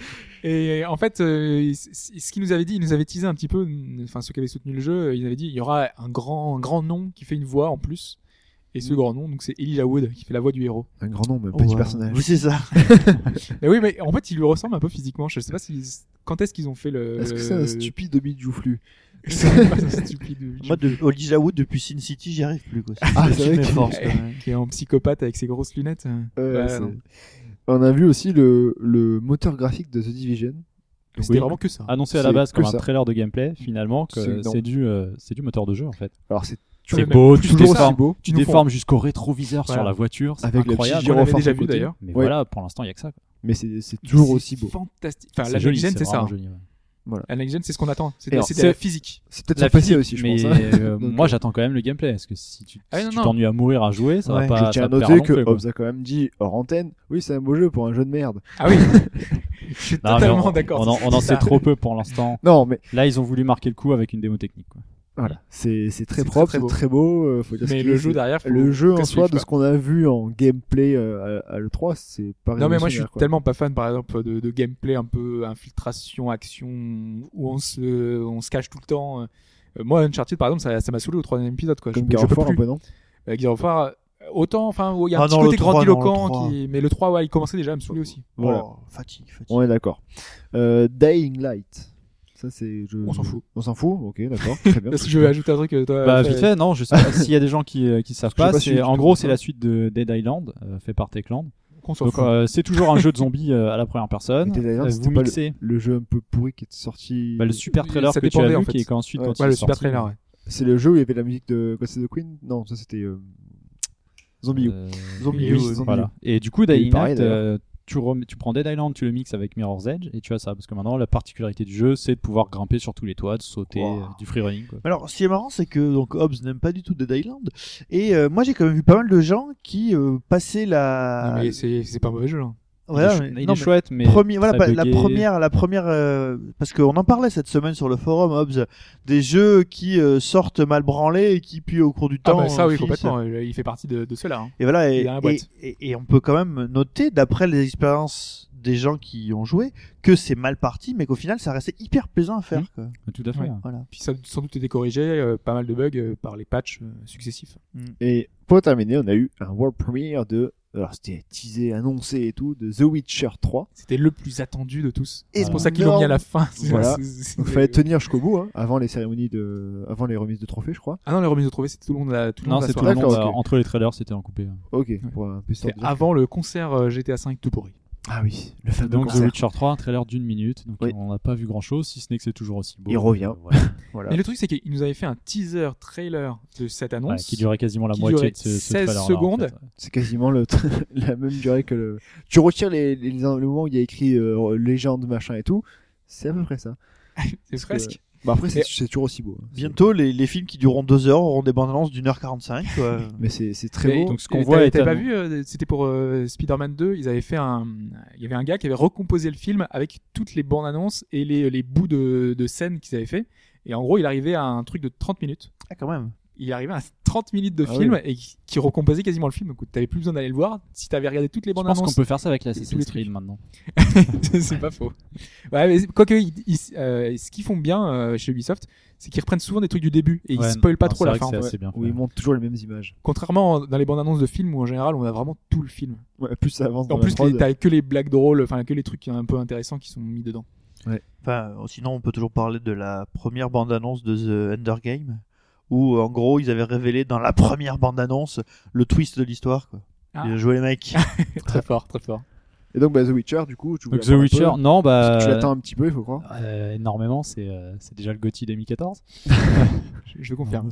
Et en fait, euh, c- c- ce qu'il nous avait dit, il nous avait teasé un petit peu, enfin ceux qui avaient soutenu le jeu, il avait dit il y aura un grand, un grand nom qui fait une voix en plus. Et ce grand nom, donc c'est Elijah Wood qui fait la voix du héros. Un grand nom, mais petit Ouais. personnage. Oui, c'est ça. Mais oui, mais en fait, il lui ressemble un peu physiquement. Je sais pas si quand est-ce qu'ils ont fait le. Est-ce que c'est un stupide hobby de joufflu? C'est pas un stupide. Moi, de Elijah Wood depuis Sin City, j'y arrive plus. Quoi. Ah, C'est c'est vrai mes qu'il- forces, quand même. qui est en psychopathe avec ses grosses lunettes. Ouais, Ouais, c'est- non. On a vu aussi le, le moteur graphique de The Division. C'était Oui. vraiment que ça. Annoncé à la C'est base que comme un ça. trailer de gameplay, finalement, C'est- que non. c'est du, euh, c'est du moteur de jeu en fait. Alors c'est Tu C'est vois, beau, même tu plus que toujours ça. aussi beau. Tu nous déformes jusqu'au rétroviseur Voilà. sur la voiture, c'est Avec le petit incroyable. gyro- On l'avait Gyrophare déjà à vu côté. d'ailleurs. Mais Ouais. voilà, pour l'instant, il y a que ça. quoi. Mais c'est c'est toujours C'est aussi beau. Fantastique. Enfin, C'est la joli, Next Gen, c'est c'est ça. vraiment hein. joli, ouais. La Next Gen, c'est ce qu'on attend. C'est Et alors, c'est de la c'est- physique. C'est peut-être La sur P C physique, aussi, je mais pense. hein. euh, Donc, moi euh, j'attends quand même le gameplay. Parce que si tu Ah, si non, tu non. t'ennuies à mourir à jouer, ça Ouais. va pas. Je ça tiens à va te noter perdre que non plus, quoi. Hobbs a quand même dit hors antenne, oui c'est un beau jeu pour un jeu de merde. Ah oui. Je suis Non, mais totalement on, d'accord. on en, on en C'est ça. sait trop peu pour l'instant. Non mais Là, ils ont voulu marquer le coup avec une démo technique. Quoi. voilà, c'est c'est très C'est propre, très, très c'est très beau. euh, faut dire ce Mais qu'il le est, jeu c'est- derrière, faut le jeu en qu'à soi suivre, de ce qu'on a vu en gameplay euh, à, à l'E trois, c'est pas Non mais moi je suis révolutionnaire, quoi. tellement pas fan par exemple de, de gameplay un peu infiltration action où on se on se cache tout le temps. Euh, moi Uncharted par exemple ça ça m'a saoulé au troisième épisode quoi. Comme je, je peux Gears of War un plus. peu, non? Avec Gears of War, autant enfin où il y a un Ah petit non, le côté trois, grandiloquent non, le trois. qui mais le trois ouais il commençait déjà à me saouler aussi. Voilà. Oh, fatigue, fatigue. On est d'accord. Euh, Dying Light. Ça c'est je... On s'en fout. On s'en fout. OK, d'accord. Très bien. Est-ce que je vais ajouter un truc euh, toi Bah Fred vite fait, non, je sais pas s'il y a des gens qui euh, qui savent Parce que j'ai pas. pas c'est- suivi en tout gros, le c'est temps. la suite de Dead Island, euh, fait par Techland. qu'on s'en Donc fout. euh, c'est toujours un jeu de zombies euh, à la première personne. Mais Dead Island, Euh, c'était vous pas mixez Le jeu un peu pourri qui était sorti. bah, le super Oui, trailer ça que tu as dépendait, vu, en fait. qui est qu'ensuite Ouais. quand il Ouais, est le super sorti, trailer ouais. C'est le jeu où il y avait la musique de quoi c'est The Queen? Non, ça c'était euh... Zombie U. euh, Zombie et U, oui, Zombie voilà. U. Et du coup, Et Dying pareil, Light, euh, tu, rem- tu prends Dead Island, tu le mixes avec Mirror's Edge et tu as ça. Parce que maintenant, la particularité du jeu, c'est de pouvoir grimper sur tous les toits, de sauter, Wow. euh, du freerunning. Quoi. Mais alors, ce qui est marrant, c'est que donc Hobbs n'aime pas du tout Dead Island. Et euh, moi, j'ai quand même vu pas mal de gens qui euh, passaient la. Non, mais c'est c'est pas un mauvais jeu hein. Voilà, il est, chou- mais- il non, est mais chouette, mais premier- voilà, ça pas- la buguait. première, la première, euh, parce qu'on en parlait cette semaine sur le forum Hobbs, des jeux qui euh, sortent mal branlés et qui puis au cours du Ah temps. bah ça euh, oui finissent. complètement il fait partie de de ceux-là hein. Et voilà, et, Il a un et, boîte. et- et on peut quand même noter, d'après les expériences des gens qui y ont joué, que c'est mal parti, mais qu'au final, ça restait hyper plaisant à faire. Mmh. quoi. Tout à fait. Ouais. hein. Voilà. Puis ça a sans doute été corrigé euh, pas mal de bugs euh, par les patchs euh, successifs. Et pour terminer, on a eu un world premiere de alors c'était teasé, annoncé et tout de The Witcher trois. C'était le plus attendu de tous. Et C'est pour ça qu'ils l'ont mis à la fin. Voilà. C'est- c'est- Donc il fallait tenir jusqu'au bout, hein, avant les cérémonies de, avant les remises de trophées, je crois. Ah non, les remises de trophées, c'était tout le monde la, tout le Non, monde la c'est tout soirée. le monde. D'accord, euh, ok. Entre les trailers, c'était en coupé. hein. Ok, pour un peu C'est sortir. avant le concert euh, G T A cinq tout pourri. Ah oui, le fameux Donc The concert. Witcher trois, un trailer d'une minute. Donc Oui. on n'a pas vu grand chose, si ce n'est que c'est toujours aussi beau. Il revient. Euh, voilà. Voilà. Mais le truc, c'est qu'il nous avait fait un teaser trailer de cette annonce. Ouais, qui durait quasiment la qui moitié durait de ce, ce seize trailer-là, en secondes. fait. C'est quasiment le la même durée que le. Tu retires les, les, les moments où il y a écrit euh, légende machin et tout, c'est à peu près ça. C'est presque. Bah après c'est Et- c'est toujours aussi beau. hein. Bientôt, les, les films qui dureront deux heures auront des bandes annonces d'une heure quarante-cinq. Quoi. Mais c'est c'est très Mais- beau. Donc ce qu'on Et voit t'avais- est T'avais pas annon- vu, euh, c'était pour euh, Spider-Man deux, ils avaient fait un. Il y avait un gars qui avait recomposé le film avec toutes les bandes annonces et les, les bouts de, de scènes qu'ils avaient fait. Et en gros, il arrivait à un truc de trente minutes. Ah, quand même. Il arrivait à trente minutes de Ah film oui. et qui, qui recomposait quasiment le film. Donc t'avais plus besoin d'aller le voir. Si t'avais regardé toutes les Je bandes pense qu'on annonces. peut faire ça avec tous les l'Assassin's trucs. Creed maintenant. C'est pas faux. Ouais, mais quoique, ils- ils- euh, ce qu'ils font bien euh, chez Ubisoft, c'est qu'ils reprennent souvent des trucs du début et ils Ouais, spoilent pas non, trop c'est la vrai que fin. c'est Ouais. assez bien. Où fait. ils montrent toujours les mêmes images. Contrairement dans les bandes annonces de films où en général on a vraiment tout le film. Ouais, plus ça avance. En dans plus, la prod. les- t'as que les blagues drôles, enfin que les trucs un peu intéressants qui sont mis dedans. Enfin, euh, sinon, on peut toujours parler de la première bande-annonce de The Ender Game, où en gros, ils avaient révélé dans la première bande-annonce le twist de l'histoire. Quoi. Ah. Ils ont joué les mecs. Très fort, très fort. Et donc bah, The Witcher du coup. Tu Donc voulais The en parler un Witcher, peu non, Parce bah. que tu l'attends un petit peu, il faut croire. euh, énormément, c'est euh, c'est déjà le GOTY deux mille quatorze. Je, je le confirme.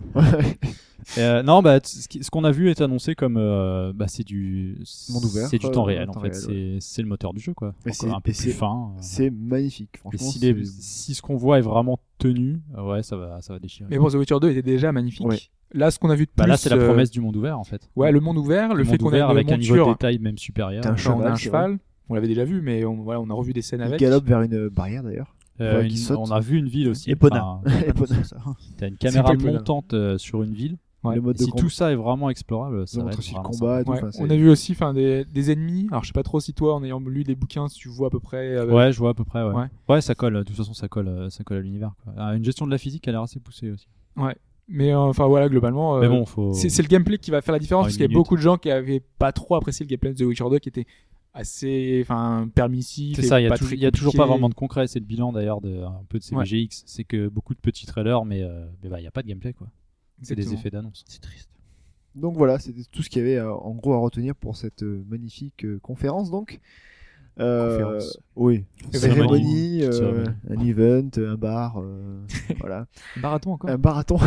Euh, non, bah, t- ce qui- ce qu'on a vu est annoncé comme euh, bah, c'est du Monde ouvert, c'est du euh, temps réel en temps fait. réel, C'est c'est le moteur du jeu quoi. Mais Encore c'est- un peu et plus c'est- fin. euh. C'est magnifique, Et franchement. si, c'est- les- si ce qu'on voit est vraiment tenu, euh, ouais, ça va ça va déchirer. Mais bon, The Witcher deux était déjà magnifique. Ouais. Là, ce qu'on a vu de plus. Bah, là, c'est la euh, promesse du monde ouvert en fait. Ouais, le monde ouvert, le, Le fait monde qu'on ouvert ait une avec un niveau de monture, détail même supérieur. T'as un enfin, on a cheval, un c'est cheval. on l'avait déjà vu, mais on, voilà, on a revu des scènes Il avec. galope vers une barrière d'ailleurs. Euh, Ouais, une- qui saute. on a vu une ville aussi. Epona. Enfin, Epona. Ça. t'as une caméra pas Epona. montante euh, sur une ville. Ouais. Le mode Et de si combat. tout ça est vraiment explorable, ça Ils va montrent être aussi le vraiment combat et tout. Ouais, enfin, c'est- on a vu aussi, enfin, des, des ennemis. Alors, je sais pas trop si toi, en ayant lu des bouquins, si tu vois à peu près. euh, sympa. Ouais, je vois à peu près. Ouais, Ouais. ouais. ça colle. De toute façon, ça colle, euh, ça colle à l'univers. quoi. Ah, une gestion de la physique, elle a l'air assez poussée aussi. Mais euh, enfin voilà, globalement. euh, Mais bon, faut. C'est c'est le gameplay qui va faire la différence Oh, parce une qu'il y a minute. beaucoup de gens qui avaient pas trop apprécié le gameplay de The Witcher deux qui était assez enfin permissif. C'est et ça, il y a, pas tou- très il y a toujours pas compliqué. vraiment de concret. C'est le bilan d'ailleurs de un peu de ces Ouais. V G X. C'est que beaucoup de petits trailers, mais euh, mais bah, il y a pas de gameplay quoi. C'est des Exactement. effets d'annonce. C'est triste. Donc voilà, c'était tout ce qu'il y avait euh, en gros à retenir pour cette euh, magnifique euh, conférence donc. Euh, Conférence. Oui. Cérémonie. Cérémonie, euh, Cérémonie. un event, un bar, euh, voilà, Marathon encore. un marathon.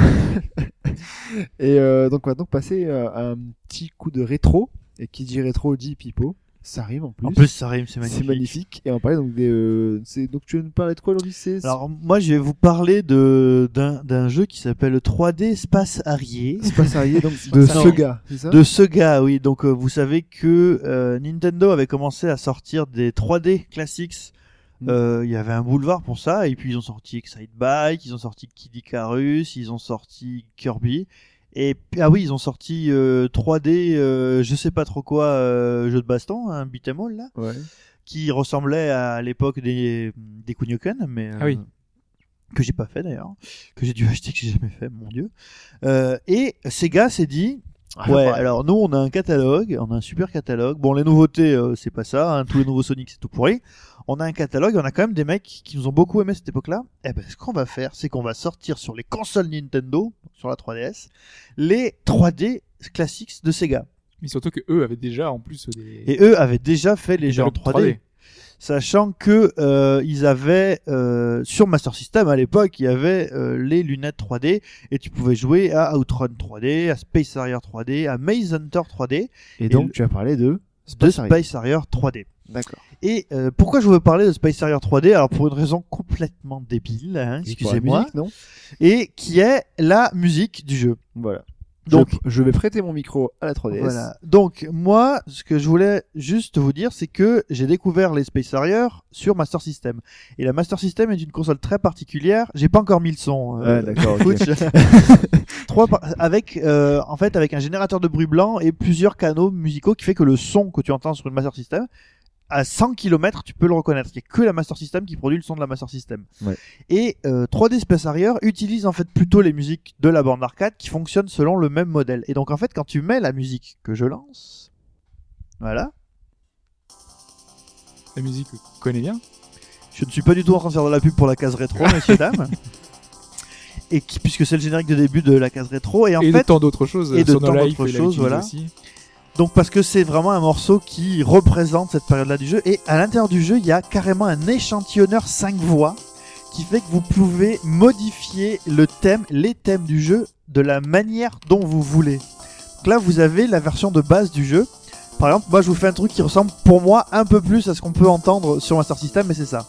Et euh, donc on va donc passer euh, à un petit coup de rétro. Et qui dit rétro dit pipeau. Ça rime en plus. En plus, ça rime, c'est magnifique. c'est magnifique. Et on va parler donc des. euh, c'est donc tu veux nous parler de quoi aujourd'hui c'est Alors, moi, je vais vous parler de d'un d'un jeu qui s'appelle trois D Space Harrier. c'est pas sérieux donc de Non. Sega, c'est ça De Sega, oui. Donc, euh, vous savez que euh, Nintendo avait commencé à sortir des trois D classics. Mm. Euh, Il y avait un boulevard pour ça, et puis ils ont sorti Excite Bike, ils ont sorti Kid Icarus, ils ont sorti Kirby, et puis- ah oui, ils ont sorti euh, trois D, euh, je sais pas trop quoi, euh, jeu de baston, un beat'em all là, Ouais. qui ressemblait à l'époque des des Kunio-kun, mais euh, Ah oui. que j'ai pas fait d'ailleurs, que j'ai dû acheter, que j'ai jamais fait, mon dieu. Euh, et Sega s'est dit, ouais, ouais. alors nous on a un catalogue, on a un super catalogue. Bon, les nouveautés, euh, c'est pas ça, hein, tous les nouveaux Sonic c'est tout pourri. On a un catalogue, on a quand même des mecs qui nous ont beaucoup aimé cette époque-là. Eh ben, ce qu'on va faire, c'est qu'on va sortir sur les consoles Nintendo, sur la trois D S, les trois D classiques de Sega. Mais surtout que eux avaient déjà en plus des. Et eux avaient déjà fait les des jeux en jeux trois D. Sachant que euh, ils avaient euh, sur Master System à l'époque, il y avait euh, les lunettes trois D et tu pouvais jouer à Outrun trois D, à Space Harrier trois D, à Maze Hunter trois D, Et donc le- tu as parlé de de Space Harrier. Space Harrier trois D. D'accord. Et euh, pourquoi je veux parler de Space Harrier trois D? Alors pour une raison complètement débile, hein, Et pour la excusez-moi, musique, non et qui est la musique du jeu. Voilà. Donc Donc je vais prêter mon micro à la trois D S. voilà. Donc moi, ce que je voulais juste vous dire, c'est que j'ai découvert les Space Harrier sur Master System. Et la Master System est une console très particulière. J'ai pas encore mis le son. Ouais, d'accord, ok. Fouch. Trois par- avec euh, en fait avec un générateur de bruit blanc et plusieurs canaux musicaux qui fait que le son que tu entends sur une Master System à cent kilomètres, tu peux le reconnaître. Il n'y a que la Master System qui produit le son de la Master System. Ouais. Et euh, trois D Space Harrier utilise en fait plutôt les musiques de la borne d'arcade qui fonctionnent selon le même modèle. Et donc en fait, quand tu mets la musique que je lance, voilà, La musique, on connaît bien. je ne suis pas du tout en train de faire de la pub pour la case rétro, messieurs dames. Et qui, puisque c'est le générique de début de la case rétro, et en et fait, de tant d'autres choses. et de Sono tant Life, d'autres il l'a choses, utilisé voilà. aussi. donc parce que c'est vraiment un morceau qui représente cette période-là du jeu. Et à l'intérieur du jeu, il y a carrément un échantillonneur cinq voix qui fait que vous pouvez modifier le thème, les thèmes du jeu de la manière dont vous voulez. Donc là, vous avez la version de base du jeu. Par exemple, moi, je vous fais un truc qui ressemble pour moi un peu plus à ce qu'on peut entendre sur Master System, mais c'est ça.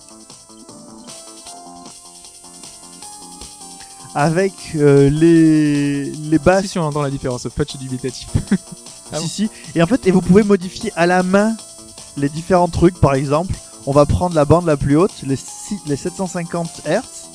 Avec euh, les les basses. Si, si, on entend la différence. Patch dubitatif. Ah si bon. si. Et en fait, et vous pouvez modifier à la main les différents trucs. Par exemple, on va prendre la bande la plus haute, les, six- les sept cent cinquante hertz,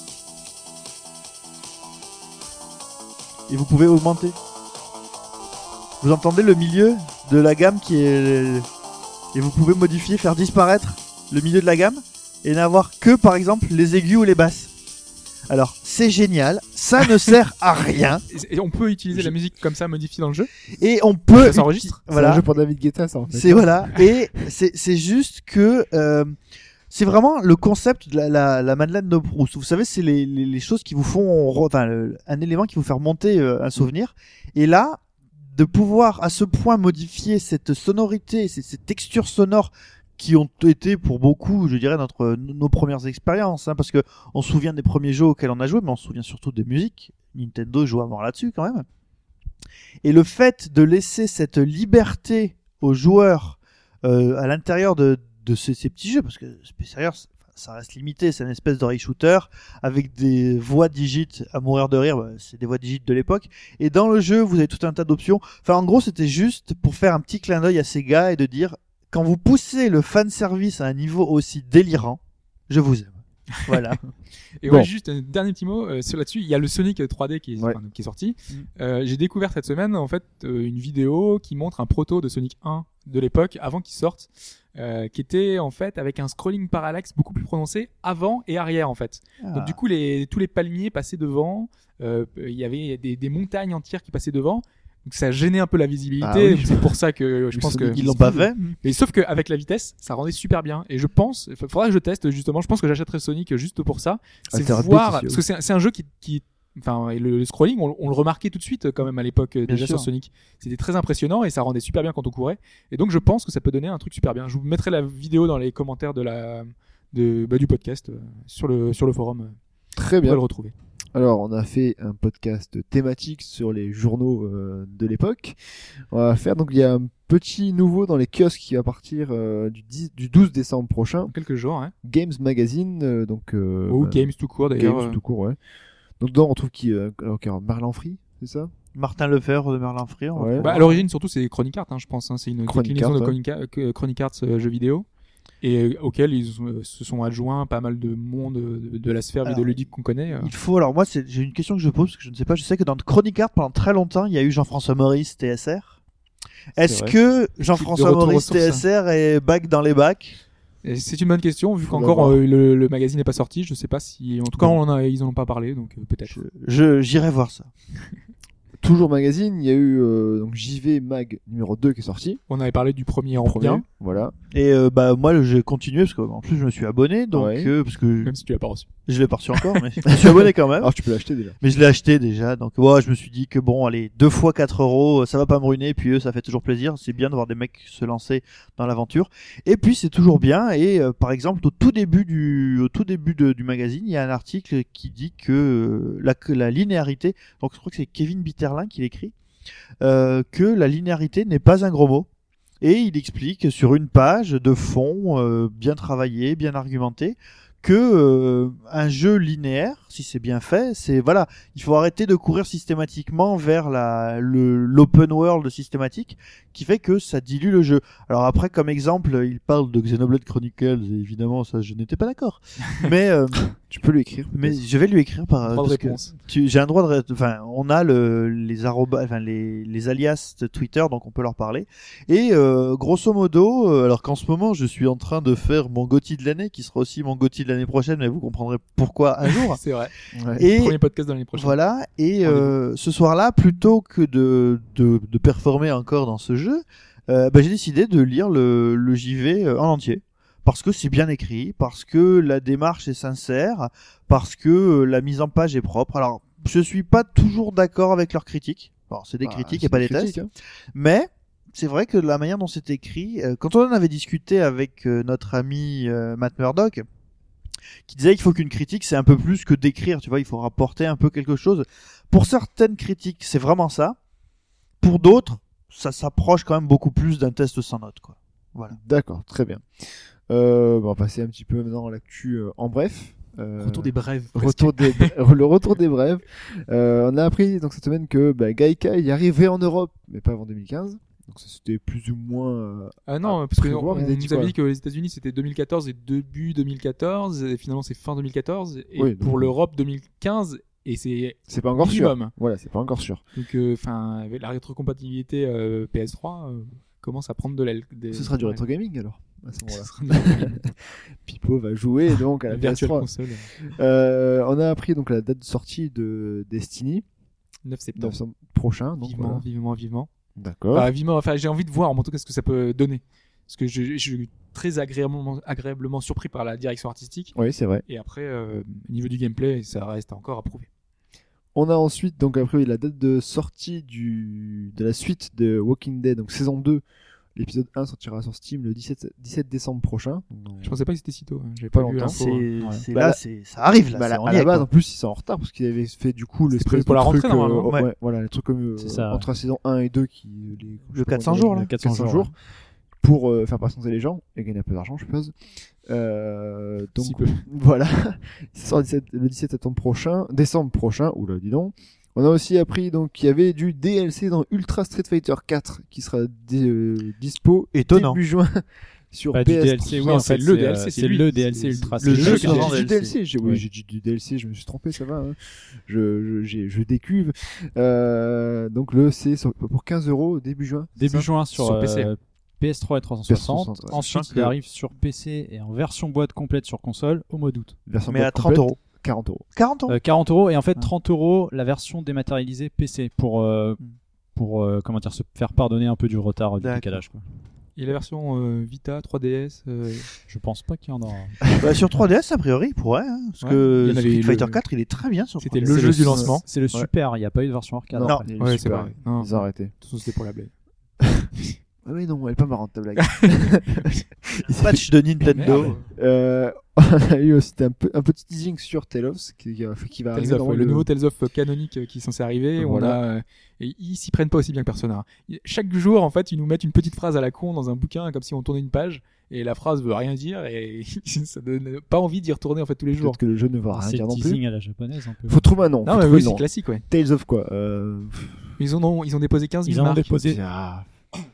et vous pouvez augmenter. Vous entendez le milieu de la gamme qui est, et vous pouvez modifier, faire disparaître le milieu de la gamme et n'avoir que par exemple les aigus ou les basses. Alors c'est génial, ça ne sert à rien Et on peut utiliser Je- la musique comme ça modifiée dans le jeu. et on peut Ça s'enregistre. C'est voilà. un jeu pour David Guetta ça en fait. C'est voilà, et c'est c'est juste que euh, c'est vraiment le concept de la, la, la Madeleine de Proust. Vous savez, c'est les, les, les choses qui vous font, re- enfin, le- un élément qui vous fait remonter euh, un souvenir. Et là, de pouvoir à ce point modifier cette sonorité, ces, ces textures sonores qui ont été pour beaucoup, je dirais, notre nos premières expériences, hein, parce que on se souvient des premiers jeux auxquels on a joué, mais on se souvient surtout des musiques. Nintendo joue à mort là-dessus quand même. Et le fait de laisser cette liberté aux joueurs euh, à l'intérieur de, de ces, ces petits jeux, parce que Space Harrier, ça reste limité, c'est une espèce de rail shooter avec des voix digites à mourir de rire, bah, c'est des voix digites de l'époque. Et dans le jeu, vous avez tout un tas d'options. Enfin, en gros, c'était juste pour faire un petit clin d'œil à Sega et de dire, quand vous poussez le fanservice à un niveau aussi délirant, je vous aime. Voilà. Et Bon. ouais, juste un dernier petit mot euh, sur là-dessus. Il y a le Sonic trois D qui est, Ouais. enfin, qui est sorti. Mm. Euh, j'ai découvert cette semaine en fait euh, une vidéo qui montre un proto de Sonic un de l'époque avant qu'il sorte, euh, qui était en fait avec un scrolling parallaxe beaucoup plus prononcé avant et arrière en fait. Ah. Donc du coup les tous les palmiers passaient devant. Euh, Il y avait des, des montagnes entières qui passaient devant. Donc ça gênait un peu la visibilité. Ah oui. C'est pour ça que je Le pense que Sonic, Ils l'ont pas fait. mais sauf qu'avec la vitesse, ça rendait super bien. Et je pense, il faudra que je teste justement. Je pense que j'achèterai Sonic juste pour ça. C'est Altered voir, Beast aussi, parce que c'est un, c'est un jeu qui, qui, enfin, et le, le scrolling, on, on le remarquait tout de suite quand même à l'époque euh, Bien déjà sûr. sur Sonic. C'était très impressionnant et ça rendait super bien quand on courait. Et donc je pense que ça peut donner un truc super bien. Je vous mettrai la vidéo dans les commentaires de la, de, bah, du podcast euh, sur le sur le forum. euh, Très Vous pourrez bien. le retrouver. Alors, on a fait un podcast thématique sur les journaux euh, de l'époque. On va faire, donc il y a un petit nouveau dans les kiosques qui va partir euh, du, dix du douze décembre prochain. Dans quelques jours, hein. Games Magazine, euh, donc... Euh, Ou bah, Games tout court d'ailleurs. Games euh, tout court, ouais. Donc dedans, on trouve qui euh, alors, qu'il y a Merlin Free, c'est ça? Martin Lefebvre de Merlin Free. on va Ouais. pouvoir- Bah, à l'origine, surtout, c'est Chronic Arts, hein, je pense. Hein. C'est une Chronic déclinaison Arts, de ouais. Chronic, Ar- euh, Chronic Arts euh, jeux vidéo, et euh, auquel ils euh, se sont adjoints pas mal de monde de, de la sphère Alors, vidéoludique qu'on connaît. euh. Il faut, alors moi, c'est- j'ai une question que je pose, parce que je ne sais pas, je sais que dans Chronic Art, pendant très longtemps, il y a eu Jean-François Maurice, T S R. Est-ce vrai. que Jean-François De retour aux Maurice, sources, T S R est back dans les bacs? Et c'est une bonne question, vu Faut qu'encore l'avoir. euh, le, le magazine n'est pas sorti. Je sais pas si, en tout cas, Bon. on en a, ils en ont pas parlé, donc euh, peut-être. Je, j'irai voir ça. Toujours magazine, il y a eu euh, donc J V Mag numéro deux qui est sorti. On avait parlé du premier en Premier, bien, voilà. Et euh, bah moi j'ai continué parce que en plus je me suis abonné donc Ouais. euh, parce que même si tu l'as pas reçu. je l'ai pas reçu encore mais je me suis abonné quand même. Alors tu peux l'acheter déjà. Mais je l'ai acheté déjà donc ouais, je me suis dit que bon allez deux fois quatre euros ça va pas me ruiner puis eux ça fait toujours plaisir, c'est bien de voir des mecs se lancer dans l'aventure et puis c'est toujours bien et euh, par exemple au tout début du au tout début de- du magazine il y a un article qui dit que euh, la, que la linéarité, donc je crois que c'est Kevin Bitterlin qui l'écrit, euh, que la linéarité n'est pas un gros mot. Et il explique sur une page de fond euh, bien travaillé, bien argumenté, que euh, un jeu linéaire, si c'est bien fait, c'est voilà, il faut arrêter de courir systématiquement vers la le l'open world systématique, qui fait que ça dilue le jeu. Alors après, comme exemple, il parle de Xenoblade Chronicles, et évidemment ça, je n'étais pas d'accord. mais euh, Tu peux lui écrire. mais peut-être. je vais lui écrire par Droit de parce que- réponse. tu- j'ai un droit de ré- enfin on a le les arroba enfin les les alias de Twitter donc on peut leur parler et euh, grosso modo euh, alors qu'en ce moment je suis en train de faire mon GOTY de l'année qui sera aussi mon GOTY de l'année prochaine mais vous comprendrez pourquoi un jour. C'est vrai. Ouais. Et Premier podcast dans l'année prochaine. voilà et euh, ce soir-là plutôt que de de de performer encore dans ce jeu euh, bah, j'ai décidé de lire le le J V euh, en entier. Parce que c'est bien écrit, parce que la démarche est sincère, parce que euh, la mise en page est propre. Alors, je suis pas toujours d'accord avec leurs critiques. Alors, c'est des Bah, critiques c'est et pas des des critiques, tests. hein. Mais c'est vrai que la manière dont c'est écrit, euh, quand on en avait discuté avec euh, notre ami euh, Matt Murdock, qui disait qu'il faut qu'une critique, c'est un peu plus que d'écrire, tu vois, il faut rapporter un peu quelque chose. Pour certaines critiques, c'est vraiment ça. Pour d'autres, ça s'approche quand même beaucoup plus d'un test sans note, quoi. Voilà. D'accord, très bien. Euh, bon, on va passer un petit peu maintenant à l'actu euh, en bref. Euh, Retour des brèves. presque. Retour des, le retour des brèves. Euh, on a appris donc cette semaine que bah, Gaikai y arrivait en Europe, mais pas avant deux mille quinze. Donc ça c'était plus ou moins. euh, Ah non, à parce que prévoir, on, ils avaient on dit nous avait quoi dit que les États-Unis c'était deux mille quatorze et début deux mille quatorze, et finalement c'est fin deux mille quatorze, et Oui, pour donc- l'Europe deux mille quinze, et c'est C'est pas encore sûr. minimum. Voilà, c'est pas encore sûr. Donc, enfin, avec la rétrocompatibilité euh, P S trois euh, commence à prendre de l'aile. des- Ce sera du ouais. rétro gaming alors. À ce Ce moment-là. sera du- Pipo va jouer donc à la la P S Virtual trois. Console. Euh, on a appris donc la date de sortie de Destiny, neuf septembre. neuf septembre prochain. Donc Vivement, voilà. vivement, vivement. D'accord. Enfin, vivement. Enfin, j'ai envie de voir en tout cas ce que ça peut donner. Parce que je, je suis très agréablement, agréablement surpris par la direction artistique. Oui, c'est vrai. Et après, euh, au niveau du gameplay, ça reste encore à prouver. On a ensuite donc appris la date de sortie du de la suite de Walking Dead, donc saison deux. L'épisode un sortira sur Steam le dix-sept, dix-sept décembre prochain. Donc, Je pensais pas que c'était si tôt. hein. J'avais Pas pas, vu longtemps. l'info, C'est, hein. c'est Bah, là, là- c'est, ça arrive là. bah, c'est- à on la, y à est, la base, quoi. en plus, ils sont en retard parce qu'ils avaient fait du coup le C'était pour la rentrée, normalement. ouais. Ouais. Voilà, les trucs comme euh, C'est ça. entre la saison un et deux qui les Le quatre cents jours, là. Le quatre cents quatre cents jours, jours pour euh, faire patienter les gens et gagner un peu d'argent, je suppose. Euh, donc Si peu. voilà, ça sort le dix-sept le dix-sept septembre prochain, décembre prochain, oula, dis donc. On a aussi appris donc qu'il y avait du D L C dans Ultra Street Fighter quatre qui sera di- euh, dispo Étonnant. début juin sur Pas P du S. D L C, oui, Non, en c'est fait, le c'est, D L euh, C, c'est c'est lui. le D L C C'est- Ultra le Street jeu Fighter. qui J'ai rend dit du D L C. D L C, j'ai, oui, Ouais. j'ai dit du D L C, je me suis trompé, ça va. Hein. Je, je, j'ai, je décuve. Euh, donc le c'est sur- pour quinze euros début juin. c'est Début ça juin sur, Sur P C. euh, P S trois et trois cent soixante. P S trois cent soixante, ouais. Ensuite, Sachant il que- arrive sur P C et en version boîte complète sur console au mois d'août. Version Mais boîte à trente complète, euros. quarante euros. quarante euros. Euh, quarante euros et en fait Ah. trente euros la version dématérialisée P C pour euh, Hmm. pour euh, comment dire se faire pardonner un peu du retard euh, du D'accord. décalage quoi. Et la version euh, Vita, trois D S. euh, Je pense pas qu'il y en aura. Bah, sur trois D S, a priori, il pourrait. Hein, parce Ouais. que Il y en avait Street le- Fighter quatre, il est très bien sur C'était trois D S. le C'est jeu du lancement. C'est le Ouais. super, il n'y a pas eu de version arcade. Non. après. il est Ouais, c'est super. pareil. Non, Ils ont arrêté. de toute façon, c'était pour la blague. Ah oui, non, elle est pas marrante ta blague. Patch de Nintendo. Merde. euh, on a eu aussi un, peu, un petit teasing sur Tales of qui, qui, qui va Tales arriver of, dans ouais, le... le nouveau Tales of canonique euh, qui est censé arriver. Voilà. On a, euh, et ils s'y prennent pas aussi bien que Persona. Ils- Chaque jour, en fait, ils nous mettent une petite phrase à la con dans un bouquin, comme si on tournait une page, et la phrase veut rien dire, et ça donne pas envie d'y retourner en fait tous les jours. Peut-être que le jeu ne va Ah, rien c'est dire le non plus. teasing à la japonaise un peu. Faut trouver un nom. Non, faut mais trouver oui, le c'est nom. classique, ouais. Tales of quoi euh... Ils en ont, ils ont déposé quinze mille Ils en ont marques. déposé. Ah,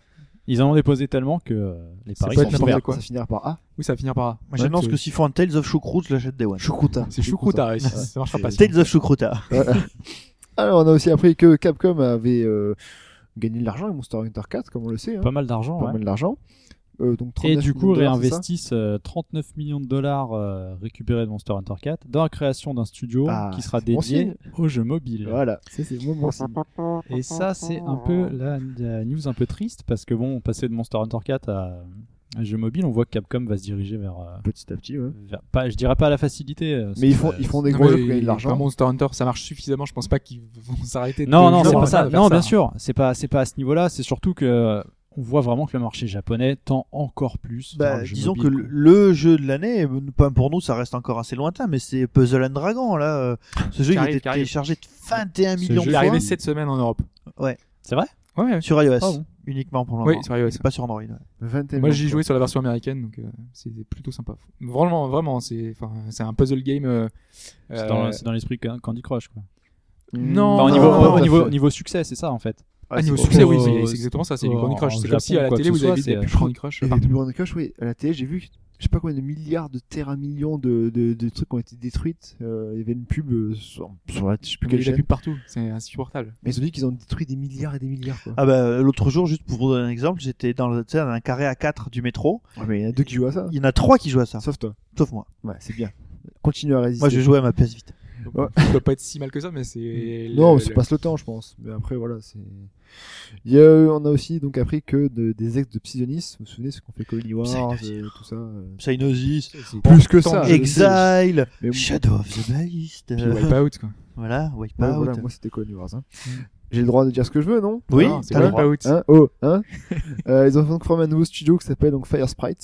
Ils en ont déposé tellement que euh, les Ça paris peut sont être n'importe ouverts. quoi. Ça finira par A. Oui, ça va finir par A. Moi, j'annonce Ouais, que c'est- s'ils font un Tales of Choucroute, je l'achète Day One. Choucrouta. C'est Choucrouta, ouais, ça, ça marchera pas. C'est- Tales of Choucrouta. Voilà. Alors, on a aussi appris que Capcom avait euh, gagné de l'argent avec Monster Hunter quatre, comme on le sait. Hein. Pas mal d'argent. Pas ouais. mal d'argent. Euh, donc Et trente-neuf du millions coup, de dollars, c'est ça réinvestissent euh, trente-neuf millions de dollars euh, récupérés de Monster Hunter quatre dans la création d'un studio Ah, qui sera c'est bon dédié signe. aux jeux mobiles. Voilà, ça c'est moi bon signe. Et ça, c'est un peu la, la news un peu triste parce que bon, passer de Monster Hunter quatre à un jeu mobile, on voit que Capcom va se diriger vers, euh, Petit à petit, ouais. vers- pas, je dirais pas la facilité. euh, Mais ils c'est- font, ils font des Non, gros mais jeux pour gagner de Enfin, l'argent. Monster Hunter, ça marche suffisamment. Je pense pas qu'ils vont s'arrêter. de Non, tous non, les c'est jours pas de ça. faire Non, ça. bien sûr, c'est pas, c'est pas à ce niveau-là. C'est surtout que euh, on voit vraiment que le marché japonais tend encore plus. vers Bah, le jeu disons mobile, que quoi. le, le jeu de l'année, euh, pas pour nous, ça reste encore assez lointain, mais c'est Puzzle and Dragon là. euh, Ce jeu, Qui il arrive, était qui arrive. téléchargé vingt et un Ce millions jeu de Il est fois arrivé cette semaine en Europe. C'est vrai Ouais, ouais. sur iOS, Ah bon. uniquement pour le Oui, moment. sur iOS. C'est pas sur Android. ouais. vingt et un Moi, millions, j'ai quoi. joué sur la version américaine, donc euh, c'est plutôt sympa. Vraiment, vraiment, c'est, enfin, c'est un puzzle game. euh, C'est dans, euh, c'est dans l'esprit Can- Candy Crush, quoi. Non, Enfin, au non, niveau, non, au tout à niveau, fait. au niveau succès, c'est ça en fait. Ah, niveau c'est succès, bon. oui, au- c'est, c'est exactement ça, c'est du au- Candy Crush. en C'est Japon, comme si à la quoi que télé, ce vous avez soit, des c'est- pubs Candy Crush. Et partout. du Candy Crush, oui, à la télé, j'ai vu, je sais pas combien de milliards de téramillions de, de, de trucs qui ont été détruites. Euh, il y avait une pub euh, sur, sur la, je sais plus Il y quelle a la chaîne. pub partout, c'est insupportable. Mais ils ont dit qu'ils ont détruit des milliards et des milliards, quoi. Ah bah l'autre jour, juste pour vous donner un exemple, j'étais dans, le, tu sais, dans un carré A quatre du métro. Ouais, mais il y en a deux qui jouent à ça. Il y en a trois qui jouent à ça, Sauf toi. sauf moi. Ouais, c'est bien. Continue à résister. Moi, je jouais à ma P S Vita. Ouais. Ça doit pas être si mal que ça, mais c'est. Non, le- ça le- passe le temps, je pense. Mais après, voilà, c'est. Il y a, on a aussi donc appris que de- des ex de Psyonis, vous vous souvenez ce qu'on fait Colony Wars, Psygnosis. euh, tout ça. euh, Psygnosis, Plus que ça. je sais. Exile, Mais- Shadow of the Beast. Puis Wipeout, quoi. Voilà, Ouais, Wipeout. voilà, moi c'était Colony Wars. Hein. J'ai le droit de dire ce que je veux, non Oui, Non, c'est t'as le Hein droit. Wipeout. Hein Oh, hein euh, Ils ont donc formé un nouveau studio qui s'appelle donc Fire Sprite,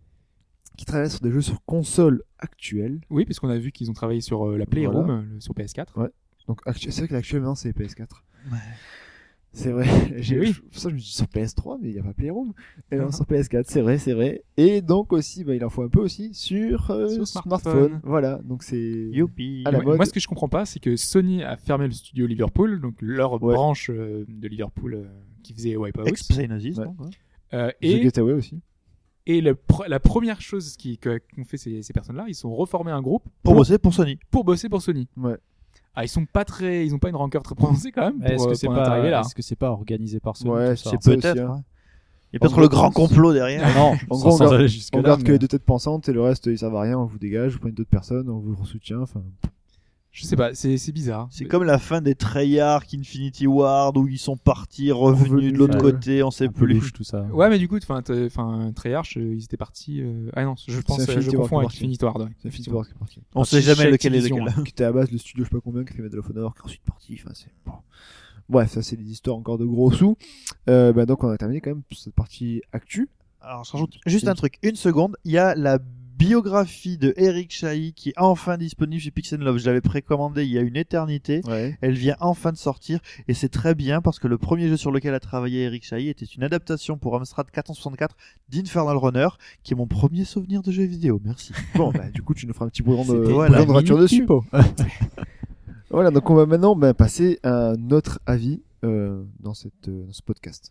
qui travaille sur des jeux sur console actuelle. Oui, puisqu'on a vu qu'ils ont travaillé sur euh, la Playroom, Voilà. euh, sur P S quatre. Donc actu- c'est vrai que l'actuel maintenant c'est P S quatre. Ouais. C'est vrai. J'ai Oui. je- pour ça je me dis sur P S trois mais il y a pas Playroom. Et non, Ah. sur P S quatre, c'est vrai, c'est vrai. Et donc aussi bah, il en faut un peu aussi sur, euh, Sur smartphone. smartphone. Voilà, donc c'est Youpi. À la Ouais, mode. moi, ce que je comprends pas, c'est que Sony a fermé le studio Liverpool, donc leur Ouais. branche euh, de Liverpool euh, qui faisait Wipeout. Ex-Psygnosis, Ouais. donc. ouais. Euh, The et Getaway aussi. et le pr- la première chose qui, que- qu'ont fait ces, ces personnes-là, ils ont reformé un groupe Pour bosser pour Sony. pour bosser pour Sony. Ouais. Ah, ils sont pas très, ils ont pas une rancœur très prononcée quand même. Pour, Est-ce euh, que c'est pour en être arrivé là. pas, est-ce que c'est pas organisé par Sony Ouais, tout ça c'est C'est ça peut-être. aussi, hein. hein. Il y a peut-être En le gros, grand on- complot derrière. Non, En sans- gros, on sans garde- aller jusque On là, garde que mais- les deux têtes pensantes et le reste ils servent à rien, on vous dégage, vous prenez d'autres personnes, on vous soutient. Enfin, Je sais pas, c'est, c'est bizarre. C'est comme la fin des Treyarch Infinity Ward où ils sont partis, revenus Revenus, de l'autre ouais. côté, on sait un peu plus. louche tout ça. Ouais, mais du coup, enfin, t- enfin, Treyarch, euh, ils étaient partis. euh, Ah non, je pense, C'est euh, je Infinity Ward confonds qui est avec parti. Infinity Ward. ouais. c'est Infinity Ward qui est parti. On Parti sait jamais chez lequel est Activision, lequel. Qui était à la base le studio, je sais pas combien, qui fait Medal of Honor, qui est ensuite parti. Enfin, c'est. Bon. Bref, ça c'est des histoires encore de gros sous. Euh, bah, donc on a terminé quand même pour cette partie actu. Alors, je rajoute juste un truc, une seconde. Il y a la biographie de Eric Chahi qui est enfin disponible chez Pixel Love. Je l'avais précommandé il y a une éternité. Ouais. Elle vient enfin de sortir et c'est très bien parce que le premier jeu sur lequel a travaillé Eric Chahi était une adaptation pour Amstrad quatre cent soixante-quatre d'Infernal Runner, qui est mon premier souvenir de jeu vidéo. Merci. Bon, bah, du coup, tu nous feras un petit boulot de, C'était- boulot voilà, de rature Mini dessus. Pipo. Voilà, donc on va maintenant ben, passer à notre avis euh, dans, cette, euh, dans ce podcast.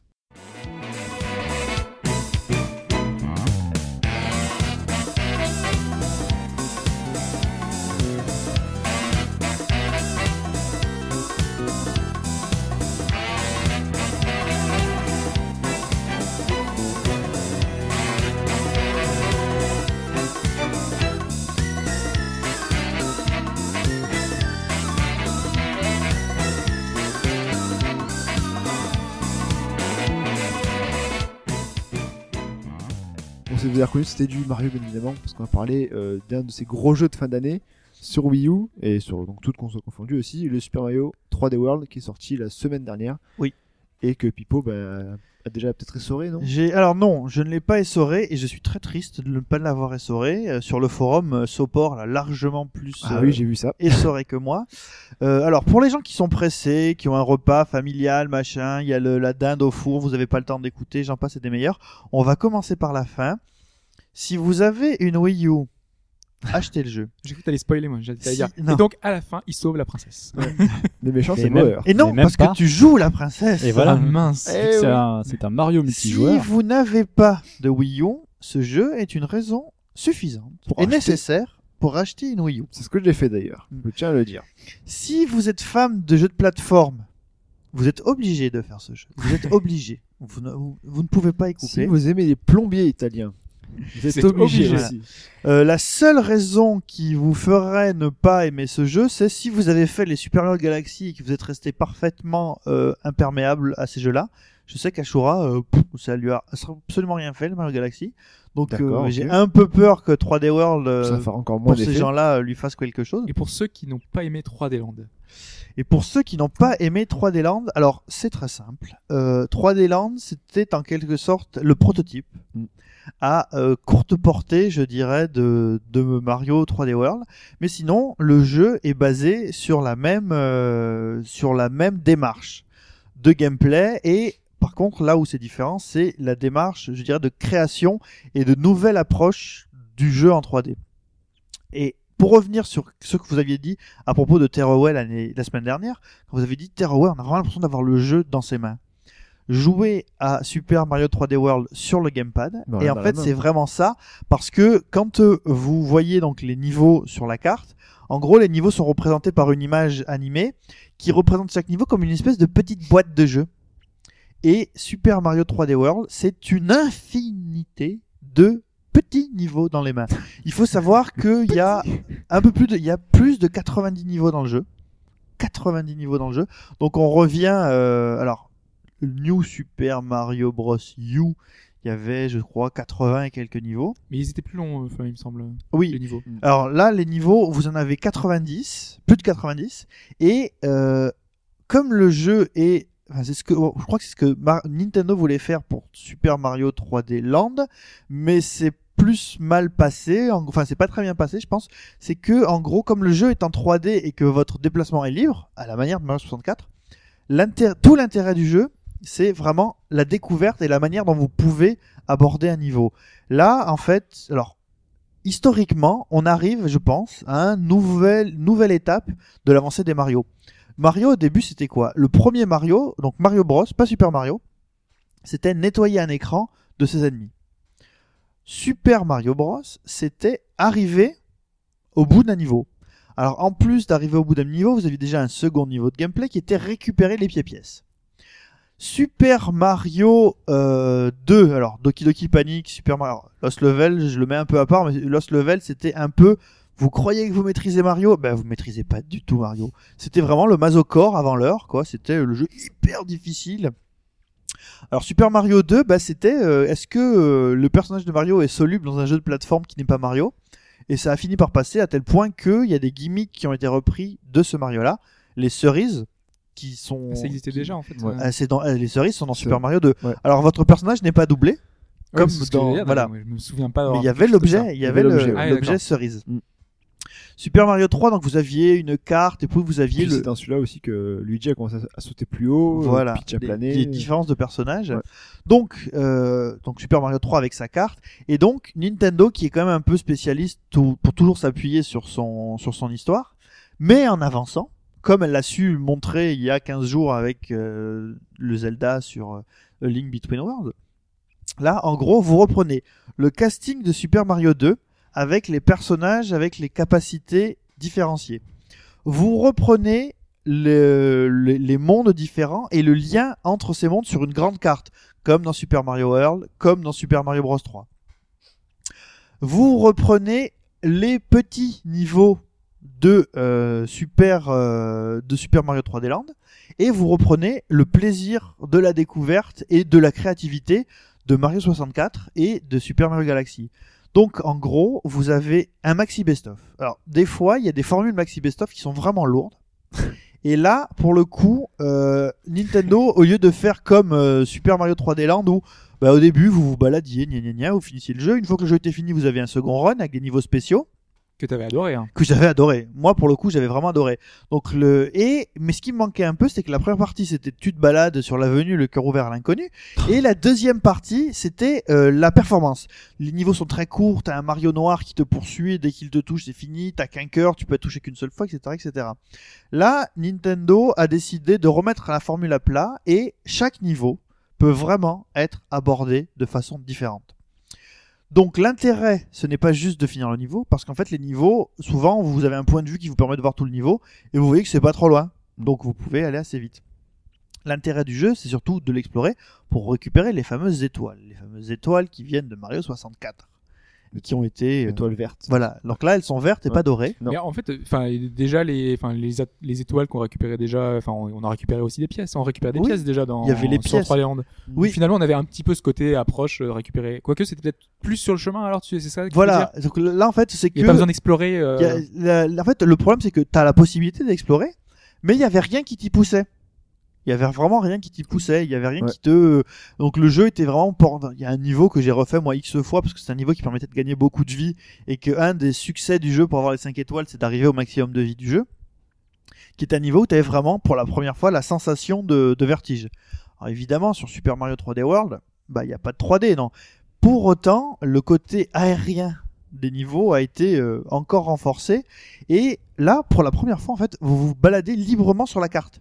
Bon, si vous avez reconnu, c'était du Mario bien évidemment, parce qu'on va parler euh, d'un de ces gros jeux de fin d'année sur Wii U et sur donc toutes consoles confondues aussi, le Super Mario trois D World qui est sorti la semaine dernière. Oui. Et que Pipo bah, a déjà peut-être essoré, non? J'ai alors non, je ne l'ai pas essoré et je suis très triste de ne pas l'avoir essoré. Euh, sur le forum, euh, Sopor l'a largement plus Ah euh, oui, j'ai vu ça. essoré que moi. Euh, alors pour les gens qui sont pressés, qui ont un repas familial, machin, il y a le, la dinde au four, vous n'avez pas le temps d'écouter, j'en passe et des meilleurs. On va commencer par la fin. Si vous avez une Wii U, achetez le jeu. J'ai cru que t'allais spoiler, moi. J'allais Si, dire. non. Et donc, à la fin, il sauve la princesse. Les méchants, Et c'est même- Bauer. Et non, Mais même parce pas. que tu joues la princesse. Et voilà. Ah, mince. Eh c'est, oui. un, c'est un Mario Si multijoueur. vous n'avez pas de Wii U, ce jeu est une raison suffisante Pour et acheter. nécessaire pour acheter une Wii U. C'est ce que j'ai fait d'ailleurs. Mm. Je tiens à le dire. Si vous êtes fan de jeux de plateforme, vous êtes obligé de faire ce jeu. Vous êtes obligé. Vous ne, vous, vous ne pouvez pas y couper. Si vous aimez les plombiers italiens, vous êtes C'est obligé obligé. aussi. Euh, la seule raison qui vous ferait ne pas aimer ce jeu, c'est si vous avez fait les Super Mario Galaxy et que vous êtes resté parfaitement euh, imperméable à ces jeux-là. Je sais qu'Ashura, euh, pff, ça lui a ça a absolument rien fait, le Mario Galaxy. Donc D'accord, euh, ok. j'ai un peu peur que trois D World, euh, Ça fera encore moins pour ces d'effet. gens-là, euh, lui fasse quelque chose. Et pour ceux qui n'ont pas aimé trois D Land, Et pour ceux qui n'ont pas aimé trois D Land, alors c'est très simple. Euh, trois D Land, c'était en quelque sorte le prototype Mm. à euh, courte portée, je dirais, de, de Mario trois D World. Mais sinon, le jeu est basé sur la même, euh, sur la même démarche de gameplay. Et par contre, là où c'est différent, c'est la démarche, je dirais, de création et de nouvelle approche du jeu en trois D. Et pour revenir sur ce que vous aviez dit à propos de Tearaway l'année, la semaine dernière, quand vous avez dit Tearaway, on a vraiment l'impression d'avoir le jeu dans ses mains. Jouer à Super Mario trois D World sur le gamepad, Voilà, et en dans la fait main. c'est vraiment ça, parce que quand euh, vous voyez donc les niveaux sur la carte, en gros les niveaux sont représentés par une image animée qui représente chaque niveau comme une espèce de petite boîte de jeu. Et Super Mario trois D World, c'est une infinité de petits niveaux dans les mains. Il faut savoir qu'il y a un peu plus de, il y a plus de quatre-vingt-dix niveaux dans le jeu. quatre-vingt-dix niveaux dans le jeu. Donc on revient, euh, alors, le New Super Mario Bros. U, il y avait, je crois, quatre-vingts et quelques niveaux. mais ils étaient plus longs, euh, enfin, il me semble, les Oui. niveaux. Alors là, les niveaux, vous en avez quatre-vingt-dix, plus de quatre-vingt-dix. Et, euh, comme le jeu est, enfin, c'est ce que, je crois que c'est ce que Mar- Nintendo voulait faire pour Super Mario trois D Land, mais c'est plus mal passé, en- enfin c'est pas très bien passé je pense, c'est que en gros comme le jeu est en trois D et que votre déplacement est libre, à la manière de Mario soixante-quatre, l'intér- tout l'intérêt du jeu c'est vraiment la découverte et la manière dont vous pouvez aborder un niveau. Là en fait, alors historiquement on arrive je pense à une nouvelle, nouvelle étape de l'avancée des Mario. Mario au début c'était quoi? Le premier Mario, donc Mario Bros, pas Super Mario, c'était nettoyer un écran de ses ennemis. Super Mario Bros, c'était arriver au bout d'un niveau. Alors en plus d'arriver au bout d'un niveau, vous aviez déjà un second niveau de gameplay qui était récupérer les pièces. Super Mario euh, deux, alors Doki Doki Panic, Super Mario Lost Level, je le mets un peu à part, mais Lost Level c'était un peu, vous croyez que vous maîtrisez Mario, ben vous maîtrisez pas du tout Mario. C'était vraiment le Masocore avant l'heure, quoi. C'était le jeu hyper difficile. Alors Super Mario deux, bah c'était euh, est-ce que euh, le personnage de Mario est soluble dans un jeu de plateforme qui n'est pas Mario? Et ça a fini par passer à tel point qu'il y a des gimmicks qui ont été repris de ce Mario-là, les cerises qui sont. Ça existait qui- déjà en fait. Ouais. euh. Ah, c'est dans, euh, les cerises sont dans C'est- Super Mario deux. Ouais. Alors votre personnage n'est pas doublé, Ouais, comme c'est ce que dans- j'allais dire, voilà. d'ailleurs, Je me souviens pas. mais d'avoir il y fait avait quelque chose comme l'objet, il y Il y avait avait le- l'objet, ouais. Ah, l'objet d'accord. cerise. Mm. Super Mario trois, donc vous aviez une carte et puis vous aviez Puis le, c'est dans celui-là aussi que Luigi a commencé à- à sauter plus haut, voilà, Peach a des, plané. des différences de personnages. Ouais. Donc, euh, donc Super Mario trois avec sa carte, et donc Nintendo qui est quand même un peu spécialiste tout- pour toujours s'appuyer sur son sur son histoire, mais en avançant, comme elle l'a su montrer il y a quinze jours avec euh, le Zelda sur euh, A Link Between Worlds. Là, en gros, vous reprenez le casting de Super Mario deux avec les personnages, avec les capacités différenciées. Vous reprenez le, le, les mondes différents et le lien entre ces mondes sur une grande carte, comme dans Super Mario World, comme dans Super Mario Bros trois. Vous reprenez les petits niveaux de, euh, Super, euh, de Super Mario trois D Land et vous reprenez le plaisir de la découverte et de la créativité de Mario soixante-quatre et de Super Mario Galaxy. Donc en gros, vous avez un maxi best-of. Alors des fois, il y a des formules maxi best-of qui sont vraiment lourdes. Et là, pour le coup, euh, Nintendo, au lieu de faire comme euh, Super Mario trois D Land où bah, au début vous vous baladiez, gna gna gna, vous finissiez le jeu. Une fois que le jeu était fini, vous avez un second run avec des niveaux spéciaux. Que t'avais adoré, hein. Que j'avais adoré. Moi, pour le coup, j'avais vraiment adoré. Donc le et mais ce qui me manquait un peu, c'est que la première partie, c'était tu te balades sur l'avenue, le cœur ouvert à l'inconnu, et la deuxième partie, c'était euh, la performance. Les niveaux sont très courts. T'as un Mario noir qui te poursuit, dès qu'il te touche, c'est fini. T'as qu'un cœur, tu peux être touché qu'une seule fois, et cetera, et cetera. Là, Nintendo a décidé de remettre la formule à plat et chaque niveau peut vraiment être abordé de façon différente. Donc l'intérêt, ce n'est pas juste de finir le niveau, parce qu'en fait les niveaux, souvent vous avez un point de vue qui vous permet de voir tout le niveau, et vous voyez que c'est pas trop loin, donc vous pouvez aller assez vite. L'intérêt du jeu, c'est surtout de l'explorer pour récupérer les fameuses étoiles, les fameuses étoiles qui viennent de Mario soixante-quatre, et qui ont été... euh, Étoile verte. Voilà, donc là elles sont vertes et Ouais. pas dorées. Non. Mais en fait, enfin déjà les, enfin les, at- les étoiles qu'on récupérait déjà, enfin on, on a récupéré aussi des pièces, on récupérait des Oui. pièces déjà dans. Il y avait les sur pièces. trois D Land. Oui. Finalement, on avait un petit peu ce côté approche euh, récupérer. Quoique c'était peut-être plus sur le chemin. Alors tu c'est ça. que tu veux Voilà, dire donc là en fait c'est que... Il n'y a pas besoin d'explorer. euh, Il y a- la- en fait, le problème, c'est que tu as la possibilité d'explorer, mais il y avait rien qui t'y poussait. Il y avait vraiment rien qui t'y poussait. Il y avait rien Ouais. qui te. Donc le jeu était vraiment. Por... Il y a un niveau que j'ai refait moi X fois parce que c'est un niveau qui permettait de gagner beaucoup de vie et que un des succès du jeu pour avoir les cinq étoiles, c'est d'arriver au maximum de vie du jeu. Qui est un niveau où tu avais vraiment pour la première fois la sensation de, de vertige. Alors évidemment, sur Super Mario trois D World, bah il y a pas de trois D, non. Pour autant, le côté aérien des niveaux a été euh, encore renforcé et là, pour la première fois, en fait, vous vous baladez librement sur la carte.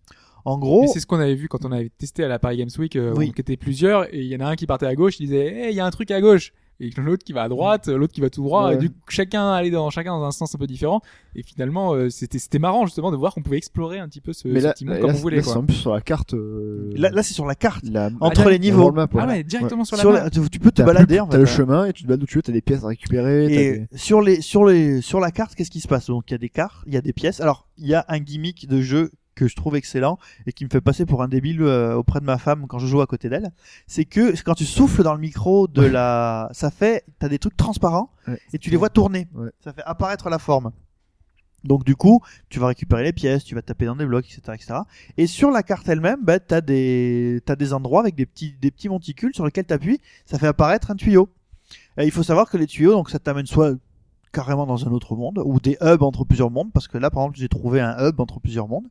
En gros, Et c'est ce qu'on avait vu quand on avait testé à la Paris Games Week, euh, Oui. on était plusieurs, et il y en a un qui partait à gauche, il disait, hey, il y a un truc à gauche. Et l'autre qui va à droite, l'autre qui va tout droit, Ouais. et du coup, chacun allait dans, chacun dans un sens un peu différent. Et finalement, euh, c'était, c'était marrant, justement, de voir qu'on pouvait explorer un petit peu ce, Mais ce là, petit monde là, comme là, on voulait, là, quoi. c'est en plus sur la carte. euh, là, là, c'est sur la carte. la- Entre Ah, les la niveaux. world map, ouais. Ah ouais, directement sur la Sur map. la- tu tu peux te T'as balader plus- en T'as fait. le chemin et tu te balades où tu veux, t'as des pièces à récupérer. t'as Et des- sur les sur les sur la carte, qu'est-ce qui se passe? Donc il y a des cartes, il y a des pièces. Alors il y a un gimmick de jeu que je trouve excellent et qui me fait passer pour un débile euh, auprès de ma femme quand je joue à côté d'elle. C'est que quand tu souffles dans le micro de la, ça fait, t'as des trucs transparents Ouais, et tu les vois tourner. Ouais. Ça fait apparaître la forme. Donc du coup, tu vas récupérer les pièces, tu vas taper dans des blocs, et cetera, et cetera. Et sur la carte elle-même, bah, t'as des t'as des endroits avec des petits des petits monticules sur lesquels t'appuies, ça fait apparaître un tuyau. Et il faut savoir que les tuyaux, donc ça t'amène soit carrément dans un autre monde ou des hubs entre plusieurs mondes, parce que là par exemple j'ai trouvé un hub entre plusieurs mondes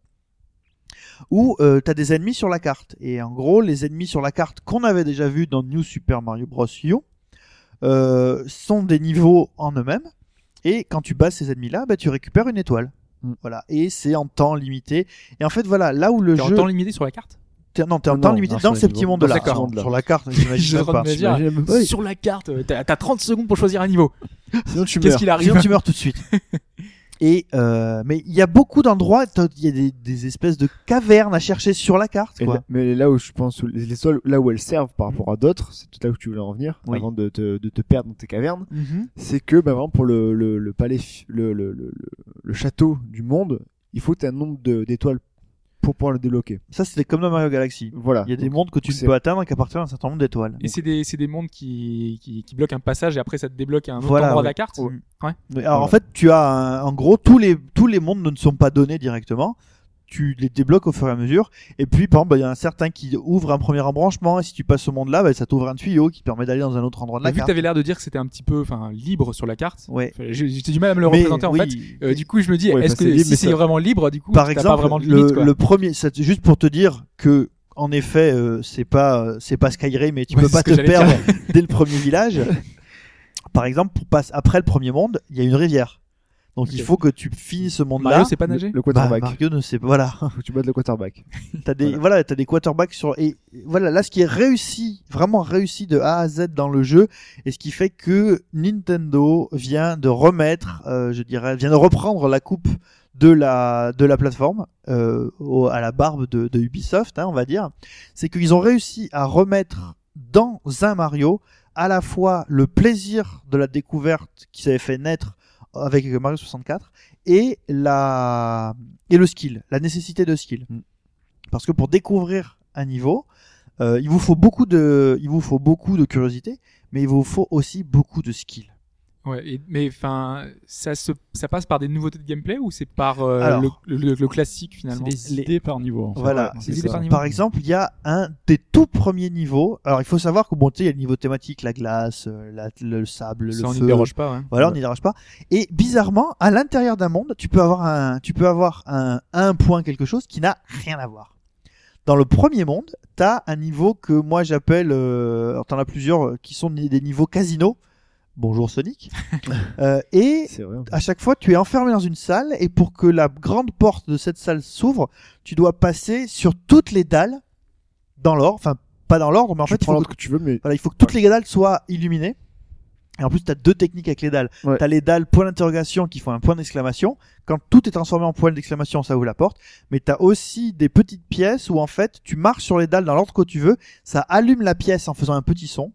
où euh, t'as des ennemis sur la carte. Et en gros, les ennemis sur la carte qu'on avait déjà vu dans New Super Mario Bros. U euh, sont des niveaux en eux-mêmes. Et quand tu bats ces ennemis-là, bah, tu récupères une étoile. Mm. Voilà. Et c'est en temps limité. Et en fait, voilà, là où le T'es en jeu. temps limité sur la carte? T'es... Non, t'es en Non, temps non, limité non, dans sur ces les petits niveaux. mondes-là. D'accord. Sur, sur la carte, j'imagine J'ai même en train pas. de me dire, J'imagine même pas. sur la carte, euh, t'as, t'as trente secondes pour choisir un niveau. Sinon tu Qu'est-ce meurs. qu'il arrive? Sinon, tu meurs tout de suite. Et euh, mais il y a beaucoup d'endroits, t'as- il y a des, des espèces de cavernes à chercher sur la carte, Et quoi. là- mais là où je pense, où les les seules, là où elles servent par rapport à d'autres, c'est tout là où tu voulais en venir, Oui. avant de te, de te perdre dans tes cavernes, Mhm. c'est que, bah, vraiment pour le, le, le palais, fi- le, le, le, le, le château du monde, il faut que tu aies un nombre de- d'étoiles pour pouvoir le débloquer. Ça, c'était comme dans Mario Galaxy. Voilà. Il y a des mondes que tu c'est- ne peux atteindre qu'à partir d'un certain nombre d'étoiles. Et c'est des, c'est des mondes qui, qui, qui bloquent un passage et après ça te débloque un autre Voilà, endroit ouais. de la carte. Ouais. Ouais. Mais Alors Voilà. en fait, tu as un- en gros tous les tous les mondes ne sont pas donnés directement. Tu les débloques au fur et à mesure. Et puis par exemple, il y a un certain qui ouvre un premier embranchement et si tu passes ce monde-là, bah, ça t'ouvre un tuyau qui te permet d'aller dans un autre endroit de la Et vu que carte. t'avais l'air de dire que c'était un petit peu, enfin, libre sur la carte. Ouais. Enfin, j'ai, j'ai du mal à me le Mais représenter en oui, fait. Euh, du coup, je me dis, Ouais, est-ce enfin, que c'est libre, si mais c'est ça- vraiment libre, du coup, par t'as exemple, pas vraiment de limite, le, quoi. le premier, c'est juste pour te dire que en effet, euh, c'est pas euh, c'est pas Skyrim, mais tu Ouais, peux c'est pas ce que te j'allais perdre dire. dès le premier village. Par exemple, pour passer après le premier monde, il y a une rivière. Donc Ok. il faut que tu finisses ce monde-là. Mario, c'est pas Le, nager. le Bah, quarterback. Mario ne sait pas. Voilà. Faut que tu battes le quarterback. T'as des, Voilà. voilà, t'as des quarterbacks sur, et voilà, là, ce qui est réussi, vraiment réussi de A à Z dans le jeu, et ce qui fait que Nintendo vient de remettre, euh, je dirais, vient de reprendre la coupe de la, de la plateforme, euh, au- à la barbe de, de Ubisoft, hein, on va dire. C'est qu'ils ont réussi à remettre dans un Mario à la fois le plaisir de la découverte qui s'avait fait naître avec Mario soixante-quatre et la, et le skill, la nécessité de skill. Parce que pour découvrir un niveau, euh, il vous faut beaucoup de, il vous faut beaucoup de curiosité, mais il vous faut aussi beaucoup de skill. Ouais, et- mais enfin, ça se, ça passe par des nouveautés de gameplay ou c'est par euh, Alors, le, le, le classique C'est finalement. des Les- idées par niveau. en fait. Voilà. C'est C'est des idées ça. par niveau. Par exemple, il y a un des tout premiers niveaux. Alors, il faut savoir que bon, tu sais, il y a le niveau thématique, la glace, euh, la- le sable, Ça, le on feu. n'y déroge pas. Ouais. Voilà, on n'y déroge pas. Et bizarrement, à l'intérieur d'un monde, tu peux avoir un, tu peux avoir un, un point quelque chose qui n'a rien à voir. Dans le premier monde, t'as un niveau que moi j'appelle, euh, alors t'en as plusieurs euh, qui sont des niveaux casino. Bonjour Sonic. euh, et C'est vrai. à chaque fois, tu es enfermé dans une salle et pour que la grande porte de cette salle s'ouvre, tu dois passer sur toutes les dalles dans l'ordre. Enfin, pas dans l'ordre, mais en Tu fait, il prends faut l'ordre que, que tu veux, mais voilà, il faut que toutes les dalles soient illuminées. Et en plus, tu as deux techniques avec les dalles. Ouais. Tu as les dalles point d'interrogation qui font un point d'exclamation. Quand tout est transformé en point d'exclamation, ça ouvre la porte. Mais tu as aussi des petites pièces où en fait, tu marches sur les dalles dans l'ordre que tu veux. Ça allume la pièce en faisant un petit son.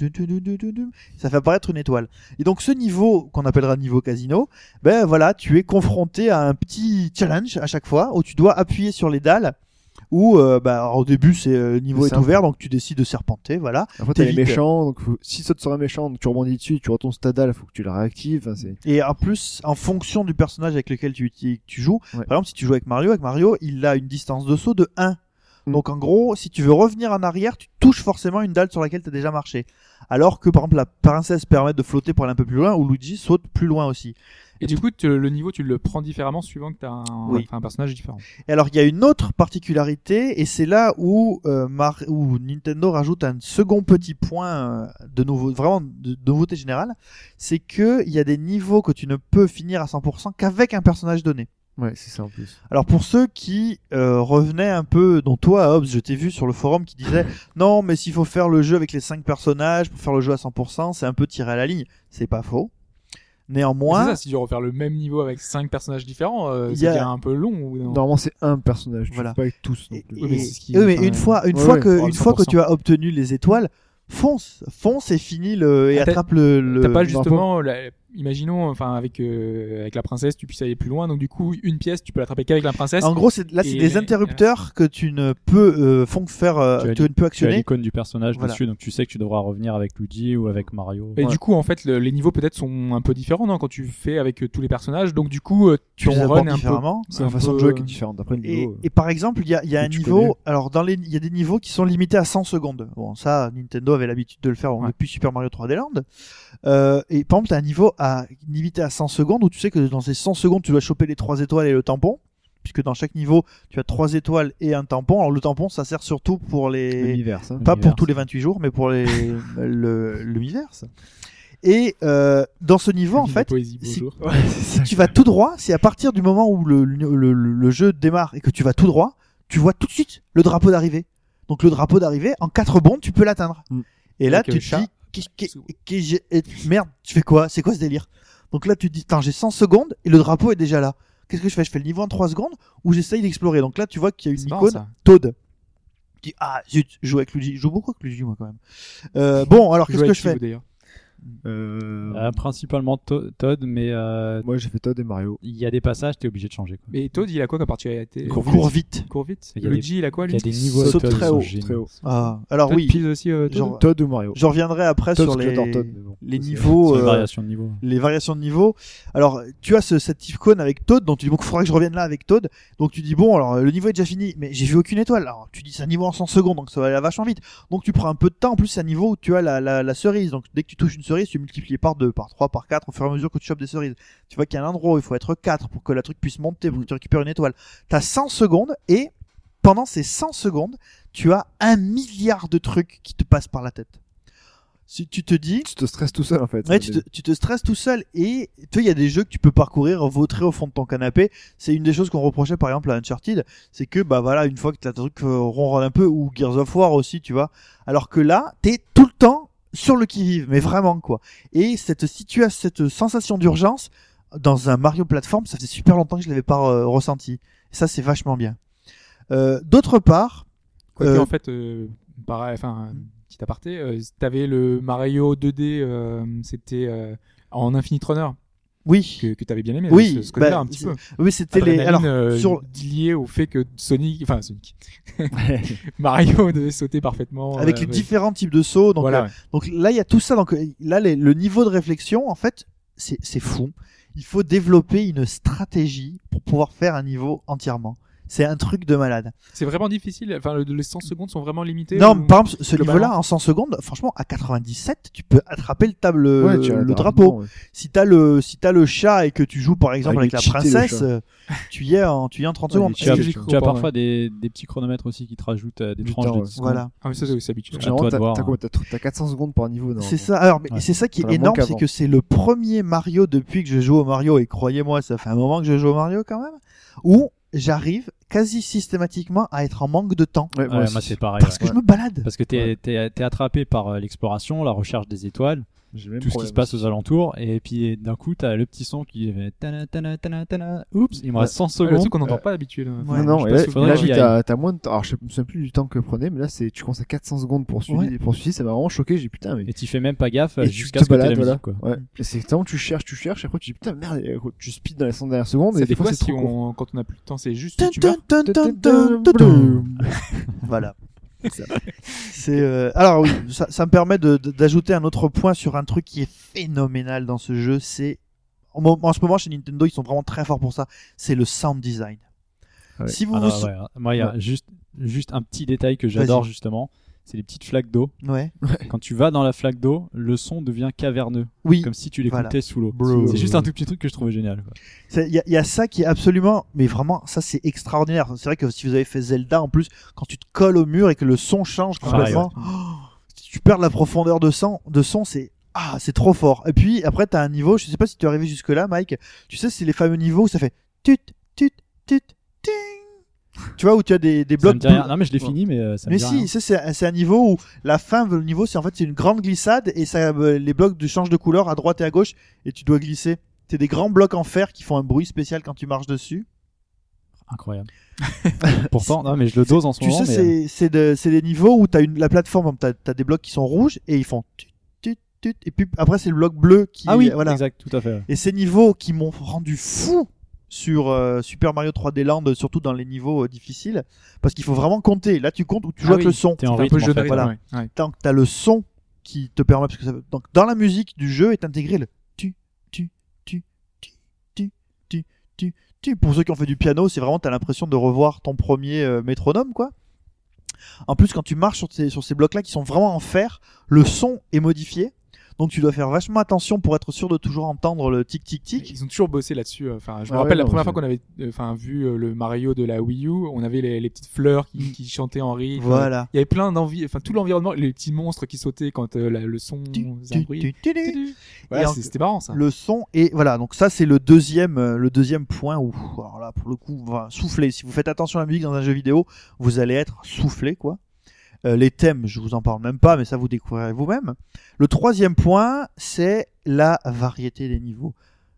Ça fait apparaître une étoile. Et donc ce niveau, qu'on appellera niveau casino, ben voilà, tu es confronté à un petit challenge à chaque fois où tu dois appuyer sur les dalles. Où euh, bah, alors, au début, c'est euh, le niveau C'est est simple. ouvert, donc tu décides de serpenter, voilà. après t'as les t'évites. méchants, donc faut- si saute sur un méchant, donc tu rebondis dessus, tu retournes sur ta dalle, faut que tu la réactives. Enfin, c'est Et en plus, en fonction du personnage avec lequel tu, tu, tu joues, Ouais. par exemple, si tu joues avec Mario, avec Mario, il a une distance de saut de un. Mm. Donc en gros, si tu veux revenir en arrière, tu touches forcément une dalle sur laquelle tu as déjà marché. Alors que par exemple, la princesse permet de flotter pour aller un peu plus loin, ou Luigi saute plus loin aussi. Et du coup, tu- le niveau, tu le prends différemment suivant que tu as un, Oui. enfin, un personnage différent. Et alors, il y a une autre particularité, et c'est là où, euh, Mar- où Nintendo rajoute un second petit point euh, de nouveau, vraiment de, de nouveauté générale, c'est que il y a des niveaux que tu ne peux finir à cent pour cent qu'avec un personnage donné. ouais, c'est ça en plus. Alors pour ceux qui euh, revenaient un peu, dont toi Hobbs, je t'ai vu sur le forum qui disait non mais s'il faut faire le jeu avec les cinq personnages pour faire le jeu à cent pour cent, c'est un peu tiré à la ligne. C'est pas faux. C'est Néanmoins, ça, si tu veux refaire le même niveau avec cinq personnages différents, euh, Il ça y a- devient un peu long ou non? Normalement, c'est un personnage. Tu Voilà. fais pas avec tous. non et, plus. Oui, mais et- c'est ce qui- oui, mais enfin, une fois, une ouais, fois ouais, que, pour une le fois que cent pour cent. tu as obtenu les étoiles, fonce, fonce et finis le et Ah, t'as- attrape le. le... T'as pas non, justement, la- imaginons, enfin avec euh, avec la princesse, tu puisses aller plus loin. Donc du coup, une pièce, tu peux l'attraper qu'avec la princesse. En gros, c'est là, c'est Et des les- interrupteurs que tu ne peux euh, font faire, euh, Tu as tu ne peux Tu as actionner. l'icône du personnage Voilà. dessus, donc tu sais que tu devras revenir avec Luigi ou avec Mario. Et Ouais. du coup, en fait, le- les niveaux peut-être sont un peu différents, non, quand tu fais avec euh, tous les personnages. Donc du coup, euh, Tu les ton abordes run est un peu. différemment. C'est la un façon de peu- jouer qui est différente. Après le Et, niveau. euh, et par exemple, il y a, il y a que un tu niveau. connais. Alors, dans les, il y a des niveaux qui sont limités à cent secondes. Bon, ça, Nintendo avait l'habitude de le faire bon, Ouais. depuis Super Mario trois D Land. Euh, et par exemple, t'as un niveau à limité à cent secondes où tu sais que dans ces cent secondes, tu dois choper les trois étoiles et le tampon. Puisque dans chaque niveau, tu as trois étoiles et un tampon. Alors, le tampon, ça sert surtout pour les. L'univers, ça. Pas pour L'univers. tous les vingt-huit jours, mais pour les le l'univers. Et euh, dans ce niveau, en La fait, poésie, si- bonjour. si tu vas tout droit, c'est à partir du moment où le, le, le, le jeu démarre et que tu vas tout droit, tu vois tout de suite le drapeau d'arrivée. Donc le drapeau d'arrivée, en quatre bondes, tu peux l'atteindre. Mm. Et là, Avec, tu euh, te chat. dis, qu'est-ce que- qu'est- j'ai- et- merde, tu fais quoi? C'est quoi ce délire? Donc là, tu te dis, attends, j'ai cent secondes et le drapeau est déjà là. Qu'est-ce que je fais? Je fais le niveau en trois secondes ou j'essaye d'explorer. Donc là, tu vois qu'il y a une C'est marrant, icône ça. Toad. Tu dis, ah zut, je joue avec Luigi. Je joue beaucoup avec Luigi, moi, quand même. Euh, bon, alors Tu qu'est-ce joues que avec je qui, fais? vous, d'ailleurs Euh, Euh, principalement To- Todd, mais euh, Moi, j'ai fait Todd et Mario. il y a des passages, t'es obligé de changer. Quoi. Mais Toad, il a quoi comme particularité? Cours cours vite. Cours vite. Il y a Luigi, il a quoi Il lui? y a des niveaux Saute à Todd très qui sont haut, géniaux. très haut. Ah, alors Toad oui, pise aussi. euh, Toad genre, Todd ou Mario. je reviendrai après Todd, sur parce que les, j'adore Todd, mais bon. les Ça, c'est- niveaux. C'est une euh, variation de niveau. les variations de niveau. Alors, tu as ce, cette icône avec Toad, donc tu dis bon, il faudra que je revienne là avec Toad. Donc tu dis bon, alors le niveau est déjà fini, mais j'ai vu aucune étoile. Alors tu dis c'est un niveau en cent secondes, donc ça va aller vachement vite. Donc tu prends un peu de temps. En plus, c'est un niveau où tu as la, la, la cerise. Donc dès que tu touches une cerise, tu multiplies par deux, par trois, par quatre, au fur et à mesure que tu chopes des cerises. Tu vois qu'il y a un endroit où il faut être quatre pour que la truc puisse monter, pour que tu récupères une étoile. T'as cent secondes et pendant ces cent secondes, tu as un milliard de trucs qui te passent par la tête. si tu te dis, Tu te stresses tout seul en fait. ouais, tu te, tu te stresses tout seul et tu vois, il y a des jeux que tu peux parcourir vautrer au fond de ton canapé. C'est une des choses qu'on reprochait par exemple à Uncharted, c'est que bah voilà, une fois que t'as un truc euh, ronronne un peu, ou Gears of War aussi, tu vois. Alors que là, t'es tout le temps sur le qui-vive, mais vraiment quoi. Et cette situation, cette sensation d'urgence dans un Mario plateforme, ça faisait super longtemps que je l'avais pas euh, ressenti. Et ça, c'est vachement bien. Euh, d'autre part, Quoique, euh, en fait, euh, pareil, enfin, un petit aparté, euh, t'avais le Mario deux D, euh, c'était euh, en Infinite Runner, oui, que, que t'avais bien aimé. Oui, ce, ce côté-là, bah, un petit peu. oui, c'était les. Adrénaline, Alors, euh, sur lié au fait que Sonic, enfin Sonic, Mario devait sauter parfaitement. avec euh, les ouais. différents types de sauts, donc Voilà, euh, ouais. donc là il y a tout ça. Donc euh, là, les- le niveau de réflexion, en fait, c'est c'est fou. Il faut développer une stratégie pour pouvoir faire un niveau entièrement. C'est un truc de malade. C'est vraiment difficile. Enfin, le- les cent secondes sont vraiment limitées. Non, ou- mais par exemple, ce globalement niveau-là, en cent secondes, franchement, à quatre-vingt-dix-sept, tu peux attraper le table, Ouais, tu as le rapidement, drapeau. ouais. Si t'as le, si t'as le chat et que tu joues par exemple avec, Avec la les cheatés, le princesse, chat. euh, tu y es en, tu y es en trente Ouais, secondes. les Tu as, cheatés, j'y tu crois tu as pas, parfois ouais. des, des petits chronomètres aussi qui te rajoutent euh, des Du tranches temps, de ouais. dix secondes. Voilà. Ah oui, ça, c'est c'est habituel. À Généralement, toi de t'as, voir, t'as hein. quoi, t'as, t'as quatre cents secondes par niveau. C'est ça. Alors, mais Ouais. c'est ça qui est T'en as moins énorme, c'est qu'avant. que c'est le premier Mario depuis que je joue au Mario, et croyez-moi, ça fait un moment que je joue au Mario quand même, où j'arrive quasi systématiquement à être en manque de temps. Ouais, Ouais, moi moi, aussi. c'est pareil. Parce ouais. que je me balade. Parce que t'es t'es t'es attrapé par euh, l'exploration, la recherche des étoiles, J'ai le même tout ce qui problème se passe aussi. aux alentours, et puis d'un coup t'as le petit son qui fait tana tana tana tana. Oups, il me reste cent Ouais, le secondes. truc qu'on n'entend pas d'habitude. Ouais. Non, non, je et sais pas là, si faudrait là, que j'y vu, aille. t'as, t'as moins de temps. Alors, je me souviens plus du temps que prenait, mais là, c'est, tu commences à quatre cents secondes pour suivre, Ouais. pour suivre, ça m'a vraiment choqué. J'ai dit, putain, mais. Et tu fais même pas gaffe Et tu jusqu'à te ce que t'aies la balades, voilà. musique, quoi. Ouais. Et c'est exactement, tu cherches, tu cherches, et après, tu dis, putain, merde, et tu speed dans les cent dernières secondes, Ça et fait des fois, quoi c'est si trop court. on, quand on a plus de temps, c'est juste Tun, tu meurs. tun, tun, tun, tun, tun, tun. Voilà. C'est euh... alors oui, ça, ça me permet de, de- d'ajouter un autre point sur un truc qui est phénoménal dans ce jeu. C'est en, mo- en ce moment chez Nintendo, ils sont vraiment très forts pour ça. C'est le sound design. Ouais. Si vous Ah vous non, sou- ouais. Moi, il y a juste, juste un petit détail que j'adore Vas-y. justement, c'est les petites flaques d'eau. ouais, Quand tu vas dans la flaque d'eau, le son devient caverneux, oui, comme si tu l'écoutais Voilà. sous l'eau. Bro. C'est juste un tout petit truc que je trouvais génial, quoi. il y, a- y a ça qui est absolument, mais vraiment, ça c'est extraordinaire. C'est vrai que si vous avez fait Zelda, en plus, quand tu te colles au mur et que le son change Pareil, complètement, oh, tu perds la profondeur de son, de son, c'est ah, c'est trop fort. Et puis après, t'as un niveau, je sais pas si tu es arrivé jusque là, Mike. Tu sais, c'est les fameux niveaux où ça fait tut tut tut ting. Tu vois où tu as des des Ça blocs. me dit rien. bleus. Non, mais je l'ai fini, mais euh, ça me Mais dit si, rien. ça, c'est c'est un niveau où la fin, le niveau, c'est en fait c'est une grande glissade et ça, euh, les blocs de changent de couleur à droite et à gauche et tu dois glisser. C'est des grands blocs en fer qui font un bruit spécial quand tu marches dessus. Incroyable. Pourtant, non, mais je le dose en ce Tu moment. sais, mais, euh, c'est c'est de- c'est des niveaux où t'as une la plateforme, t'as as des blocs qui sont rouges et ils font tut tut tut et puis après c'est le bloc bleu qui Ah oui, voilà. exact, tout à fait. ouais. Et ces niveaux qui m'ont rendu fou sur euh, Super Mario trois D Land, surtout dans les niveaux euh, difficiles, parce qu'il faut vraiment compter. Là, tu comptes ou tu Ah joues avec oui, le son. t'es en C'est un peu rythme, jeu en de fait, rythme, voilà. ouais. Ouais. Tant que t'as le son qui te permet, parce que ça, donc dans la musique du jeu est intégré le tu tu tu tu tu tu tu tu. Pour ceux qui ont fait du piano, c'est vraiment t'as l'impression de revoir ton premier euh, métronome, quoi. En plus, quand tu marches sur ces sur ces blocs-là qui sont vraiment en fer, le son est modifié. Donc tu dois faire vachement attention pour être sûr de toujours entendre le tic tic tic. Ils ont toujours bossé là-dessus. euh, Enfin, je me Ah ouais, rappelle la non, première c'est- fois qu'on avait, euh, enfin, vu euh, le Mario de la Wii U, on avait les, les petites fleurs qui, qui chantaient en rythme. Voilà. Il y avait plein d'envie, enfin tout l'environnement, les petits monstres qui sautaient quand euh, la- le son Tu, faisait un tu, bruit. tu, tu, tu. Voilà, Et en- c'est- c'était marrant ça. Le son et voilà, donc ça c'est le deuxième euh, le deuxième point où alors là pour le coup on va souffler. Si vous faites attention à la musique dans un jeu vidéo, vous allez être soufflé, quoi. Euh, les thèmes, je vous en parle même pas, mais ça vous découvrirez vous-même. Le troisième point, c'est la variété des niveaux.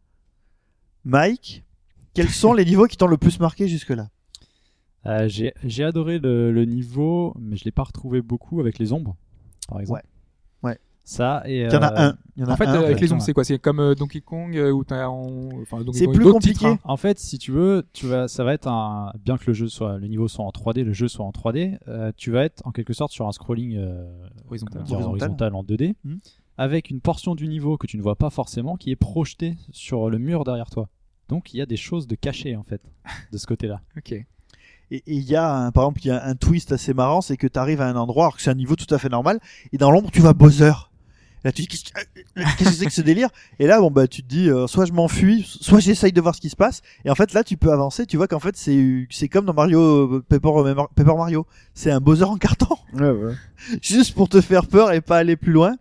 Mike, quels sont les niveaux qui t'ont le plus marqué jusque-là? Euh, j'ai j'ai adoré le, le niveau, mais je l'ai pas retrouvé beaucoup avec les ombres, par exemple. Ouais. Ouais. Ça et. Il y en a euh, un. Il y en a En fait, un, euh, avec les ouais. ombres, c'est quoi? C'est comme euh, Donkey Kong euh, où t'as en... enfin, Donkey C'est Kong, plus d'autres compliqué. titres, hein. En fait, si tu veux, tu vas, ça va être un, bien que le jeu soit, le niveau soit en trois D, le jeu soit en trois D, euh, tu vas être en quelque sorte sur un scrolling euh, Horizontal. comment dire, Horizontal. horizontal en deux D, Mhm. avec une portion du niveau que tu ne vois pas forcément, qui est projetée sur le mur derrière toi. Donc il y a des choses de cachées en fait de ce côté-là. Ok. Et il y a un, par exemple il y a un twist assez marrant, c'est que tu arrives à un endroit alors que c'est un niveau tout à fait normal et dans l'ombre tu vas Bowser. Là tu dis qu'est-ce que qu'est-ce que c'est que ce délire? Et là bon bah tu te dis euh, soit je m'enfuis, soit j'essaye de voir ce qui se passe. Et en fait là tu peux avancer, tu vois qu'en fait c'est c'est comme dans Mario euh, Paper, Paper Mario, c'est un Bowser en carton Ouais, ouais. juste pour te faire peur et pas aller plus loin.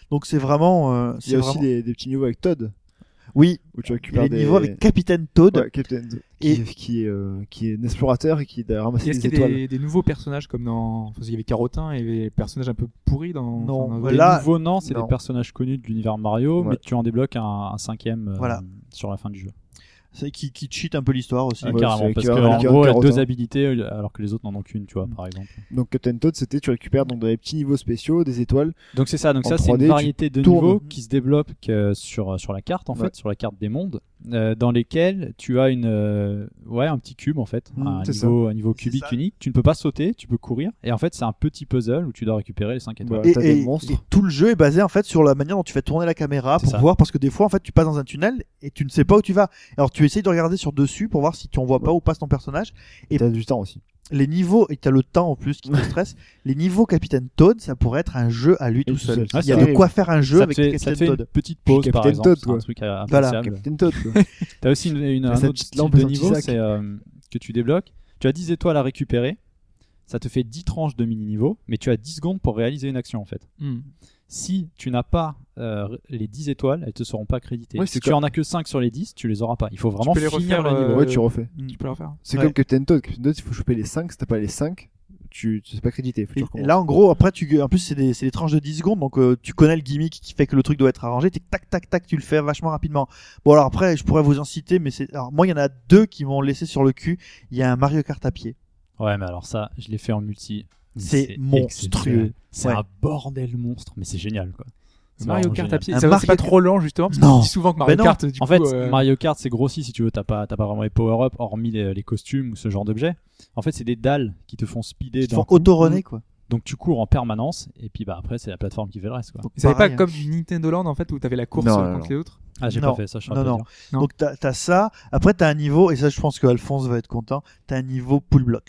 Donc c'est vraiment. Euh, Il c'est y a aussi vraiment... des, des petits niveaux avec Todd Oui, où tu il y a récupères des des niveaux avec Capitaine Toad. Ouais, Captain Todd, qui, Et- qui est euh, qui est un explorateur et qui doit ramasser Est-ce des qu'il y a étoiles. des, des nouveaux personnages comme dans. Enfin, il y avait Carotin et des personnages un peu pourris dans. Non, enfin, dans- bah Les là- nouveaux, non, c'est non. des personnages connus de l'univers Mario, Ouais. mais tu en débloques un, un cinquième euh, Voilà. sur la fin du jeu. C'est qui, qui cheat un peu l'histoire aussi. Ouais, Ouais, carrément, c'est parce équivalent à qu'en gros, il y a Carotin. deux habilités euh, alors que les autres n'en ont qu'une, tu vois, Mm. par exemple. Donc Captain Todd, c'était tu récupères donc des petits niveaux spéciaux, des étoiles. Donc c'est ça, donc En ça c'est trois D, une tu variété de tournes. niveaux qui se développent que sur sur la carte en Ouais. fait, sur la carte des mondes, euh, dans lesquels tu as une euh, ouais un petit cube en fait, Mm, un c'est niveau un niveau C'est cubique ça. unique. Tu ne peux pas sauter, tu peux courir et en fait c'est un petit puzzle où tu dois récupérer les cinq étoiles. Voilà, Et, t'as des et- monstres. et tout le jeu est basé en fait sur la manière dont tu fais tourner la caméra C'est pour ça. voir, parce que des fois en fait tu passes dans un tunnel et tu ne sais pas où tu vas. Alors tu essayes de regarder sur dessus pour voir si tu en vois pas où passe ton personnage. Et Et- t'as du temps aussi. Les niveaux, et t'as le temps en plus qui te stresse. Les niveaux Capitaine Toad, ça pourrait être un jeu à lui tout tout seul. seul. Ouais, Il y a c'est de vrai. quoi faire un jeu Ça avec te fait, ça te Capitaine fait une Toad. petite pause Puis par Captain exemple, Toad, c'est un quoi. truc euh, Voilà. appréciable. Captain Todd. quoi. T'as aussi une, une, T'as un sa autre petite type lampe de et son niveau, petit sac. c'est euh, que tu débloques. Tu as dix étoiles à récupérer. Ça te fait dix tranches de mini-niveau, mais tu as dix secondes pour réaliser une action en fait. Hmm. Si tu n'as pas euh, les dix étoiles, elles te seront pas créditées. Ouais, si c'est tu comme- en as que cinq sur les dix, tu les auras pas. Il faut vraiment peux les finir refaire, le niveau. euh, Ouais, tu refais. Tu peux le refaire. C'est Ouais. comme Captain Todd. Captain Todd, il faut choper les cinq. Si t'as pas les cinq, tu tu sais pas crédité. Faut que tu Et recommences. là, en gros, après, tu, en plus, c'est des, c'est des tranches de dix secondes, donc euh, tu connais le gimmick qui fait que le truc doit être arrangé. T'es tac, tac, tac, tu le fais vachement rapidement. Bon, alors après, je pourrais vous en citer, mais c'est, alors moi, il y en a deux qui m'ont laissé sur le cul. Il y a un Mario Kart à pied. Ouais, mais alors ça, je l'ai fait en multi. C'est monstrueux. exceptionnel. C'est Ouais. un bordel monstre, mais c'est génial quoi. C'est Mario vraiment Kart génial. à pied. Un Ça va, c'est Mario pas trop lent justement. Parce Non. qu'on dit souvent que Mario Ben non. Kart. Du En coup, fait, euh, Mario Kart c'est grossi si tu veux, t'as pas, t'as pas vraiment les power-up hormis les, les costumes ou ce genre d'objets. En fait, c'est des dalles qui te font speeder. Ils te d'un font coup. auto-runner, quoi. Donc tu cours en permanence et puis bah après c'est la plateforme qui fait le reste quoi. Donc, Vous savez pas pareil, hein. comme du Nintendo Land en fait où t'avais la course Non, euh, non, contre non. les autres. Ah j'ai Non. pas fait ça, je Non, saurais pas non. dire. Non. Donc t'as, t'as ça. Après, t'as un niveau, et ça, je pense que Alphonse va être content. T'as un niveau pull blocks.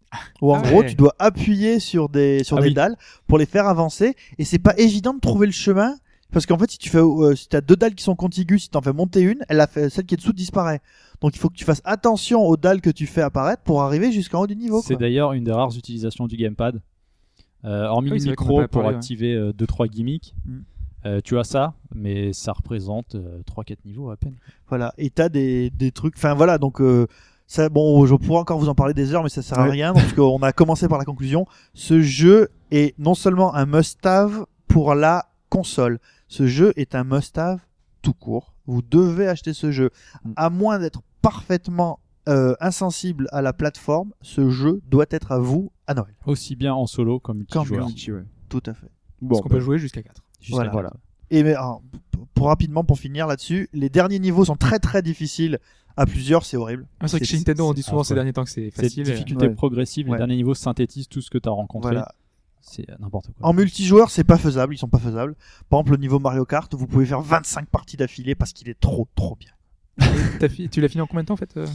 Où en Ah gros, ouais. tu dois appuyer sur des, sur Ah des oui. dalles pour les faire avancer. Et c'est pas évident de trouver le chemin. Parce qu'en fait, si tu fais, euh, si t'as deux dalles qui sont contiguës, si t'en fais monter une, elle a fait, celle qui est dessous disparaît. Donc il faut que tu fasses attention aux dalles que tu fais apparaître pour arriver jusqu'en haut du niveau. C'est quoi. d'ailleurs une des rares utilisations du gamepad. Euh, hormis Ah oui, le c'est vrai qu'on micro en a pas pour parlé, ouais. activer deux trois gimmicks, Mm. euh, tu as ça, mais ça représente trois quatre niveaux à peine. Voilà. Et t'as des, des trucs. Enfin voilà. Donc euh, ça, bon, je pourrais encore vous en parler des heures, mais ça sert à Ouais. rien. Donc on a commencé par la conclusion. Ce jeu est non seulement un must-have pour la console. Ce jeu est un must-have tout court. Vous devez acheter ce jeu, Mm. à moins d'être parfaitement euh, insensible à la plateforme. Ce jeu doit être à vous à Noël. Aussi bien en solo comme Comme multijoueur. Multi, ouais. Tout à fait. Bon, Parce qu'on bah, peut jouer jusqu'à quatre. Jusqu'à Voilà. voilà. Et mais, alors, p- pour rapidement pour finir là-dessus, les derniers niveaux sont très très difficiles. À plusieurs, c'est horrible. Ah, c'est vrai que C'est- chez Nintendo on dit c'est souvent ces affreux. derniers temps que c'est C'est facile. et- difficulté Ouais. progressive, Ouais. les derniers niveaux synthétisent tout ce que tu as rencontré. Voilà. C'est n'importe quoi. En multijoueur, c'est pas faisable, ils sont pas faisables. Par exemple, le niveau Mario Kart, vous pouvez faire vingt-cinq parties d'affilée parce qu'il est trop trop bien. T'as fi- Tu l'as fini en combien de temps en fait euh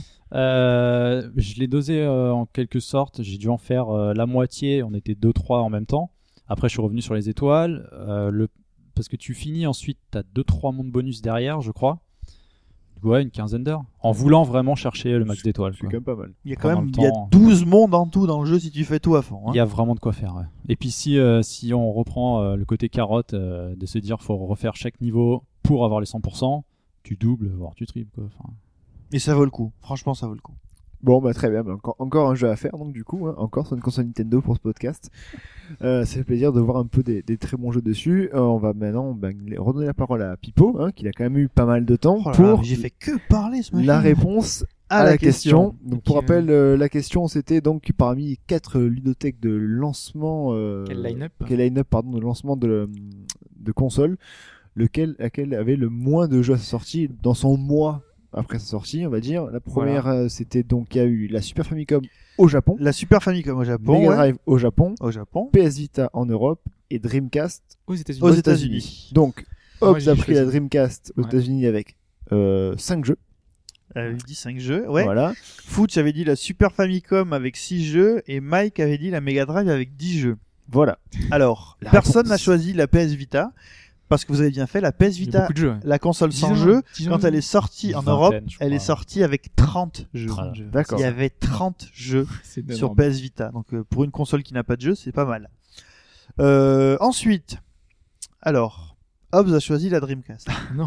Euh, je l'ai dosé euh, en quelque sorte. J'ai dû en faire euh, la moitié. On était deux trois en même temps. Après, je suis revenu sur les étoiles. Euh, le... Parce que tu finis ensuite, tu as deux trois mondes bonus derrière, je crois. Ouais, une quinzaine d'heures. En voulant vraiment chercher le max d'étoiles. C'est quoi. quand même pas mal. Il y a quand En même même il y a temps- douze mondes en tout dans le jeu si tu fais tout à fond. hein. Il y a vraiment de quoi faire. Ouais. Et puis si, euh, si on reprend euh, le côté carotte euh, de se dire faut refaire chaque niveau pour avoir les cent pour cent, tu doubles, voire tu triples. Quoi. Enfin, Et ça vaut le coup. Franchement, ça vaut le coup. Bon, bah très bien. Bah, encore, encore un jeu à faire, donc du coup, hein, encore sur une console Nintendo pour ce podcast. Euh, ça fait plaisir de voir un peu des, des très bons jeux dessus. Euh, on va maintenant bah, redonner la parole à Pipo, hein, qui a quand même eu pas mal de temps Oh là là, pour mais j'ai fait que parler ce matin. la réponse à, À la, la question. question. Donc pour Qui, rappel, euh, la question c'était donc parmi quatre ludothèques de lancement. Euh, Quel line-up quel line-up, pardon, de lancement de, de console, lequel, laquelle avait le moins de jeux à sa sortie dans son mois après sa sortie, on va dire. La première, euh, c'était donc il y a eu la Super Famicom au Japon, La Super Famicom au Japon, Mega ouais. Drive au Japon, au Japon, P S Vita en Europe et Dreamcast Aux États-Unis. aux aux États-Unis. États-Unis. Donc, Moi, Hobbs j'ai a pris choisi. la Dreamcast aux Ouais. États-Unis avec euh, cinq jeux. Elle dit cinq jeux, ouais. Voilà. Fooch avait dit la Super Famicom avec six jeux et Mike avait dit la Mega Drive avec dix jeux. Voilà. Alors, La personne réponse. n'a choisi la P S Vita parce que vous avez bien fait. La P S Il y a Vita, beaucoup de jeux. ouais. la console sans Dix ans, jeu, dix ans, quand elle est sortie en Une Europe, vingtaine, je elle est crois. sortie avec trente jeux. Voilà. D'accord. Il y avait trente jeux c'est sur énorme. P S Vita. Donc euh, pour une console qui n'a pas de jeu, c'est pas mal. Euh, ensuite, alors, Hobbs a choisi la Dreamcast. Non.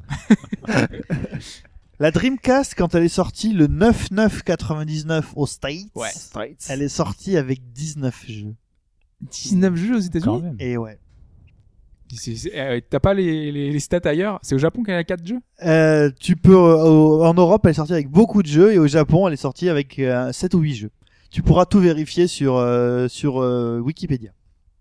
La Dreamcast, quand elle est sortie le neuf neuf quatre-vingt-dix-neuf aux States, Ouais. elle est sortie avec dix-neuf jeux. dix-neuf jeux aux Quand États-Unis. même. Et ouais. C'est- c'est- euh, T'as pas les, les, les stats ailleurs? C'est au Japon qu'elle a quatre jeux? Euh, tu peux, euh, au- en Europe, elle est sortie avec beaucoup de jeux et au Japon, elle est sortie avec euh, sept ou huit jeux. Tu pourras tout vérifier sur, euh, sur euh, Wikipédia.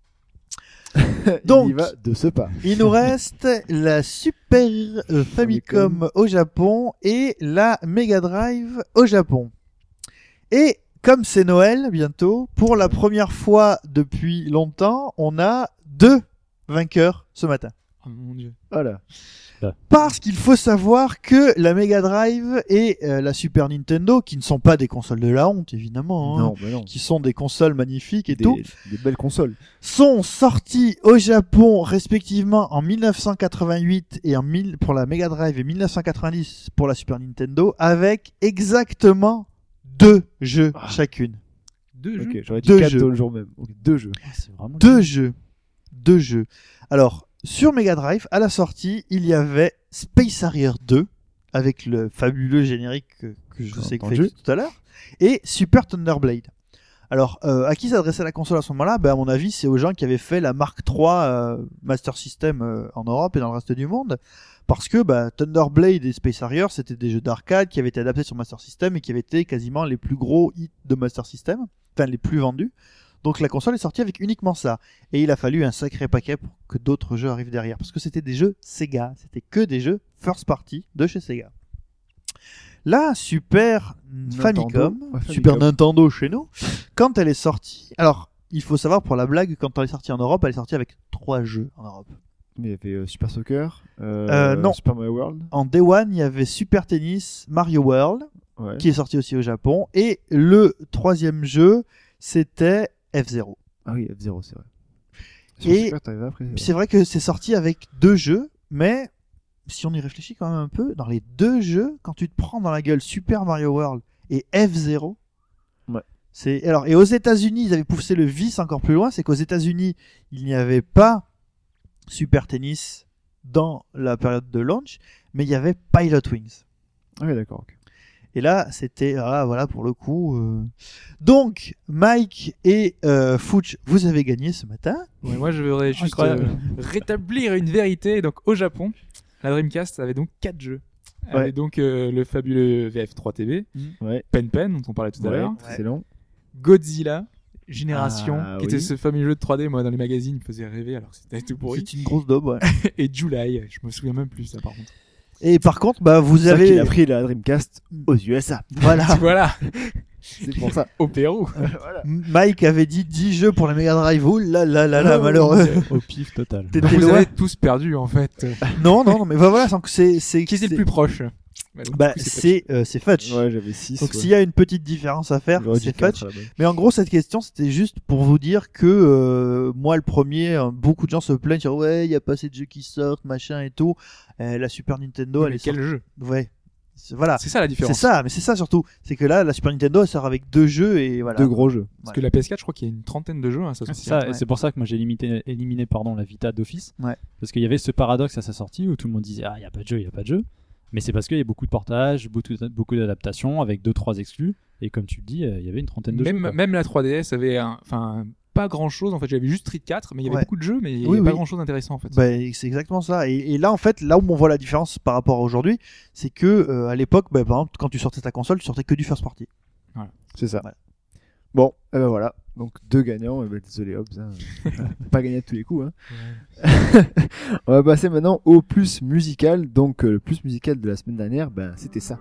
Donc, il y va de ce pas. il nous reste la Super euh, Famicom au Japon et la Mega Drive au Japon. Et comme c'est Noël bientôt, pour la première fois depuis longtemps, on a deux vainqueurs ce matin. Oh mon dieu. Voilà. Parce qu'il faut savoir que la Mega Drive et euh, la Super Nintendo, qui ne sont pas des consoles de la honte évidemment, hein, Non, bah non. qui sont des consoles magnifiques et Des, tout, des belles consoles. sont sortis au Japon respectivement en mille neuf cent quatre-vingt-huit et en mille pour la Mega Drive et mille neuf cent quatre-vingt-dix pour la Super Nintendo avec exactement deux jeux Ah. chacune. Deux jeux. Ok, j'aurais dit Deux quatre jeux. le jour même. Ok, deux jeux. Ah, c'est vraiment Deux jeux. Deux jeux. Alors, sur Mega Drive, à la sortie, il y avait Space Harrier deux, avec le fabuleux générique que, que je J'ai sais que entendu. fait tout à l'heure, et Super Thunderblade. Alors, euh, à qui s'adressait la console à ce moment-là? Ben, à mon avis, c'est aux gens qui avaient fait la Mark trois euh, Master System euh, en Europe et dans le reste du monde. Parce que bah, Thunderblade et Space Harrier, c'était des jeux d'arcade qui avaient été adaptés sur Master System et qui avaient été quasiment les plus gros hits de Master System, enfin les plus vendus. Donc la console est sortie avec uniquement ça. Et il a fallu un sacré paquet pour que d'autres jeux arrivent derrière. Parce que c'était des jeux Sega. C'était que des jeux first party de chez Sega. La Super Nintendo. Famicom, Ouais, Famicom. Super Nintendo chez nous, quand elle est sortie... Alors, il faut savoir pour la blague, quand elle est sortie en Europe, elle est sortie avec trois jeux en Europe. Mais il y avait euh, Super Soccer. Euh, Euh, non. Super Mario World. En Day One, il y avait Super Tennis, Mario World, Ouais. qui est sorti aussi au Japon. Et le troisième jeu, c'était F-Zero. Ah oui, F-Zero, c'est vrai. Sur Et Super, t'arrives après. ouais. C'est vrai que c'est sorti avec deux jeux, mais si on y réfléchit quand même un peu, dans les deux jeux, quand tu te prends dans la gueule Super Mario World et F-Zero, Ouais. c'est alors et aux États-Unis, ils avaient poussé le vice encore plus loin, c'est qu'aux États-Unis, il n'y avait pas Super Tennis dans la période de launch, mais il y avait Pilot Wings. Ah oui, d'accord. ok. Et là, c'était ah, voilà pour le coup. euh. Donc, Mike et euh, Fouch, vous avez gagné ce matin. Ouais, moi, je voudrais juste Incroyable. euh, rétablir une vérité. Donc, au Japon, la Dreamcast avait donc quatre jeux. Elle Ouais. avait donc euh, le fabuleux V F trois T V, Ouais. Pen Pen, dont on parlait tout à Ouais, l'heure, excellent. Godzilla, Génération, Ah, qui oui. était ce fameux jeu de trois D, moi, dans les magazines, il me faisait rêver alors que c'était tout pourri. C'est une grosse daube. Ouais. Et July, je me souviens même plus, ça, par contre. Et par contre, bah vous C'est ça avez qu'il a pris la Dreamcast aux U S A. voilà. Voilà, C'est pour ça. au Pérou. Mike avait dit dix jeux pour la Mega Drive. Ouh là là là là, Oh, malheureux. Au pif total. T'es- Donc, t'es vous loin. avez tous perdu, en fait. Non, non, non, mais bah, voilà, donc c'est c'est Qui c'est le plus proche? Bah, donc, Bah du coup, c'est euh, c'est Fudge. Ouais, j'avais six. Donc ouais. s'il y a une petite différence à faire, J'aurais dit c'est quatre Fudge. à la base. Mais en gros, cette question, c'était juste pour vous dire que euh, moi, le premier, euh, beaucoup de gens se plaignent, dire ouais, il y a pas assez de jeux qui sortent, machin et tout. Euh, la Super Nintendo, elle mais est quel sortie- jeu? Ouais. C'est- Voilà. C'est ça la C'est différence. ça, mais c'est ça surtout. C'est que là, la Super Nintendo, elle sort avec deux jeux et voilà. Deux gros jeux. Parce que la P S quatre, je crois qu'il y a une trentaine de jeux à sa C'est sortie. ça, et ouais. c'est pour ça que moi j'ai limité, éliminé pardon, la Vita d'office. Ouais. Parce qu'il y avait ce paradoxe à sa sortie où tout le monde disait ah il y a pas de jeu, il y a pas de jeu. Mais c'est parce qu'il y a beaucoup de portages, beaucoup, beaucoup d'adaptations avec deux trois exclus. Et comme tu le dis, euh, il y avait une trentaine de Même, jeux. quoi. même la trois D S avait un, enfin, pas grand chose. En fait, j'avais juste Street quatre, mais il y avait Ouais. beaucoup de jeux, mais il y Oui, avait pas oui. grand chose d'intéressant, en fait. Bah, c'est exactement ça. Et, et là, en fait, là où on voit la différence par rapport à aujourd'hui, c'est que euh, à l'époque, bah, par exemple, quand tu sortais ta console, tu sortais que du first party. C'est ça. Voilà. Bon, et ben voilà. Donc deux gagnants. Et ben, désolé Hobbs. Hein. Pas gagné à tous les coups. Hein. On va passer maintenant au plus musical. Donc euh, le plus musical de la semaine dernière, ben c'était ça.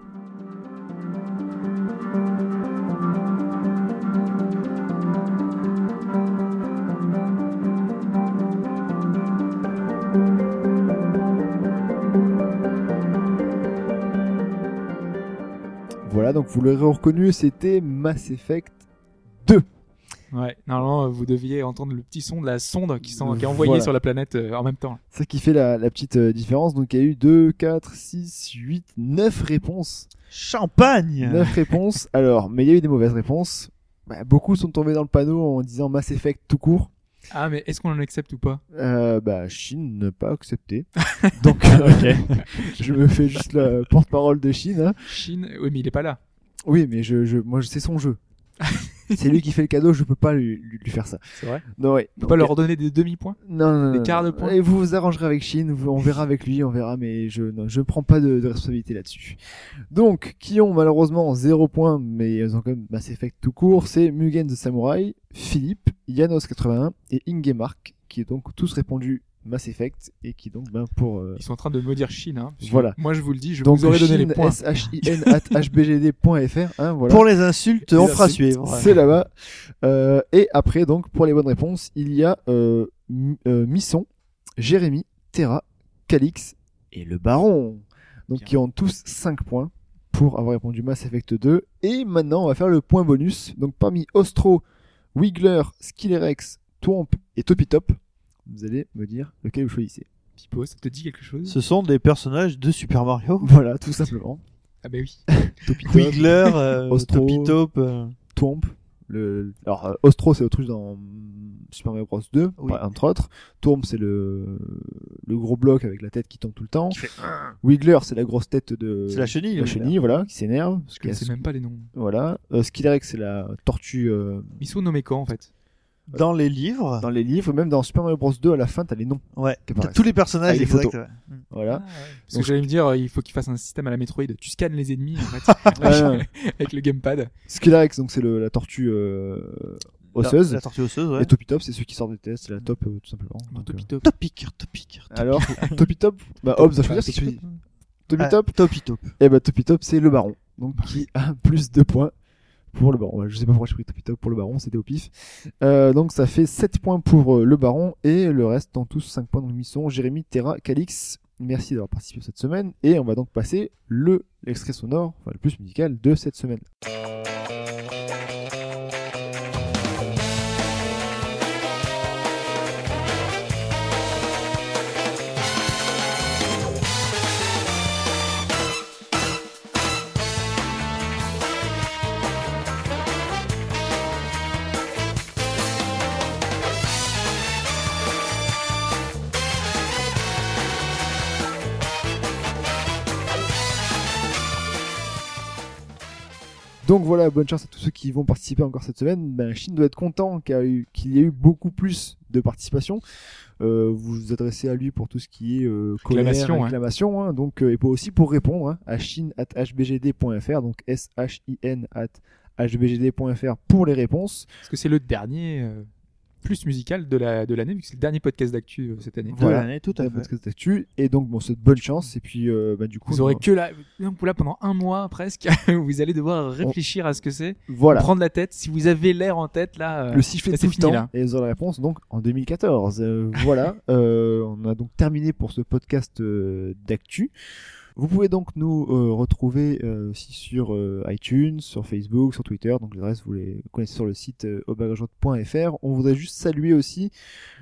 Voilà, donc vous l'aurez reconnu, c'était Mass Effect deux. Ouais. Normalement, vous deviez entendre le petit son de la sonde qui, s'en- qui est envoyée Voilà. sur la planète euh, en même temps. C'est ça qui fait la, la petite euh, différence. Donc il y a eu deux, quatre, six, huit, neuf réponses. Champagne. neuf réponses. Alors, mais il y a eu des mauvaises réponses. Bah, beaucoup sont tombés dans le panneau en disant Mass Effect tout court. Ah, mais est-ce qu'on en accepte ou pas? Euh, bah, Chine n'a pas accepté. Donc, euh, je me fais juste la porte-parole de Chine. Hein. Chine, oui, mais il est pas là. Oui, mais je, je, moi, c'est son jeu. C'est lui qui fait le cadeau, je peux pas lui, lui, lui faire ça. C'est vrai. Non, ouais. On peut pas leur donner des demi-points? Non, non, Des non, quarts non. de points? Et vous vous arrangerez avec Chine, vous- on verra avec lui, on verra, mais je ne je prends pas de, de responsabilité là-dessus. Donc, qui ont malheureusement zéro point, mais ils ont quand même Mass Effect tout court, c'est Mugen the Samurai, Philippe, Yanos quatre-vingt-un et Ingemark, qui ont donc tous répondu Mass Effect, et qui donc, ben, pour... euh, Ils sont en train de maudire Chine. Hein, parce que Voilà. Moi, je vous le dis, je donc, vous aurais donné les Chine, points. S H I N arobase h b g d point f r, hein, voilà. Pour les insultes, on Les fera insultes, suivre. C'est là-bas. Euh, et après, donc, pour les bonnes réponses, il y a euh, M- euh, Misson, Jérémy, Terra, Calix et le Baron. Donc, Bien. qui ont tous cinq points pour avoir répondu Mass Effect deux. Et maintenant, on va faire le point bonus. Donc, parmi Ostro, Wiggler, Skillerex, Twomp et Topitop, vous allez me dire lequel vous choisissez. Pipo, ça te dit quelque chose? Ce sont des personnages de Super Mario. Voilà, tout simplement. Ah bah oui. Topitop, Wiggler, euh, Ostro. Topitop. euh, Twomp. Le... Alors, euh, Ostro, c'est l'autruche dans Super Mario Bros deux, Oui. par- entre autres. Twomp, c'est le... le gros bloc avec la tête qui tombe tout le temps. Wiggler, c'est la grosse tête de C'est la chenille. la Wiggler. chenille, voilà, qui s'énerve. Je connaissais même pas les noms. Voilà. Euh, Skillerex, c'est la tortue euh, Ils sont nommés quand en fait? Dans les livres. dans les livres. Même dans Super Mario Bros deux, à la fin, t'as les noms. Ouais. qui T'as apparaissent. tous les personnages. Avec les exact, photos. ouais. Voilà. Ah, ouais. Parce Donc, que j'allais me dire, il faut qu'ils fassent un système à la Metroid. Tu scannes les ennemis en fait, Ouais, ouais. avec le gamepad. Skillerex, donc c'est le- la tortue euh, osseuse. La, la tortue osseuse, ouais. Et Topitop, c'est ceux qui sortent des tests, c'est la top, euh, tout simplement. Bon, Donc, euh, Topitop. Topic, Topic. Alors, Topitop, bah, Hobbs, ça veut dire, c'est Topitop. celui- Topitop, Topitop. et bah, Topitop, c'est le baron. Donc, qui a plus de points pour le baron. Ouais, je sais pas pourquoi j'ai pris Topitop pour le baron, c'était au pif. Euh, donc, ça fait sept points pour euh, le baron, et le reste, dans tous cinq points. Donc, Misson, Jérémy, Terra, Calix. Merci d'avoir participé cette semaine, et on va donc passer le, l'extrait sonore, enfin, le plus musical de cette semaine. Donc voilà, bonne chance à tous ceux qui vont participer encore cette semaine. Ben, Chine doit être content qu'il y, a eu, qu'il y ait eu beaucoup plus de participation. Euh, vous vous adressez à lui pour tout ce qui est euh, colère, Réclamation, ouais. réclamation, hein. Donc euh, et pour aussi pour répondre hein, à chine arobase h b g d point f r, donc S H I N arobase h b g d point f r pour les réponses. Parce que c'est le dernier euh, plus musical de la de l'année, vu que c'est le dernier podcast d'actu euh, cette année. De Voilà. l'année, tout à La fait. podcast d'actu. Et donc bon, c'est de bonne chance. Et puis euh, bah, du coup, Vous aurez on- que là, donc là pendant un mois presque, vous allez devoir réfléchir à ce que c'est, voilà. prendre la tête. Si vous avez l'air en tête là, euh, Le sifflet là, tout c'est le fini, temps là. et vous aurez la réponse donc en deux mille quatorze. Euh, voilà, euh, on a donc terminé pour ce podcast euh, d'actu. Vous pouvez donc nous euh, retrouver euh, aussi sur euh, iTunes, sur Facebook, sur Twitter. Donc les adresses vous les connaissez sur le site euh, au bagageote point f r. On voudrait juste saluer aussi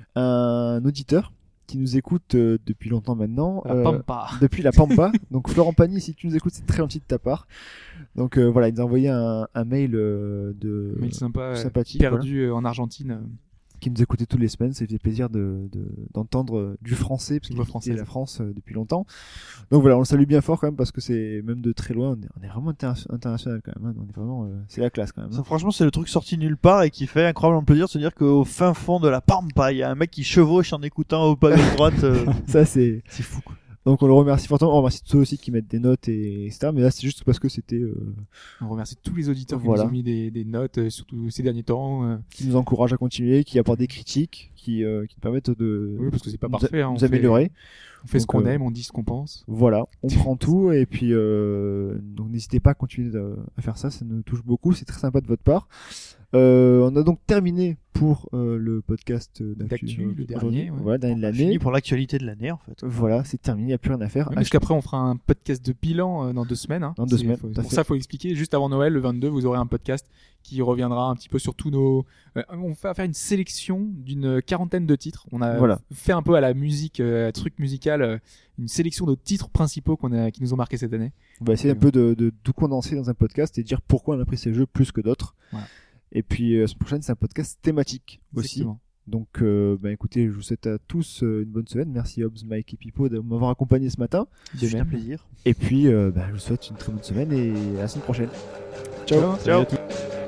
un auditeur qui nous écoute euh, depuis longtemps maintenant. La euh, Pampa. depuis la Pampa. Donc Florent Pagny, si tu nous écoutes, c'est très gentil de ta part. Donc euh, voilà, il nous a envoyé un, un mail euh, de Mail sympa, euh, sympathique, perdu euh, en Argentine. euh, qui nous écoutait toutes les semaines. Ça fait plaisir de, de, d'entendre euh, du français, parce Une qu'il voix quittait française. la France euh, depuis longtemps. Donc voilà, on le salue bien fort quand même, parce que c'est même de très loin, on est, on est vraiment inter- international quand même. Hein. On est vraiment, euh, c'est la classe quand même. Ça, Hein. franchement, c'est le truc sorti nulle part et qui fait incroyablement plaisir de se dire qu'au fin fond de la Pampa, il y a un mec qui chevauche en écoutant au pas de droite. euh, Ça c'est, c'est fou, quoi. donc on le remercie fortement. On remercie tous ceux aussi qui mettent des notes et etc. Mais là c'est juste parce que c'était, euh, On remercie tous les auditeurs Voilà. qui nous ont mis des, des notes, euh, surtout ces derniers temps. euh. qui nous encourage à continuer, qui apporte des critiques, qui, euh, qui nous permettent de Oui, parce que c'est pas nous a- parfait. hein, on nous fait- améliorer. On fait ce Donc, qu'on euh, aime, on dit ce qu'on pense. Voilà, on prend tout et puis euh, donc n'hésitez pas à continuer de- à faire ça, ça nous touche beaucoup, c'est très sympa de votre part. Euh, on a donc terminé pour euh, le podcast d'actu, D'actu, euh, le dernier, aujourd'hui. ouais. Voilà, dernier de On a l'année. fini pour l'actualité de l'année, en fait. Voilà, c'est terminé, il n'y a plus rien à faire. Oui, parce qu'après, on fera un podcast de bilan euh, dans deux semaines. Hein. Dans deux C'est- semaines, faut- tout à pour fait. ça, faut expliquer. Juste avant Noël, le vingt-deux, vous aurez un podcast qui reviendra un petit peu sur tous nos. euh, on va faire une sélection d'une quarantaine de titres. On a Voilà. fait un peu à la musique, euh, truc musical, euh, une sélection de titres principaux qu'on a, qui nous ont marqué cette année. On va essayer un peu de, de tout condenser dans un podcast et dire pourquoi on a pris ces jeux plus que d'autres. Voilà. Et puis euh, la semaine prochaine, c'est un podcast thématique aussi. Exactement. Donc, euh, bah, écoutez, je vous souhaite à tous euh, une bonne semaine. Merci Hobbs, Mike et Pipo de m'avoir accompagné ce matin. C'est un plaisir. Et puis, euh, bah, je vous souhaite une très bonne semaine et à la semaine prochaine. Ciao. Ciao. Ciao. Salut à tous.